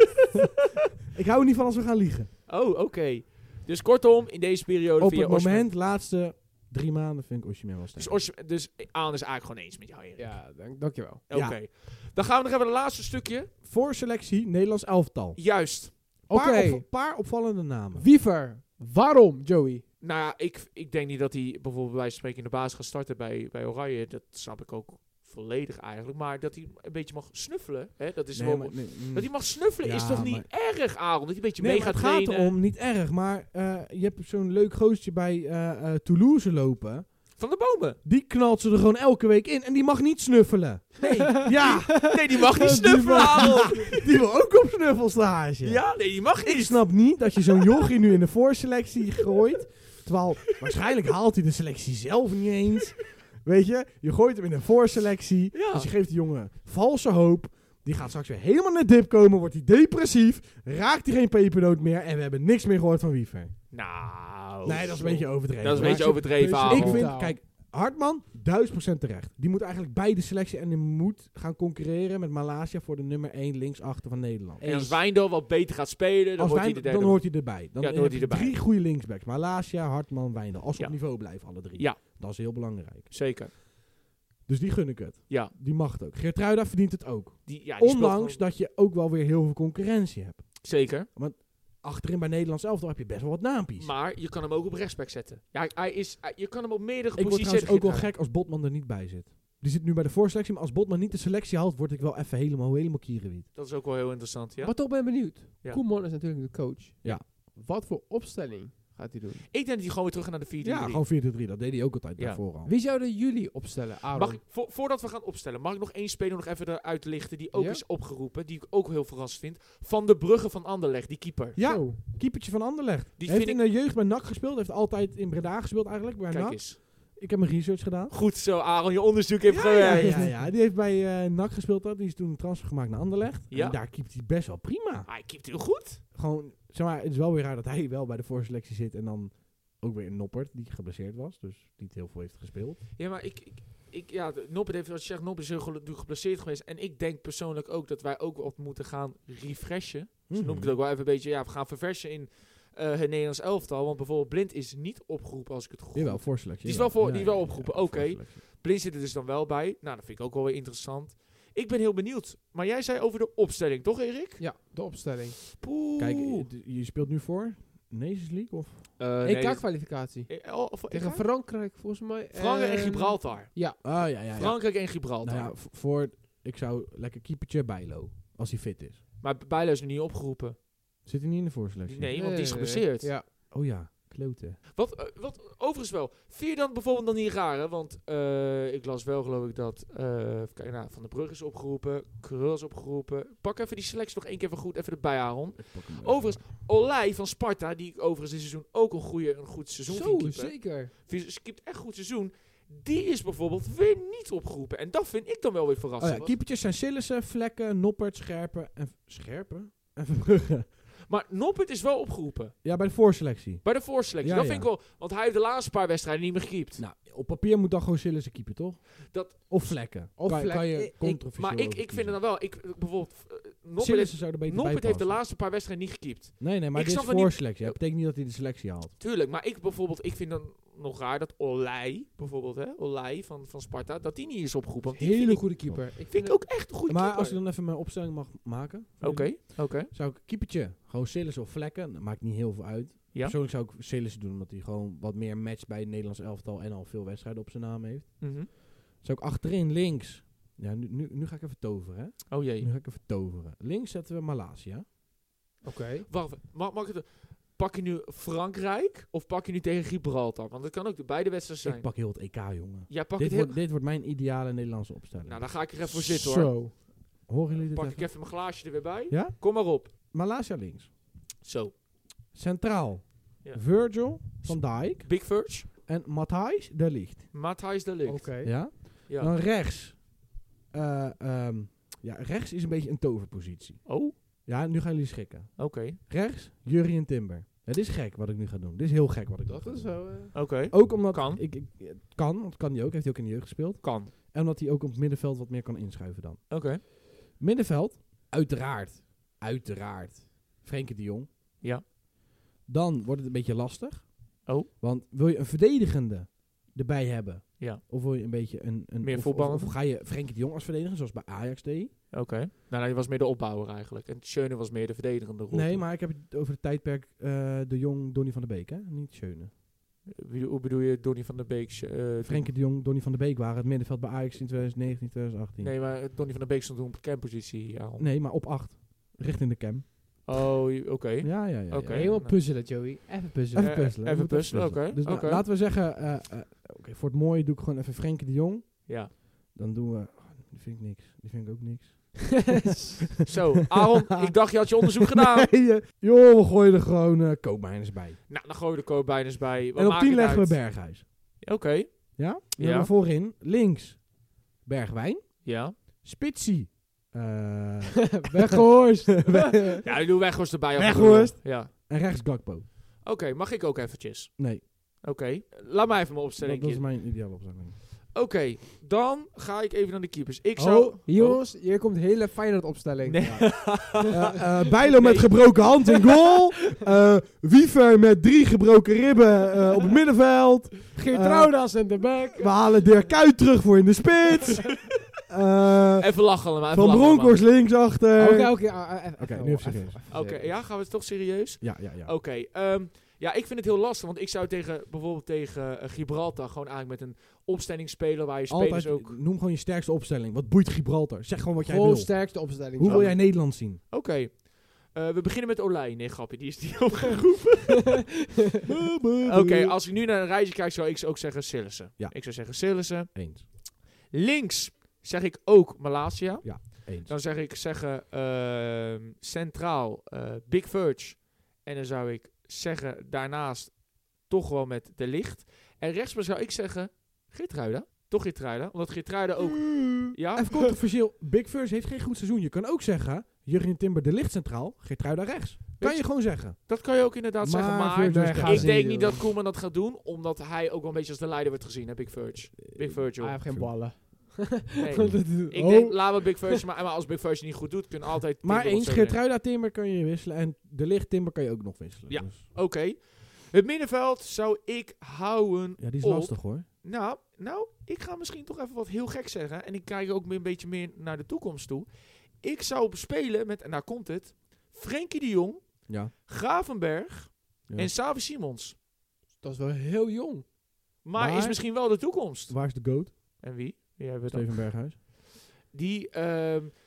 Speaker 3: Ik hou er niet van als we gaan liegen.
Speaker 1: Oh, oké. Dus kortom, in deze periode...
Speaker 3: Op
Speaker 1: vind je
Speaker 3: het
Speaker 1: Osimhen-
Speaker 3: moment, laatste 3 maanden, vind ik Osimhen wel sterk.
Speaker 1: Dus Aaron is eigenlijk gewoon eens met jou, Erik.
Speaker 2: Ja, dankjewel.
Speaker 1: Oké.
Speaker 3: Ja.
Speaker 1: Dan gaan we nog even het laatste stukje.
Speaker 3: Voor selectie, Nederlands elftal.
Speaker 1: Juist.
Speaker 2: Oké.
Speaker 3: Paar opvallende namen.
Speaker 2: Wiever. Waarom, Joey?
Speaker 1: Nou ja, ik denk niet dat hij bijvoorbeeld bij wijze van spreken in de basis gaat starten bij Oranje. Dat snap ik ook volledig eigenlijk. Maar dat hij een beetje mag snuffelen. Hè? Dat is wel, dat hij mag snuffelen is
Speaker 3: Ja,
Speaker 1: toch niet erg, Aaron? Dat hij een beetje mee
Speaker 3: Nee,
Speaker 1: gaat
Speaker 3: maar het gaat
Speaker 1: trainen.
Speaker 3: erom, niet erg. Maar je hebt zo'n leuk goostje bij Toulouse lopen.
Speaker 1: Van de bomen.
Speaker 3: Die knalt ze er gewoon elke week in. En die mag niet snuffelen.
Speaker 1: Nee.
Speaker 3: Ja,
Speaker 1: Nee, die mag niet
Speaker 3: Die
Speaker 1: snuffelen,
Speaker 3: mag-
Speaker 1: Aaron.
Speaker 3: die wil ook op snuffelstage.
Speaker 1: Ja, nee, die mag
Speaker 3: Ik
Speaker 1: niet.
Speaker 3: snap niet dat je zo'n jochie nu in de voorselectie gooit. Terwijl waarschijnlijk haalt hij de selectie zelf niet eens. Weet je, je gooit hem in een voorselectie.
Speaker 1: Ja.
Speaker 3: Dus je geeft die jongen valse hoop. Die gaat straks weer helemaal naar dip komen. Wordt hij depressief. Raakt hij geen pepernoot meer. En we hebben niks meer gehoord van Wiever.
Speaker 1: Nou.
Speaker 3: Nee, dat is een beetje overdreven.
Speaker 1: Dat is een
Speaker 3: hoor.
Speaker 1: beetje overdreven,
Speaker 2: Dus
Speaker 1: Aaron.
Speaker 3: Ik vind,
Speaker 2: Totaal.
Speaker 3: kijk, Hartman, 1000% terecht. Die moet eigenlijk bij de selectie en die moet gaan concurreren met Malasia voor de nummer 1 linksachter van Nederland.
Speaker 1: En als Wijndal wat beter gaat spelen, dan
Speaker 3: Als
Speaker 1: wordt hij
Speaker 3: Wijn-
Speaker 1: de derde.
Speaker 3: dan hoort hij erbij. Dan
Speaker 1: Ja, dan hoort hij
Speaker 3: heb je
Speaker 1: erbij.
Speaker 3: 3 goede linksbacks. Malasia, Hartman, Wijndal. Als ze
Speaker 1: Ja.
Speaker 3: op niveau blijven, alle 3.
Speaker 1: Ja.
Speaker 3: Dat is heel belangrijk.
Speaker 1: Zeker.
Speaker 3: Dus die gun ik het.
Speaker 1: Ja.
Speaker 3: Die mag het ook. Geertruida verdient het ook.
Speaker 1: Die speelt
Speaker 3: Ondanks
Speaker 1: gewoon-
Speaker 3: dat je ook wel weer heel veel concurrentie hebt.
Speaker 1: Zeker.
Speaker 3: Achterin bij Nederlands elftal heb je best wel wat naampjes.
Speaker 1: Maar je kan hem ook op rechtsback zetten. Ja, je kan hem op meerdere
Speaker 3: Ik word
Speaker 1: posities
Speaker 3: trouwens ook wel
Speaker 1: zetten.
Speaker 3: gek als Botman er niet bij zit. Die zit nu bij de voorselectie, maar als Botman niet de selectie haalt, word ik wel even helemaal kierenwiet.
Speaker 1: Dat is ook wel heel interessant, ja.
Speaker 2: Maar toch ben ik benieuwd.
Speaker 1: Ja.
Speaker 2: Koeman is natuurlijk de coach.
Speaker 3: Ja.
Speaker 2: Wat voor opstelling gaat hij doen?
Speaker 1: Ik denk dat hij gewoon weer terug gaat naar de 4-3-3.
Speaker 3: Ja, gewoon 4-3. Dat deed hij ook altijd
Speaker 1: Ja.
Speaker 3: daarvoor al.
Speaker 2: Wie zouden jullie opstellen, Aaron?
Speaker 1: Mag ik, voordat we gaan opstellen, mag ik nog één speler nog even eruit lichten die ook
Speaker 2: Ja?
Speaker 1: is opgeroepen, die ik ook heel verrassend vind. Van de Brugge van Anderlecht, die keeper.
Speaker 3: Ja,
Speaker 2: Zo.
Speaker 3: keepertje van Anderlecht.
Speaker 1: Die
Speaker 3: Heeft
Speaker 1: vind
Speaker 3: in de jeugd bij NAC gespeeld. Heeft altijd in Breda gespeeld eigenlijk, bij
Speaker 1: Kijk
Speaker 3: NAC.
Speaker 1: eens.
Speaker 3: Ik heb mijn research gedaan.
Speaker 1: Goed zo, Aaron, je onderzoek heeft
Speaker 3: Ja,
Speaker 1: gewerkt.
Speaker 3: ja. Die heeft bij NAC gespeeld. Die is toen een transfer gemaakt naar Anderlecht.
Speaker 1: Ja.
Speaker 3: En daar keept hij best wel prima.
Speaker 1: Hij keept heel goed.
Speaker 3: Gewoon, zeg maar, het is wel weer raar dat hij wel bij de voorselectie zit. En dan ook weer een Noppert, die geblesseerd was. Dus niet heel veel heeft gespeeld.
Speaker 1: Ja, maar Noppert heeft, als je zegt, Noppert is heel geblesseerd geweest. En ik denk persoonlijk ook dat wij ook wat moeten gaan refreshen. Dus noem ik het ook wel even een beetje, ja, we gaan verversen in het Nederlands elftal. Want bijvoorbeeld Blind is niet opgeroepen, als ik het goed
Speaker 3: Jawel, voorselectie.
Speaker 1: Die is wel voor- die is wel opgeroepen, oké.
Speaker 3: voorselectie.
Speaker 1: Blind zit er dus dan wel bij. Nou, dat vind ik ook wel weer interessant. Ik ben heel benieuwd. Maar jij zei over de opstelling, toch Erik?
Speaker 2: Ja, de opstelling.
Speaker 1: Poeh.
Speaker 3: Kijk, je speelt nu voor Nations League of?
Speaker 2: EK-kwalificatie.
Speaker 1: Voor
Speaker 2: Tegen
Speaker 1: EK?
Speaker 2: Frankrijk, volgens mij.
Speaker 1: Frankrijk en Gibraltar.
Speaker 3: Ah, ja.
Speaker 1: Frankrijk en Gibraltar.
Speaker 3: Nou ja, ik zou lekker keepertje Bijlo. Als hij fit is.
Speaker 1: Maar Bijlo is nu niet opgeroepen.
Speaker 3: Zit hij niet in de voorselectie?
Speaker 1: Nee, want die is geblesseerd.
Speaker 2: Ja.
Speaker 3: Oh ja, kloten.
Speaker 1: Wat overigens wel. Vind je dan bijvoorbeeld dan niet raar, hè? Want ik las wel, geloof ik, dat even kijken, Van der Brug is opgeroepen. Krul is opgeroepen. Pak even die selectie nog één keer van goed even erbij, Aaron. Overigens, Olij van Sparta, die ik overigens dit seizoen ook een goed seizoen vind
Speaker 2: Zo,
Speaker 1: keeper.
Speaker 2: zeker.
Speaker 1: Ze keept echt goed seizoen. Die is bijvoorbeeld weer niet opgeroepen. En dat vind ik dan wel weer
Speaker 3: Oh
Speaker 1: verrassend.
Speaker 3: ja, keepertjes zijn Sillissen, Vlekken, Noppert, Scherpen en Verbrugge.
Speaker 1: Maar Noppert is wel opgeroepen.
Speaker 3: Ja, bij de voorselectie.
Speaker 1: Bij de voorselectie.
Speaker 3: Ja,
Speaker 1: Dat
Speaker 3: ja.
Speaker 1: vind ik wel. Want hij heeft de laatste paar wedstrijden niet meer gekiept.
Speaker 3: Nou, op papier moet dan gewoon Sillissen keeper, toch?
Speaker 1: Dat-
Speaker 3: Of Vlekken.
Speaker 2: Of
Speaker 3: kan
Speaker 2: Vlekken.
Speaker 3: je controversieel
Speaker 1: Maar ik vind het dan wel. Bijvoorbeeld, Noppert
Speaker 3: Sillissen zou er beter bij
Speaker 1: heeft de
Speaker 3: passen.
Speaker 1: laatste paar wedstrijden niet gekiept.
Speaker 3: Nee, maar
Speaker 1: Ik
Speaker 3: dit is
Speaker 1: snap het niet.
Speaker 3: voorselectie. Dat betekent niet dat hij de selectie haalt.
Speaker 1: Tuurlijk, maar ik vind dan nog raar dat Olij, bijvoorbeeld, hè, Olij van Sparta, dat die niet is opgeroepen. Want die
Speaker 2: Hele
Speaker 1: vind ik-
Speaker 2: goede keeper.
Speaker 1: Vind ik ook echt een goede
Speaker 3: Maar
Speaker 1: keeper.
Speaker 3: als je dan even mijn opstelling mag maken.
Speaker 1: Oké.
Speaker 3: Zou ik keepertje gewoon Sillissen of Vlekken. Dat maakt niet heel veel uit.
Speaker 1: Ja.
Speaker 3: Persoonlijk zou ik Sillissen doen. Omdat hij gewoon wat meer matcht bij het Nederlands elftal. En al veel wedstrijden op zijn naam heeft.
Speaker 1: Mhm.
Speaker 3: Zou ik achterin links. Ja, nu ga ik even toveren. Hè?
Speaker 1: Oh jee.
Speaker 3: Nu ga ik even toveren. Links zetten we Malasia.
Speaker 2: Oké.
Speaker 1: Wacht, mag ik het... Pak je nu Frankrijk of pak je nu tegen Gibraltar? Want dat kan ook de beide wedstrijden zijn.
Speaker 3: Ik pak heel het EK, jongen.
Speaker 1: Jij pakt
Speaker 3: Dit
Speaker 1: het heel...
Speaker 3: wordt, dit wordt mijn ideale Nederlandse opstelling.
Speaker 1: Nou, dan ga ik er even voor zitten hoor.
Speaker 2: Zo.
Speaker 3: Horen jullie dit
Speaker 1: Pak
Speaker 3: even?
Speaker 1: ik even mijn glaasje er weer bij.
Speaker 3: Ja?
Speaker 1: Kom maar op.
Speaker 3: Malasia links.
Speaker 1: Zo.
Speaker 3: Centraal.
Speaker 1: Ja.
Speaker 3: Virgil van Dijk.
Speaker 1: Big Verge.
Speaker 3: En Matthijs de Ligt.
Speaker 1: Matthijs de Ligt.
Speaker 2: Oké.
Speaker 3: Ja?
Speaker 1: Ja.
Speaker 3: Dan rechts. Rechts is een beetje een toverpositie.
Speaker 1: Oh,
Speaker 3: Ja, nu gaan jullie schrikken.
Speaker 1: oké.
Speaker 3: Rechts, Jurrien Timber. Het is gek wat ik nu ga doen. Dit is heel gek wat ik nu
Speaker 2: Dat
Speaker 3: ga
Speaker 2: is
Speaker 3: doen.
Speaker 2: zo.
Speaker 1: Oké.
Speaker 3: Ook omdat
Speaker 1: Kan.
Speaker 3: het kan, want kan hij ook. Heeft hij ook in de jeugd gespeeld.
Speaker 1: Kan.
Speaker 3: En omdat hij ook op het middenveld wat meer kan inschuiven dan.
Speaker 1: Oké.
Speaker 3: Middenveld, uiteraard. Frenkie de Jong.
Speaker 1: Ja.
Speaker 3: Dan wordt het een beetje lastig.
Speaker 1: Oh.
Speaker 3: Want wil je een verdedigende erbij hebben?
Speaker 1: Ja.
Speaker 3: Of wil je een beetje een
Speaker 1: Meer
Speaker 3: of
Speaker 1: voetballer?
Speaker 3: ga je Frenkie de Jong als verdediger, zoals bij Ajax deed?
Speaker 1: Oké. Nou, hij was meer de opbouwer eigenlijk. En Schöne was meer de verdedigende rol.
Speaker 3: Nee, maar ik heb het over het tijdperk de Jong, Donny van der Beek, hè? Niet Schöne.
Speaker 1: Hoe bedoel je Donny van der Beek?
Speaker 3: Frenkie de Jong, Donny van der Beek waren het middenveld bij Ajax in 2019, 2018.
Speaker 1: Nee, maar Donny van der Beek stond toen op campositie. Ja.
Speaker 3: Nee, maar op 8. Richting de cam.
Speaker 1: Oh, oké.
Speaker 3: Ja.
Speaker 1: Oké.
Speaker 2: Helemaal puzzelen, Joey. Even puzzelen.
Speaker 3: Even puzzelen.
Speaker 1: even
Speaker 3: We moeten
Speaker 1: puzzelen, oké,
Speaker 3: Dus
Speaker 1: oké.
Speaker 3: laten we zeggen, voor het mooie doe ik gewoon even Frenkie de Jong.
Speaker 1: Ja.
Speaker 3: Dan doen we... die vind ik niks. Die vind ik ook niks.
Speaker 1: Zo, Aaron, ik dacht je had je onderzoek gedaan.
Speaker 3: Nee, joh, we gooien er gewoon Koopmeiners bij.
Speaker 1: Nou, dan gooi je de koopbijners bij. Wat
Speaker 3: En op
Speaker 1: maakt
Speaker 3: 10
Speaker 1: het
Speaker 3: leggen we
Speaker 1: uit?
Speaker 3: Berghuis.
Speaker 1: Oké.
Speaker 3: Ja? Dan
Speaker 1: Ja.
Speaker 3: hebben we voorin links Bergwijn.
Speaker 1: Ja.
Speaker 3: Spitsie.
Speaker 2: Weghorst.
Speaker 1: Ja, ik doe Weghorst erbij.
Speaker 3: Weghorst.
Speaker 1: Ja.
Speaker 3: En rechts Gakpo.
Speaker 1: Oké, mag ik ook eventjes?
Speaker 3: Nee,
Speaker 1: Oké. Laat mij even mijn opstelling
Speaker 3: dat is
Speaker 1: kiezen.
Speaker 3: mijn ideale opstelling.
Speaker 1: Oké, dan ga ik even naar de keepers. Ik zou...
Speaker 2: Oh, jongens, hier komt hele Feyenoord opstelling.
Speaker 1: Nee.
Speaker 3: Bijlo met
Speaker 1: Nee.
Speaker 3: gebroken hand in goal. Wiever met 3 gebroken ribben op het middenveld.
Speaker 2: Geertruida centerback.
Speaker 3: We halen Dirk Kuyt terug voor in de spits.
Speaker 1: Even lachen allemaal. even
Speaker 3: Van
Speaker 1: lachen
Speaker 3: Bronckhorst linksachter.
Speaker 2: Oké,
Speaker 3: nu even serieus.
Speaker 1: allemaal. Oké, ja, gaan we het toch serieus?
Speaker 3: Ja.
Speaker 1: Oké, ja, ik vind het heel lastig, want ik zou bijvoorbeeld tegen Gibraltar gewoon eigenlijk met een opstelling spelen waar je spelers
Speaker 3: Altijd,
Speaker 1: ook...
Speaker 3: noem gewoon je sterkste opstelling. Wat boeit Gibraltar? Zeg gewoon wat jij
Speaker 2: Gewoon
Speaker 3: wil.
Speaker 2: sterkste opstelling.
Speaker 3: Hoe wil jij Nederland zien?
Speaker 1: Oké, we beginnen met Olij. Nee, grapje, die is niet opgeroepen. Oké, als ik nu naar een rijtje kijk, zou ik ook zeggen Sillissen.
Speaker 3: Ja.
Speaker 1: Ik zou zeggen Sillissen.
Speaker 3: Eens.
Speaker 1: Links zeg ik ook Malasia.
Speaker 3: Eens.
Speaker 1: Dan zeg ik centraal Big Verge. En dan zou ik zeggen daarnaast toch wel met De Ligt. En rechtsback zou ik zeggen Geertruida. Toch Geertruida, omdat Geertruida ook... Ja?
Speaker 3: Even controversieel. Big First heeft geen goed seizoen. Je kan ook zeggen, Jurgen Timber de Ligt centraal, Geertruida rechts. Kan
Speaker 1: Weet
Speaker 3: je gewoon zeggen.
Speaker 1: Dat kan je ook inderdaad zeggen, maar
Speaker 3: Virgil is
Speaker 2: nee,
Speaker 3: de
Speaker 2: ga
Speaker 1: ik
Speaker 2: ze
Speaker 1: denk
Speaker 2: niet
Speaker 1: niet
Speaker 2: doen.
Speaker 1: dat Koeman dat gaat doen, omdat hij ook wel een beetje als de leider wordt gezien, hè, Big Verge. Big Virgil.
Speaker 2: Hij heeft geen ballen.
Speaker 1: Nee. Ik denk, laten we Big Verge, maar als Big Verge niet goed doet, kunnen altijd...
Speaker 3: Maar
Speaker 1: Timber of
Speaker 3: eens,
Speaker 1: zo erin.
Speaker 3: Geertruida Timber kan je wisselen. En de Ligt Timber kan je ook nog wisselen.
Speaker 1: Ja.
Speaker 3: Dus,
Speaker 1: Oké. Het middenveld zou ik houden
Speaker 3: ja, die is
Speaker 1: op...
Speaker 3: lastig hoor.
Speaker 1: Nou, ik ga misschien toch even wat heel gek zeggen. En ik kijk ook een beetje meer naar de toekomst toe. Ik zou spelen met, en daar komt het, Frenkie de Jong,
Speaker 3: Ja.
Speaker 1: Gravenberg
Speaker 3: Ja.
Speaker 1: en Xavi Simons.
Speaker 2: Dat is wel heel jong.
Speaker 1: Maar is misschien wel de toekomst.
Speaker 3: Waar is de GOAT?
Speaker 1: En wie? Wie hebben we dan?
Speaker 3: Steven Berghuis.
Speaker 1: Die,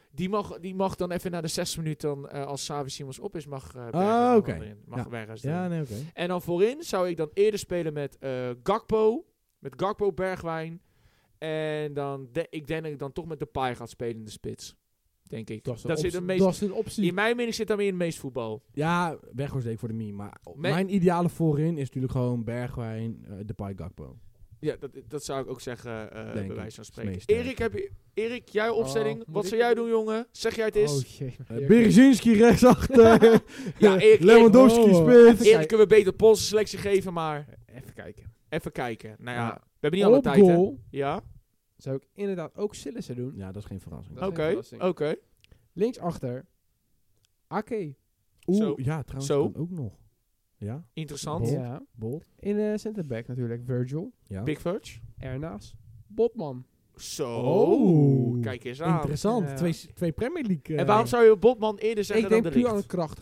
Speaker 1: Die mag dan even na de 6 minuten, als Xavi Simons op is, mag
Speaker 3: oké.
Speaker 1: erin. Mag
Speaker 3: Ja.
Speaker 1: Berghuis
Speaker 3: Ja,
Speaker 1: erin.
Speaker 3: nee, oké.
Speaker 1: En dan voorin zou ik dan eerder spelen met Gakpo. Met Gakpo, Bergwijn. En dan ik denk dat ik dan toch met Depay gaat spelen in de spits. Denk ik.
Speaker 2: Dat is
Speaker 1: Dat zit
Speaker 2: een
Speaker 1: het meest,
Speaker 2: dat is een optie.
Speaker 1: in mijn mening zit daar meer in het meest voetbal.
Speaker 3: Ja, Weghorst deed ik voor de meme. Maar
Speaker 1: Met-
Speaker 3: mijn ideale voorin is natuurlijk gewoon Bergwijn, Depay, Gakpo.
Speaker 1: Ja, dat zou ik ook zeggen, bij
Speaker 3: ik.
Speaker 1: wijze van
Speaker 3: Is
Speaker 1: spreken.
Speaker 3: meest
Speaker 1: Erik, jouw opstelling.
Speaker 2: moet
Speaker 1: Wat
Speaker 2: ik
Speaker 1: zou jij
Speaker 2: doen?
Speaker 1: doen, jongen? Zeg jij het eens?
Speaker 2: Oh, jee.
Speaker 3: Berzinski rechtsachter.
Speaker 1: Ja, Erik,
Speaker 3: Lewandowski
Speaker 2: Oh,
Speaker 3: spits.
Speaker 1: Erik kunnen we beter Poolse selectie geven, maar
Speaker 2: Even kijken.
Speaker 1: even kijken. Nou ja,
Speaker 2: Ja.
Speaker 1: we hebben niet alle
Speaker 2: Op
Speaker 1: tijd, hè?
Speaker 2: goal
Speaker 1: Ja?
Speaker 2: zou ik inderdaad ook Sillissen doen.
Speaker 3: Ja, dat is geen verrassing.
Speaker 2: Dat is geen
Speaker 1: Oké,
Speaker 2: verrassing.
Speaker 1: oké.
Speaker 2: Linksachter. Ake.
Speaker 3: Oeh,
Speaker 1: Zo.
Speaker 3: ja, trouwens
Speaker 1: Zo.
Speaker 3: kan ook nog. Ja,
Speaker 1: Interessant.
Speaker 3: Bold.
Speaker 2: Ja.
Speaker 3: Bold.
Speaker 2: In de centerback natuurlijk Virgil.
Speaker 3: Ja.
Speaker 1: Big Fudge.
Speaker 2: Ernaast. Botman.
Speaker 1: Zo.
Speaker 3: Oh.
Speaker 1: Kijk eens aan.
Speaker 3: Interessant.
Speaker 2: Ja.
Speaker 3: Twee Premier League.
Speaker 1: En waarom zou je Botman eerder zeggen
Speaker 2: Ik
Speaker 1: dan
Speaker 2: denk
Speaker 1: de
Speaker 2: puur aan
Speaker 1: Ligt?
Speaker 2: de kracht.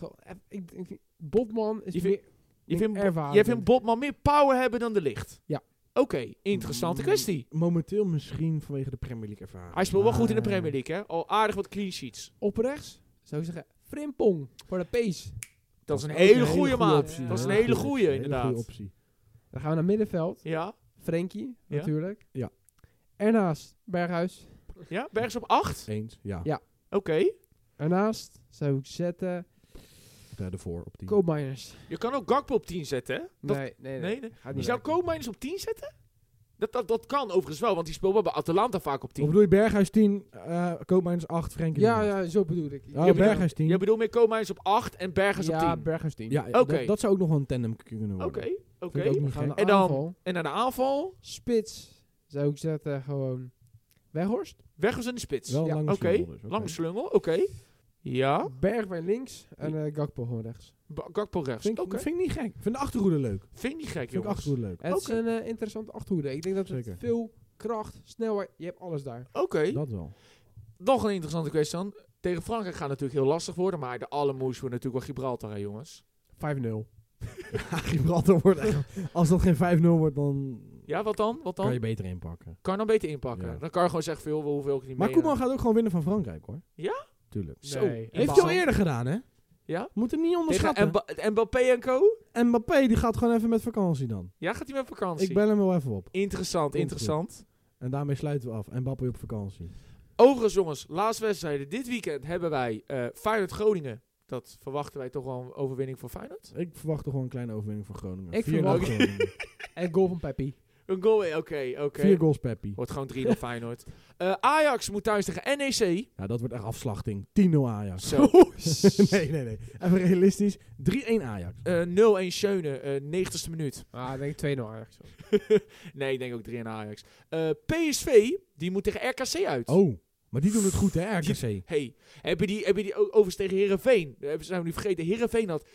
Speaker 2: Botman is
Speaker 1: Je vindt-
Speaker 2: meer ervaring.
Speaker 1: Jij vindt Botman meer power hebben dan de Ligt?
Speaker 2: Ja.
Speaker 1: Oké, interessante kwestie.
Speaker 3: Momenteel misschien vanwege de Premier League ervaring.
Speaker 1: Hij speelt wel goed in de
Speaker 3: Maar-
Speaker 1: Premier League, hè? Al aardig wat clean sheets.
Speaker 2: Op rechts zou ik zeggen Frimpong voor de pace.
Speaker 1: Dat is een
Speaker 3: ook
Speaker 1: hele goede
Speaker 3: goede
Speaker 1: maat.
Speaker 3: optie.
Speaker 1: Dat is een
Speaker 3: Hele
Speaker 1: hele
Speaker 3: goede
Speaker 1: goede,
Speaker 3: optie.
Speaker 1: inderdaad.
Speaker 3: Hele goede optie.
Speaker 2: Dan gaan we naar middenveld.
Speaker 1: Ja?
Speaker 2: Frenkie
Speaker 1: Ja.
Speaker 2: natuurlijk.
Speaker 3: Ja.
Speaker 2: Ernaast Berghuis.
Speaker 1: Ja? Bergs op 8?
Speaker 3: Eens, ja.
Speaker 2: Ja.
Speaker 1: Oké.
Speaker 2: Ernaast zou ik zetten
Speaker 3: Ervoor op 10.
Speaker 2: Koopmeiners.
Speaker 1: Je kan ook Gakpo op 10 zetten, hè? Dat-
Speaker 2: Nee.
Speaker 1: nee.
Speaker 2: Gaat
Speaker 1: Je
Speaker 2: niet
Speaker 1: zou
Speaker 2: werken.
Speaker 1: Koopmeiners op 10 zetten? Dat kan overigens wel, want die speelt wel bij Atalanta vaak op
Speaker 3: Of
Speaker 1: 10.
Speaker 3: bedoel je Berghuis 10, Koopmeiners 8, Frenkie
Speaker 2: Ja,
Speaker 3: 9?
Speaker 2: ja, zo bedoel ik.
Speaker 3: Oh,
Speaker 1: Je
Speaker 3: Berghuis 10.
Speaker 1: Je bedoelt meer Koopmeiners op 8 en Bergers op
Speaker 2: Ja,
Speaker 1: 10?
Speaker 2: Berghuis 10.
Speaker 3: Ja,
Speaker 1: Oké.
Speaker 3: dat zou ook nog wel een tandem kunnen
Speaker 1: Oké,
Speaker 3: worden.
Speaker 1: oké.
Speaker 3: Vind ik ook
Speaker 2: We
Speaker 3: niet
Speaker 2: gaan
Speaker 3: gek.
Speaker 2: naar
Speaker 1: En dan-
Speaker 2: aanval.
Speaker 1: En naar de aanval,
Speaker 2: Spits zou ik zetten gewoon Weghorst.
Speaker 1: Weghorst in de spits.
Speaker 3: Wel een
Speaker 2: Ja,
Speaker 3: lange
Speaker 1: Oké,
Speaker 3: slungel dus, oké.
Speaker 1: lange slungel, oké. Ja,
Speaker 2: Bergwijn links en Gakpo gewoon rechts.
Speaker 1: Gakpo rechts.
Speaker 3: Vind
Speaker 1: Oké,
Speaker 3: ik vind ik niet gek. Ik vind de achterhoede leuk.
Speaker 1: vind ik niet gek,
Speaker 3: Vind ik
Speaker 1: jongens.
Speaker 3: achterhoede leuk.
Speaker 2: Het
Speaker 1: Oké.
Speaker 2: is een interessante achterhoede. Ik denk dat het
Speaker 3: Zeker.
Speaker 2: veel kracht, snelheid, je hebt alles daar.
Speaker 1: Oké,
Speaker 3: Dat wel.
Speaker 1: nog een interessante kwestie dan. Tegen Frankrijk gaat het natuurlijk heel lastig worden, maar de allermoeilijkste wordt natuurlijk wel Gibraltar, hè, jongens.
Speaker 2: 5-0.
Speaker 3: Gibraltar wordt echt... Als dat geen 5-0 wordt, dan
Speaker 1: Ja, wat dan? Wat
Speaker 3: kan
Speaker 1: dan?
Speaker 3: je beter inpakken.
Speaker 1: Kan je dan beter inpakken.
Speaker 3: Ja.
Speaker 1: Dan kan je gewoon zeggen, hoeveel ik niet
Speaker 3: Maar
Speaker 1: mee...
Speaker 3: Koeman gaat ook gewoon winnen van Frankrijk, hoor.
Speaker 1: Ja?
Speaker 3: Tuurlijk.
Speaker 1: Zo.
Speaker 2: Nee.
Speaker 3: Heeft hij al eerder gedaan, hè?
Speaker 1: Ja?
Speaker 3: Moet hem niet
Speaker 1: Tegen
Speaker 3: onderschatten.
Speaker 1: Mbappé en co?
Speaker 3: Mbappé, die gaat gewoon even met vakantie dan.
Speaker 1: Ja, gaat hij met vakantie?
Speaker 3: Ik bel hem wel even op.
Speaker 1: Interessant,
Speaker 3: Komt
Speaker 1: interessant.
Speaker 3: En daarmee sluiten we af. Mbappé op vakantie.
Speaker 1: Overigens, jongens, laatste wedstrijden. Dit weekend hebben wij Feyenoord-Groningen. Dat verwachten wij toch wel een overwinning voor Feyenoord?
Speaker 3: Ik verwacht toch wel een kleine overwinning voor Groningen.
Speaker 2: Ik
Speaker 3: 4-0
Speaker 2: verwacht-
Speaker 3: Groningen.
Speaker 2: En goal van Peppi.
Speaker 1: Een goal, oké.
Speaker 3: 4 goals Peppi.
Speaker 1: Wordt gewoon 3-0 Feyenoord. Ajax moet thuis tegen NEC.
Speaker 3: Ja, dat wordt echt afslachting. 10-0 Ajax.
Speaker 1: Zo.
Speaker 3: nee. Even realistisch. 3-1 Ajax.
Speaker 1: 0-1 Schöne, 90ste minuut.
Speaker 2: Ah, ik denk 2-0 Ajax.
Speaker 1: Nee, ik denk ook 3 Ajax. PSV, die moet tegen RKC uit.
Speaker 3: Oh, maar die doen het goed, hè, RKC?
Speaker 1: Hey, hebben die overigens tegen Heerenveen? Zijn we nu vergeten. Heerenveen had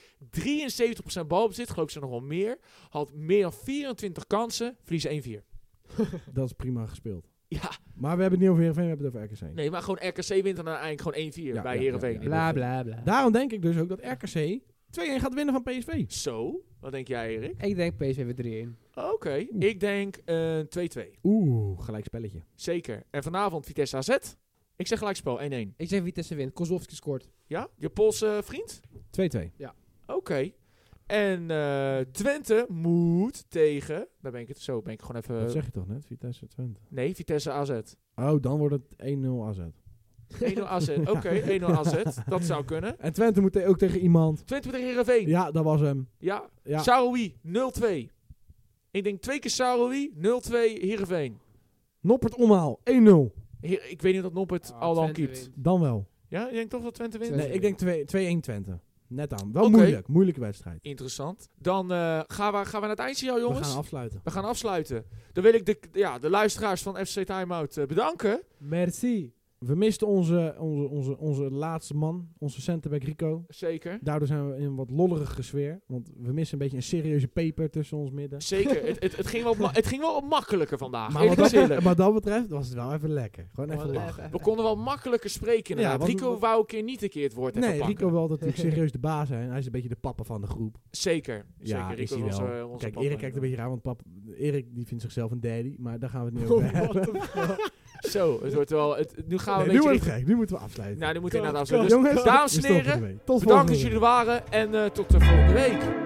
Speaker 1: 73% balbezit. Geloof ik ze nog wel meer. Had meer dan 24 kansen. Verliezen 1-4.
Speaker 3: Dat is prima gespeeld.
Speaker 1: Ja,
Speaker 3: Maar we hebben het niet over Heerenveen, we hebben het over RKC.
Speaker 1: nee, maar gewoon RKC wint dan uiteindelijk gewoon 1-4
Speaker 3: Ja,
Speaker 1: bij
Speaker 3: ja,
Speaker 1: Heerenveen.
Speaker 3: ja, ja.
Speaker 2: Bla bla bla.
Speaker 3: Daarom denk ik dus ook dat RKC 2-1 gaat winnen van PSV.
Speaker 1: Zo, wat denk jij, Erik?
Speaker 2: Ik denk PSV weer 3-1.
Speaker 1: Oké, ik denk 2-2.
Speaker 3: Oeh, gelijk spelletje.
Speaker 1: Zeker. En vanavond Vitesse AZ. Ik zeg gelijkspel, 1-1.
Speaker 2: Ik zeg Vitesse wint. Kozlowski scoort.
Speaker 1: Ja? Je Poolse vriend?
Speaker 3: 2-2.
Speaker 1: Oké. En Twente moet tegen... Daar ben ik het zo. Ben ik gewoon even...
Speaker 3: Dat zeg je toch net? Vitesse Twente.
Speaker 1: Nee, Vitesse AZ. 1-0
Speaker 3: Oh, dan wordt het 1-0 AZ.
Speaker 1: AZ. Oké, 1-0 AZ. Dat zou kunnen.
Speaker 3: En Twente moet ook tegen iemand.
Speaker 1: Twente moet tegen Heerenveen.
Speaker 3: Ja, dat was hem.
Speaker 1: Ja.
Speaker 3: Ja.
Speaker 1: Saroui, 0-2. Ik denk 2 keer Saroui, 0-2 Heerenveen.
Speaker 3: Noppert omhaal, 1-0.
Speaker 1: Ik weet niet of Noppert al lang
Speaker 2: Twente
Speaker 1: keept.
Speaker 2: wint.
Speaker 3: Dan wel.
Speaker 1: Ja, je denkt toch dat Twente wint?
Speaker 2: Twente.
Speaker 3: Nee, ik denk 2-1 Twente. Net aan. Wel
Speaker 1: Oké.
Speaker 3: moeilijke wedstrijd.
Speaker 1: Interessant. Dan gaan we naar het eindsignaal, jongens.
Speaker 3: We gaan afsluiten.
Speaker 1: We gaan afsluiten. Dan wil ik de luisteraars van FC Timeout bedanken.
Speaker 2: Merci.
Speaker 3: We misten onze laatste man, onze centerback Rico.
Speaker 1: Zeker.
Speaker 3: Daardoor zijn we in een wat lollerige sfeer. Want we missen een beetje een serieuze peper tussen ons midden.
Speaker 1: Zeker. Het ging wel wat makkelijker vandaag.
Speaker 3: Maar
Speaker 1: Eerlijk gezegd.
Speaker 3: wat dat betreft was het wel even lekker. Gewoon even
Speaker 2: Wel
Speaker 3: lachen.
Speaker 1: We konden wel makkelijker spreken inderdaad.
Speaker 3: Ja, want-
Speaker 1: Rico wou een keer niet een keer het woord even
Speaker 3: Nee,
Speaker 1: pakken.
Speaker 3: Rico wil natuurlijk serieus de baas zijn. Hij is een beetje de papa van de groep.
Speaker 1: Zeker.
Speaker 3: Ja,
Speaker 1: Zeker.
Speaker 3: is
Speaker 1: Rico
Speaker 3: hij
Speaker 1: is
Speaker 3: wel.
Speaker 1: onze
Speaker 3: Kijk,
Speaker 1: papa.
Speaker 3: Erik kijkt een beetje raar, want Erik die vindt zichzelf een daddy. Maar daar gaan we het niet over hebben.
Speaker 1: Zo, het wordt wel... nu gaan we
Speaker 3: Nee,
Speaker 1: een
Speaker 3: nu
Speaker 1: beetje...
Speaker 3: wordt het gek. Nu moeten we afsluiten.
Speaker 1: Nou, nu moeten we
Speaker 3: Kom,
Speaker 1: inderdaad afsluiten.
Speaker 3: kom,
Speaker 1: Dus,
Speaker 3: jongens,
Speaker 1: dames en
Speaker 3: we stoppen
Speaker 1: heren,
Speaker 3: ermee. Tot
Speaker 1: bedankt dat
Speaker 3: volgende
Speaker 1: jullie
Speaker 3: week.
Speaker 1: er waren. En tot de volgende week.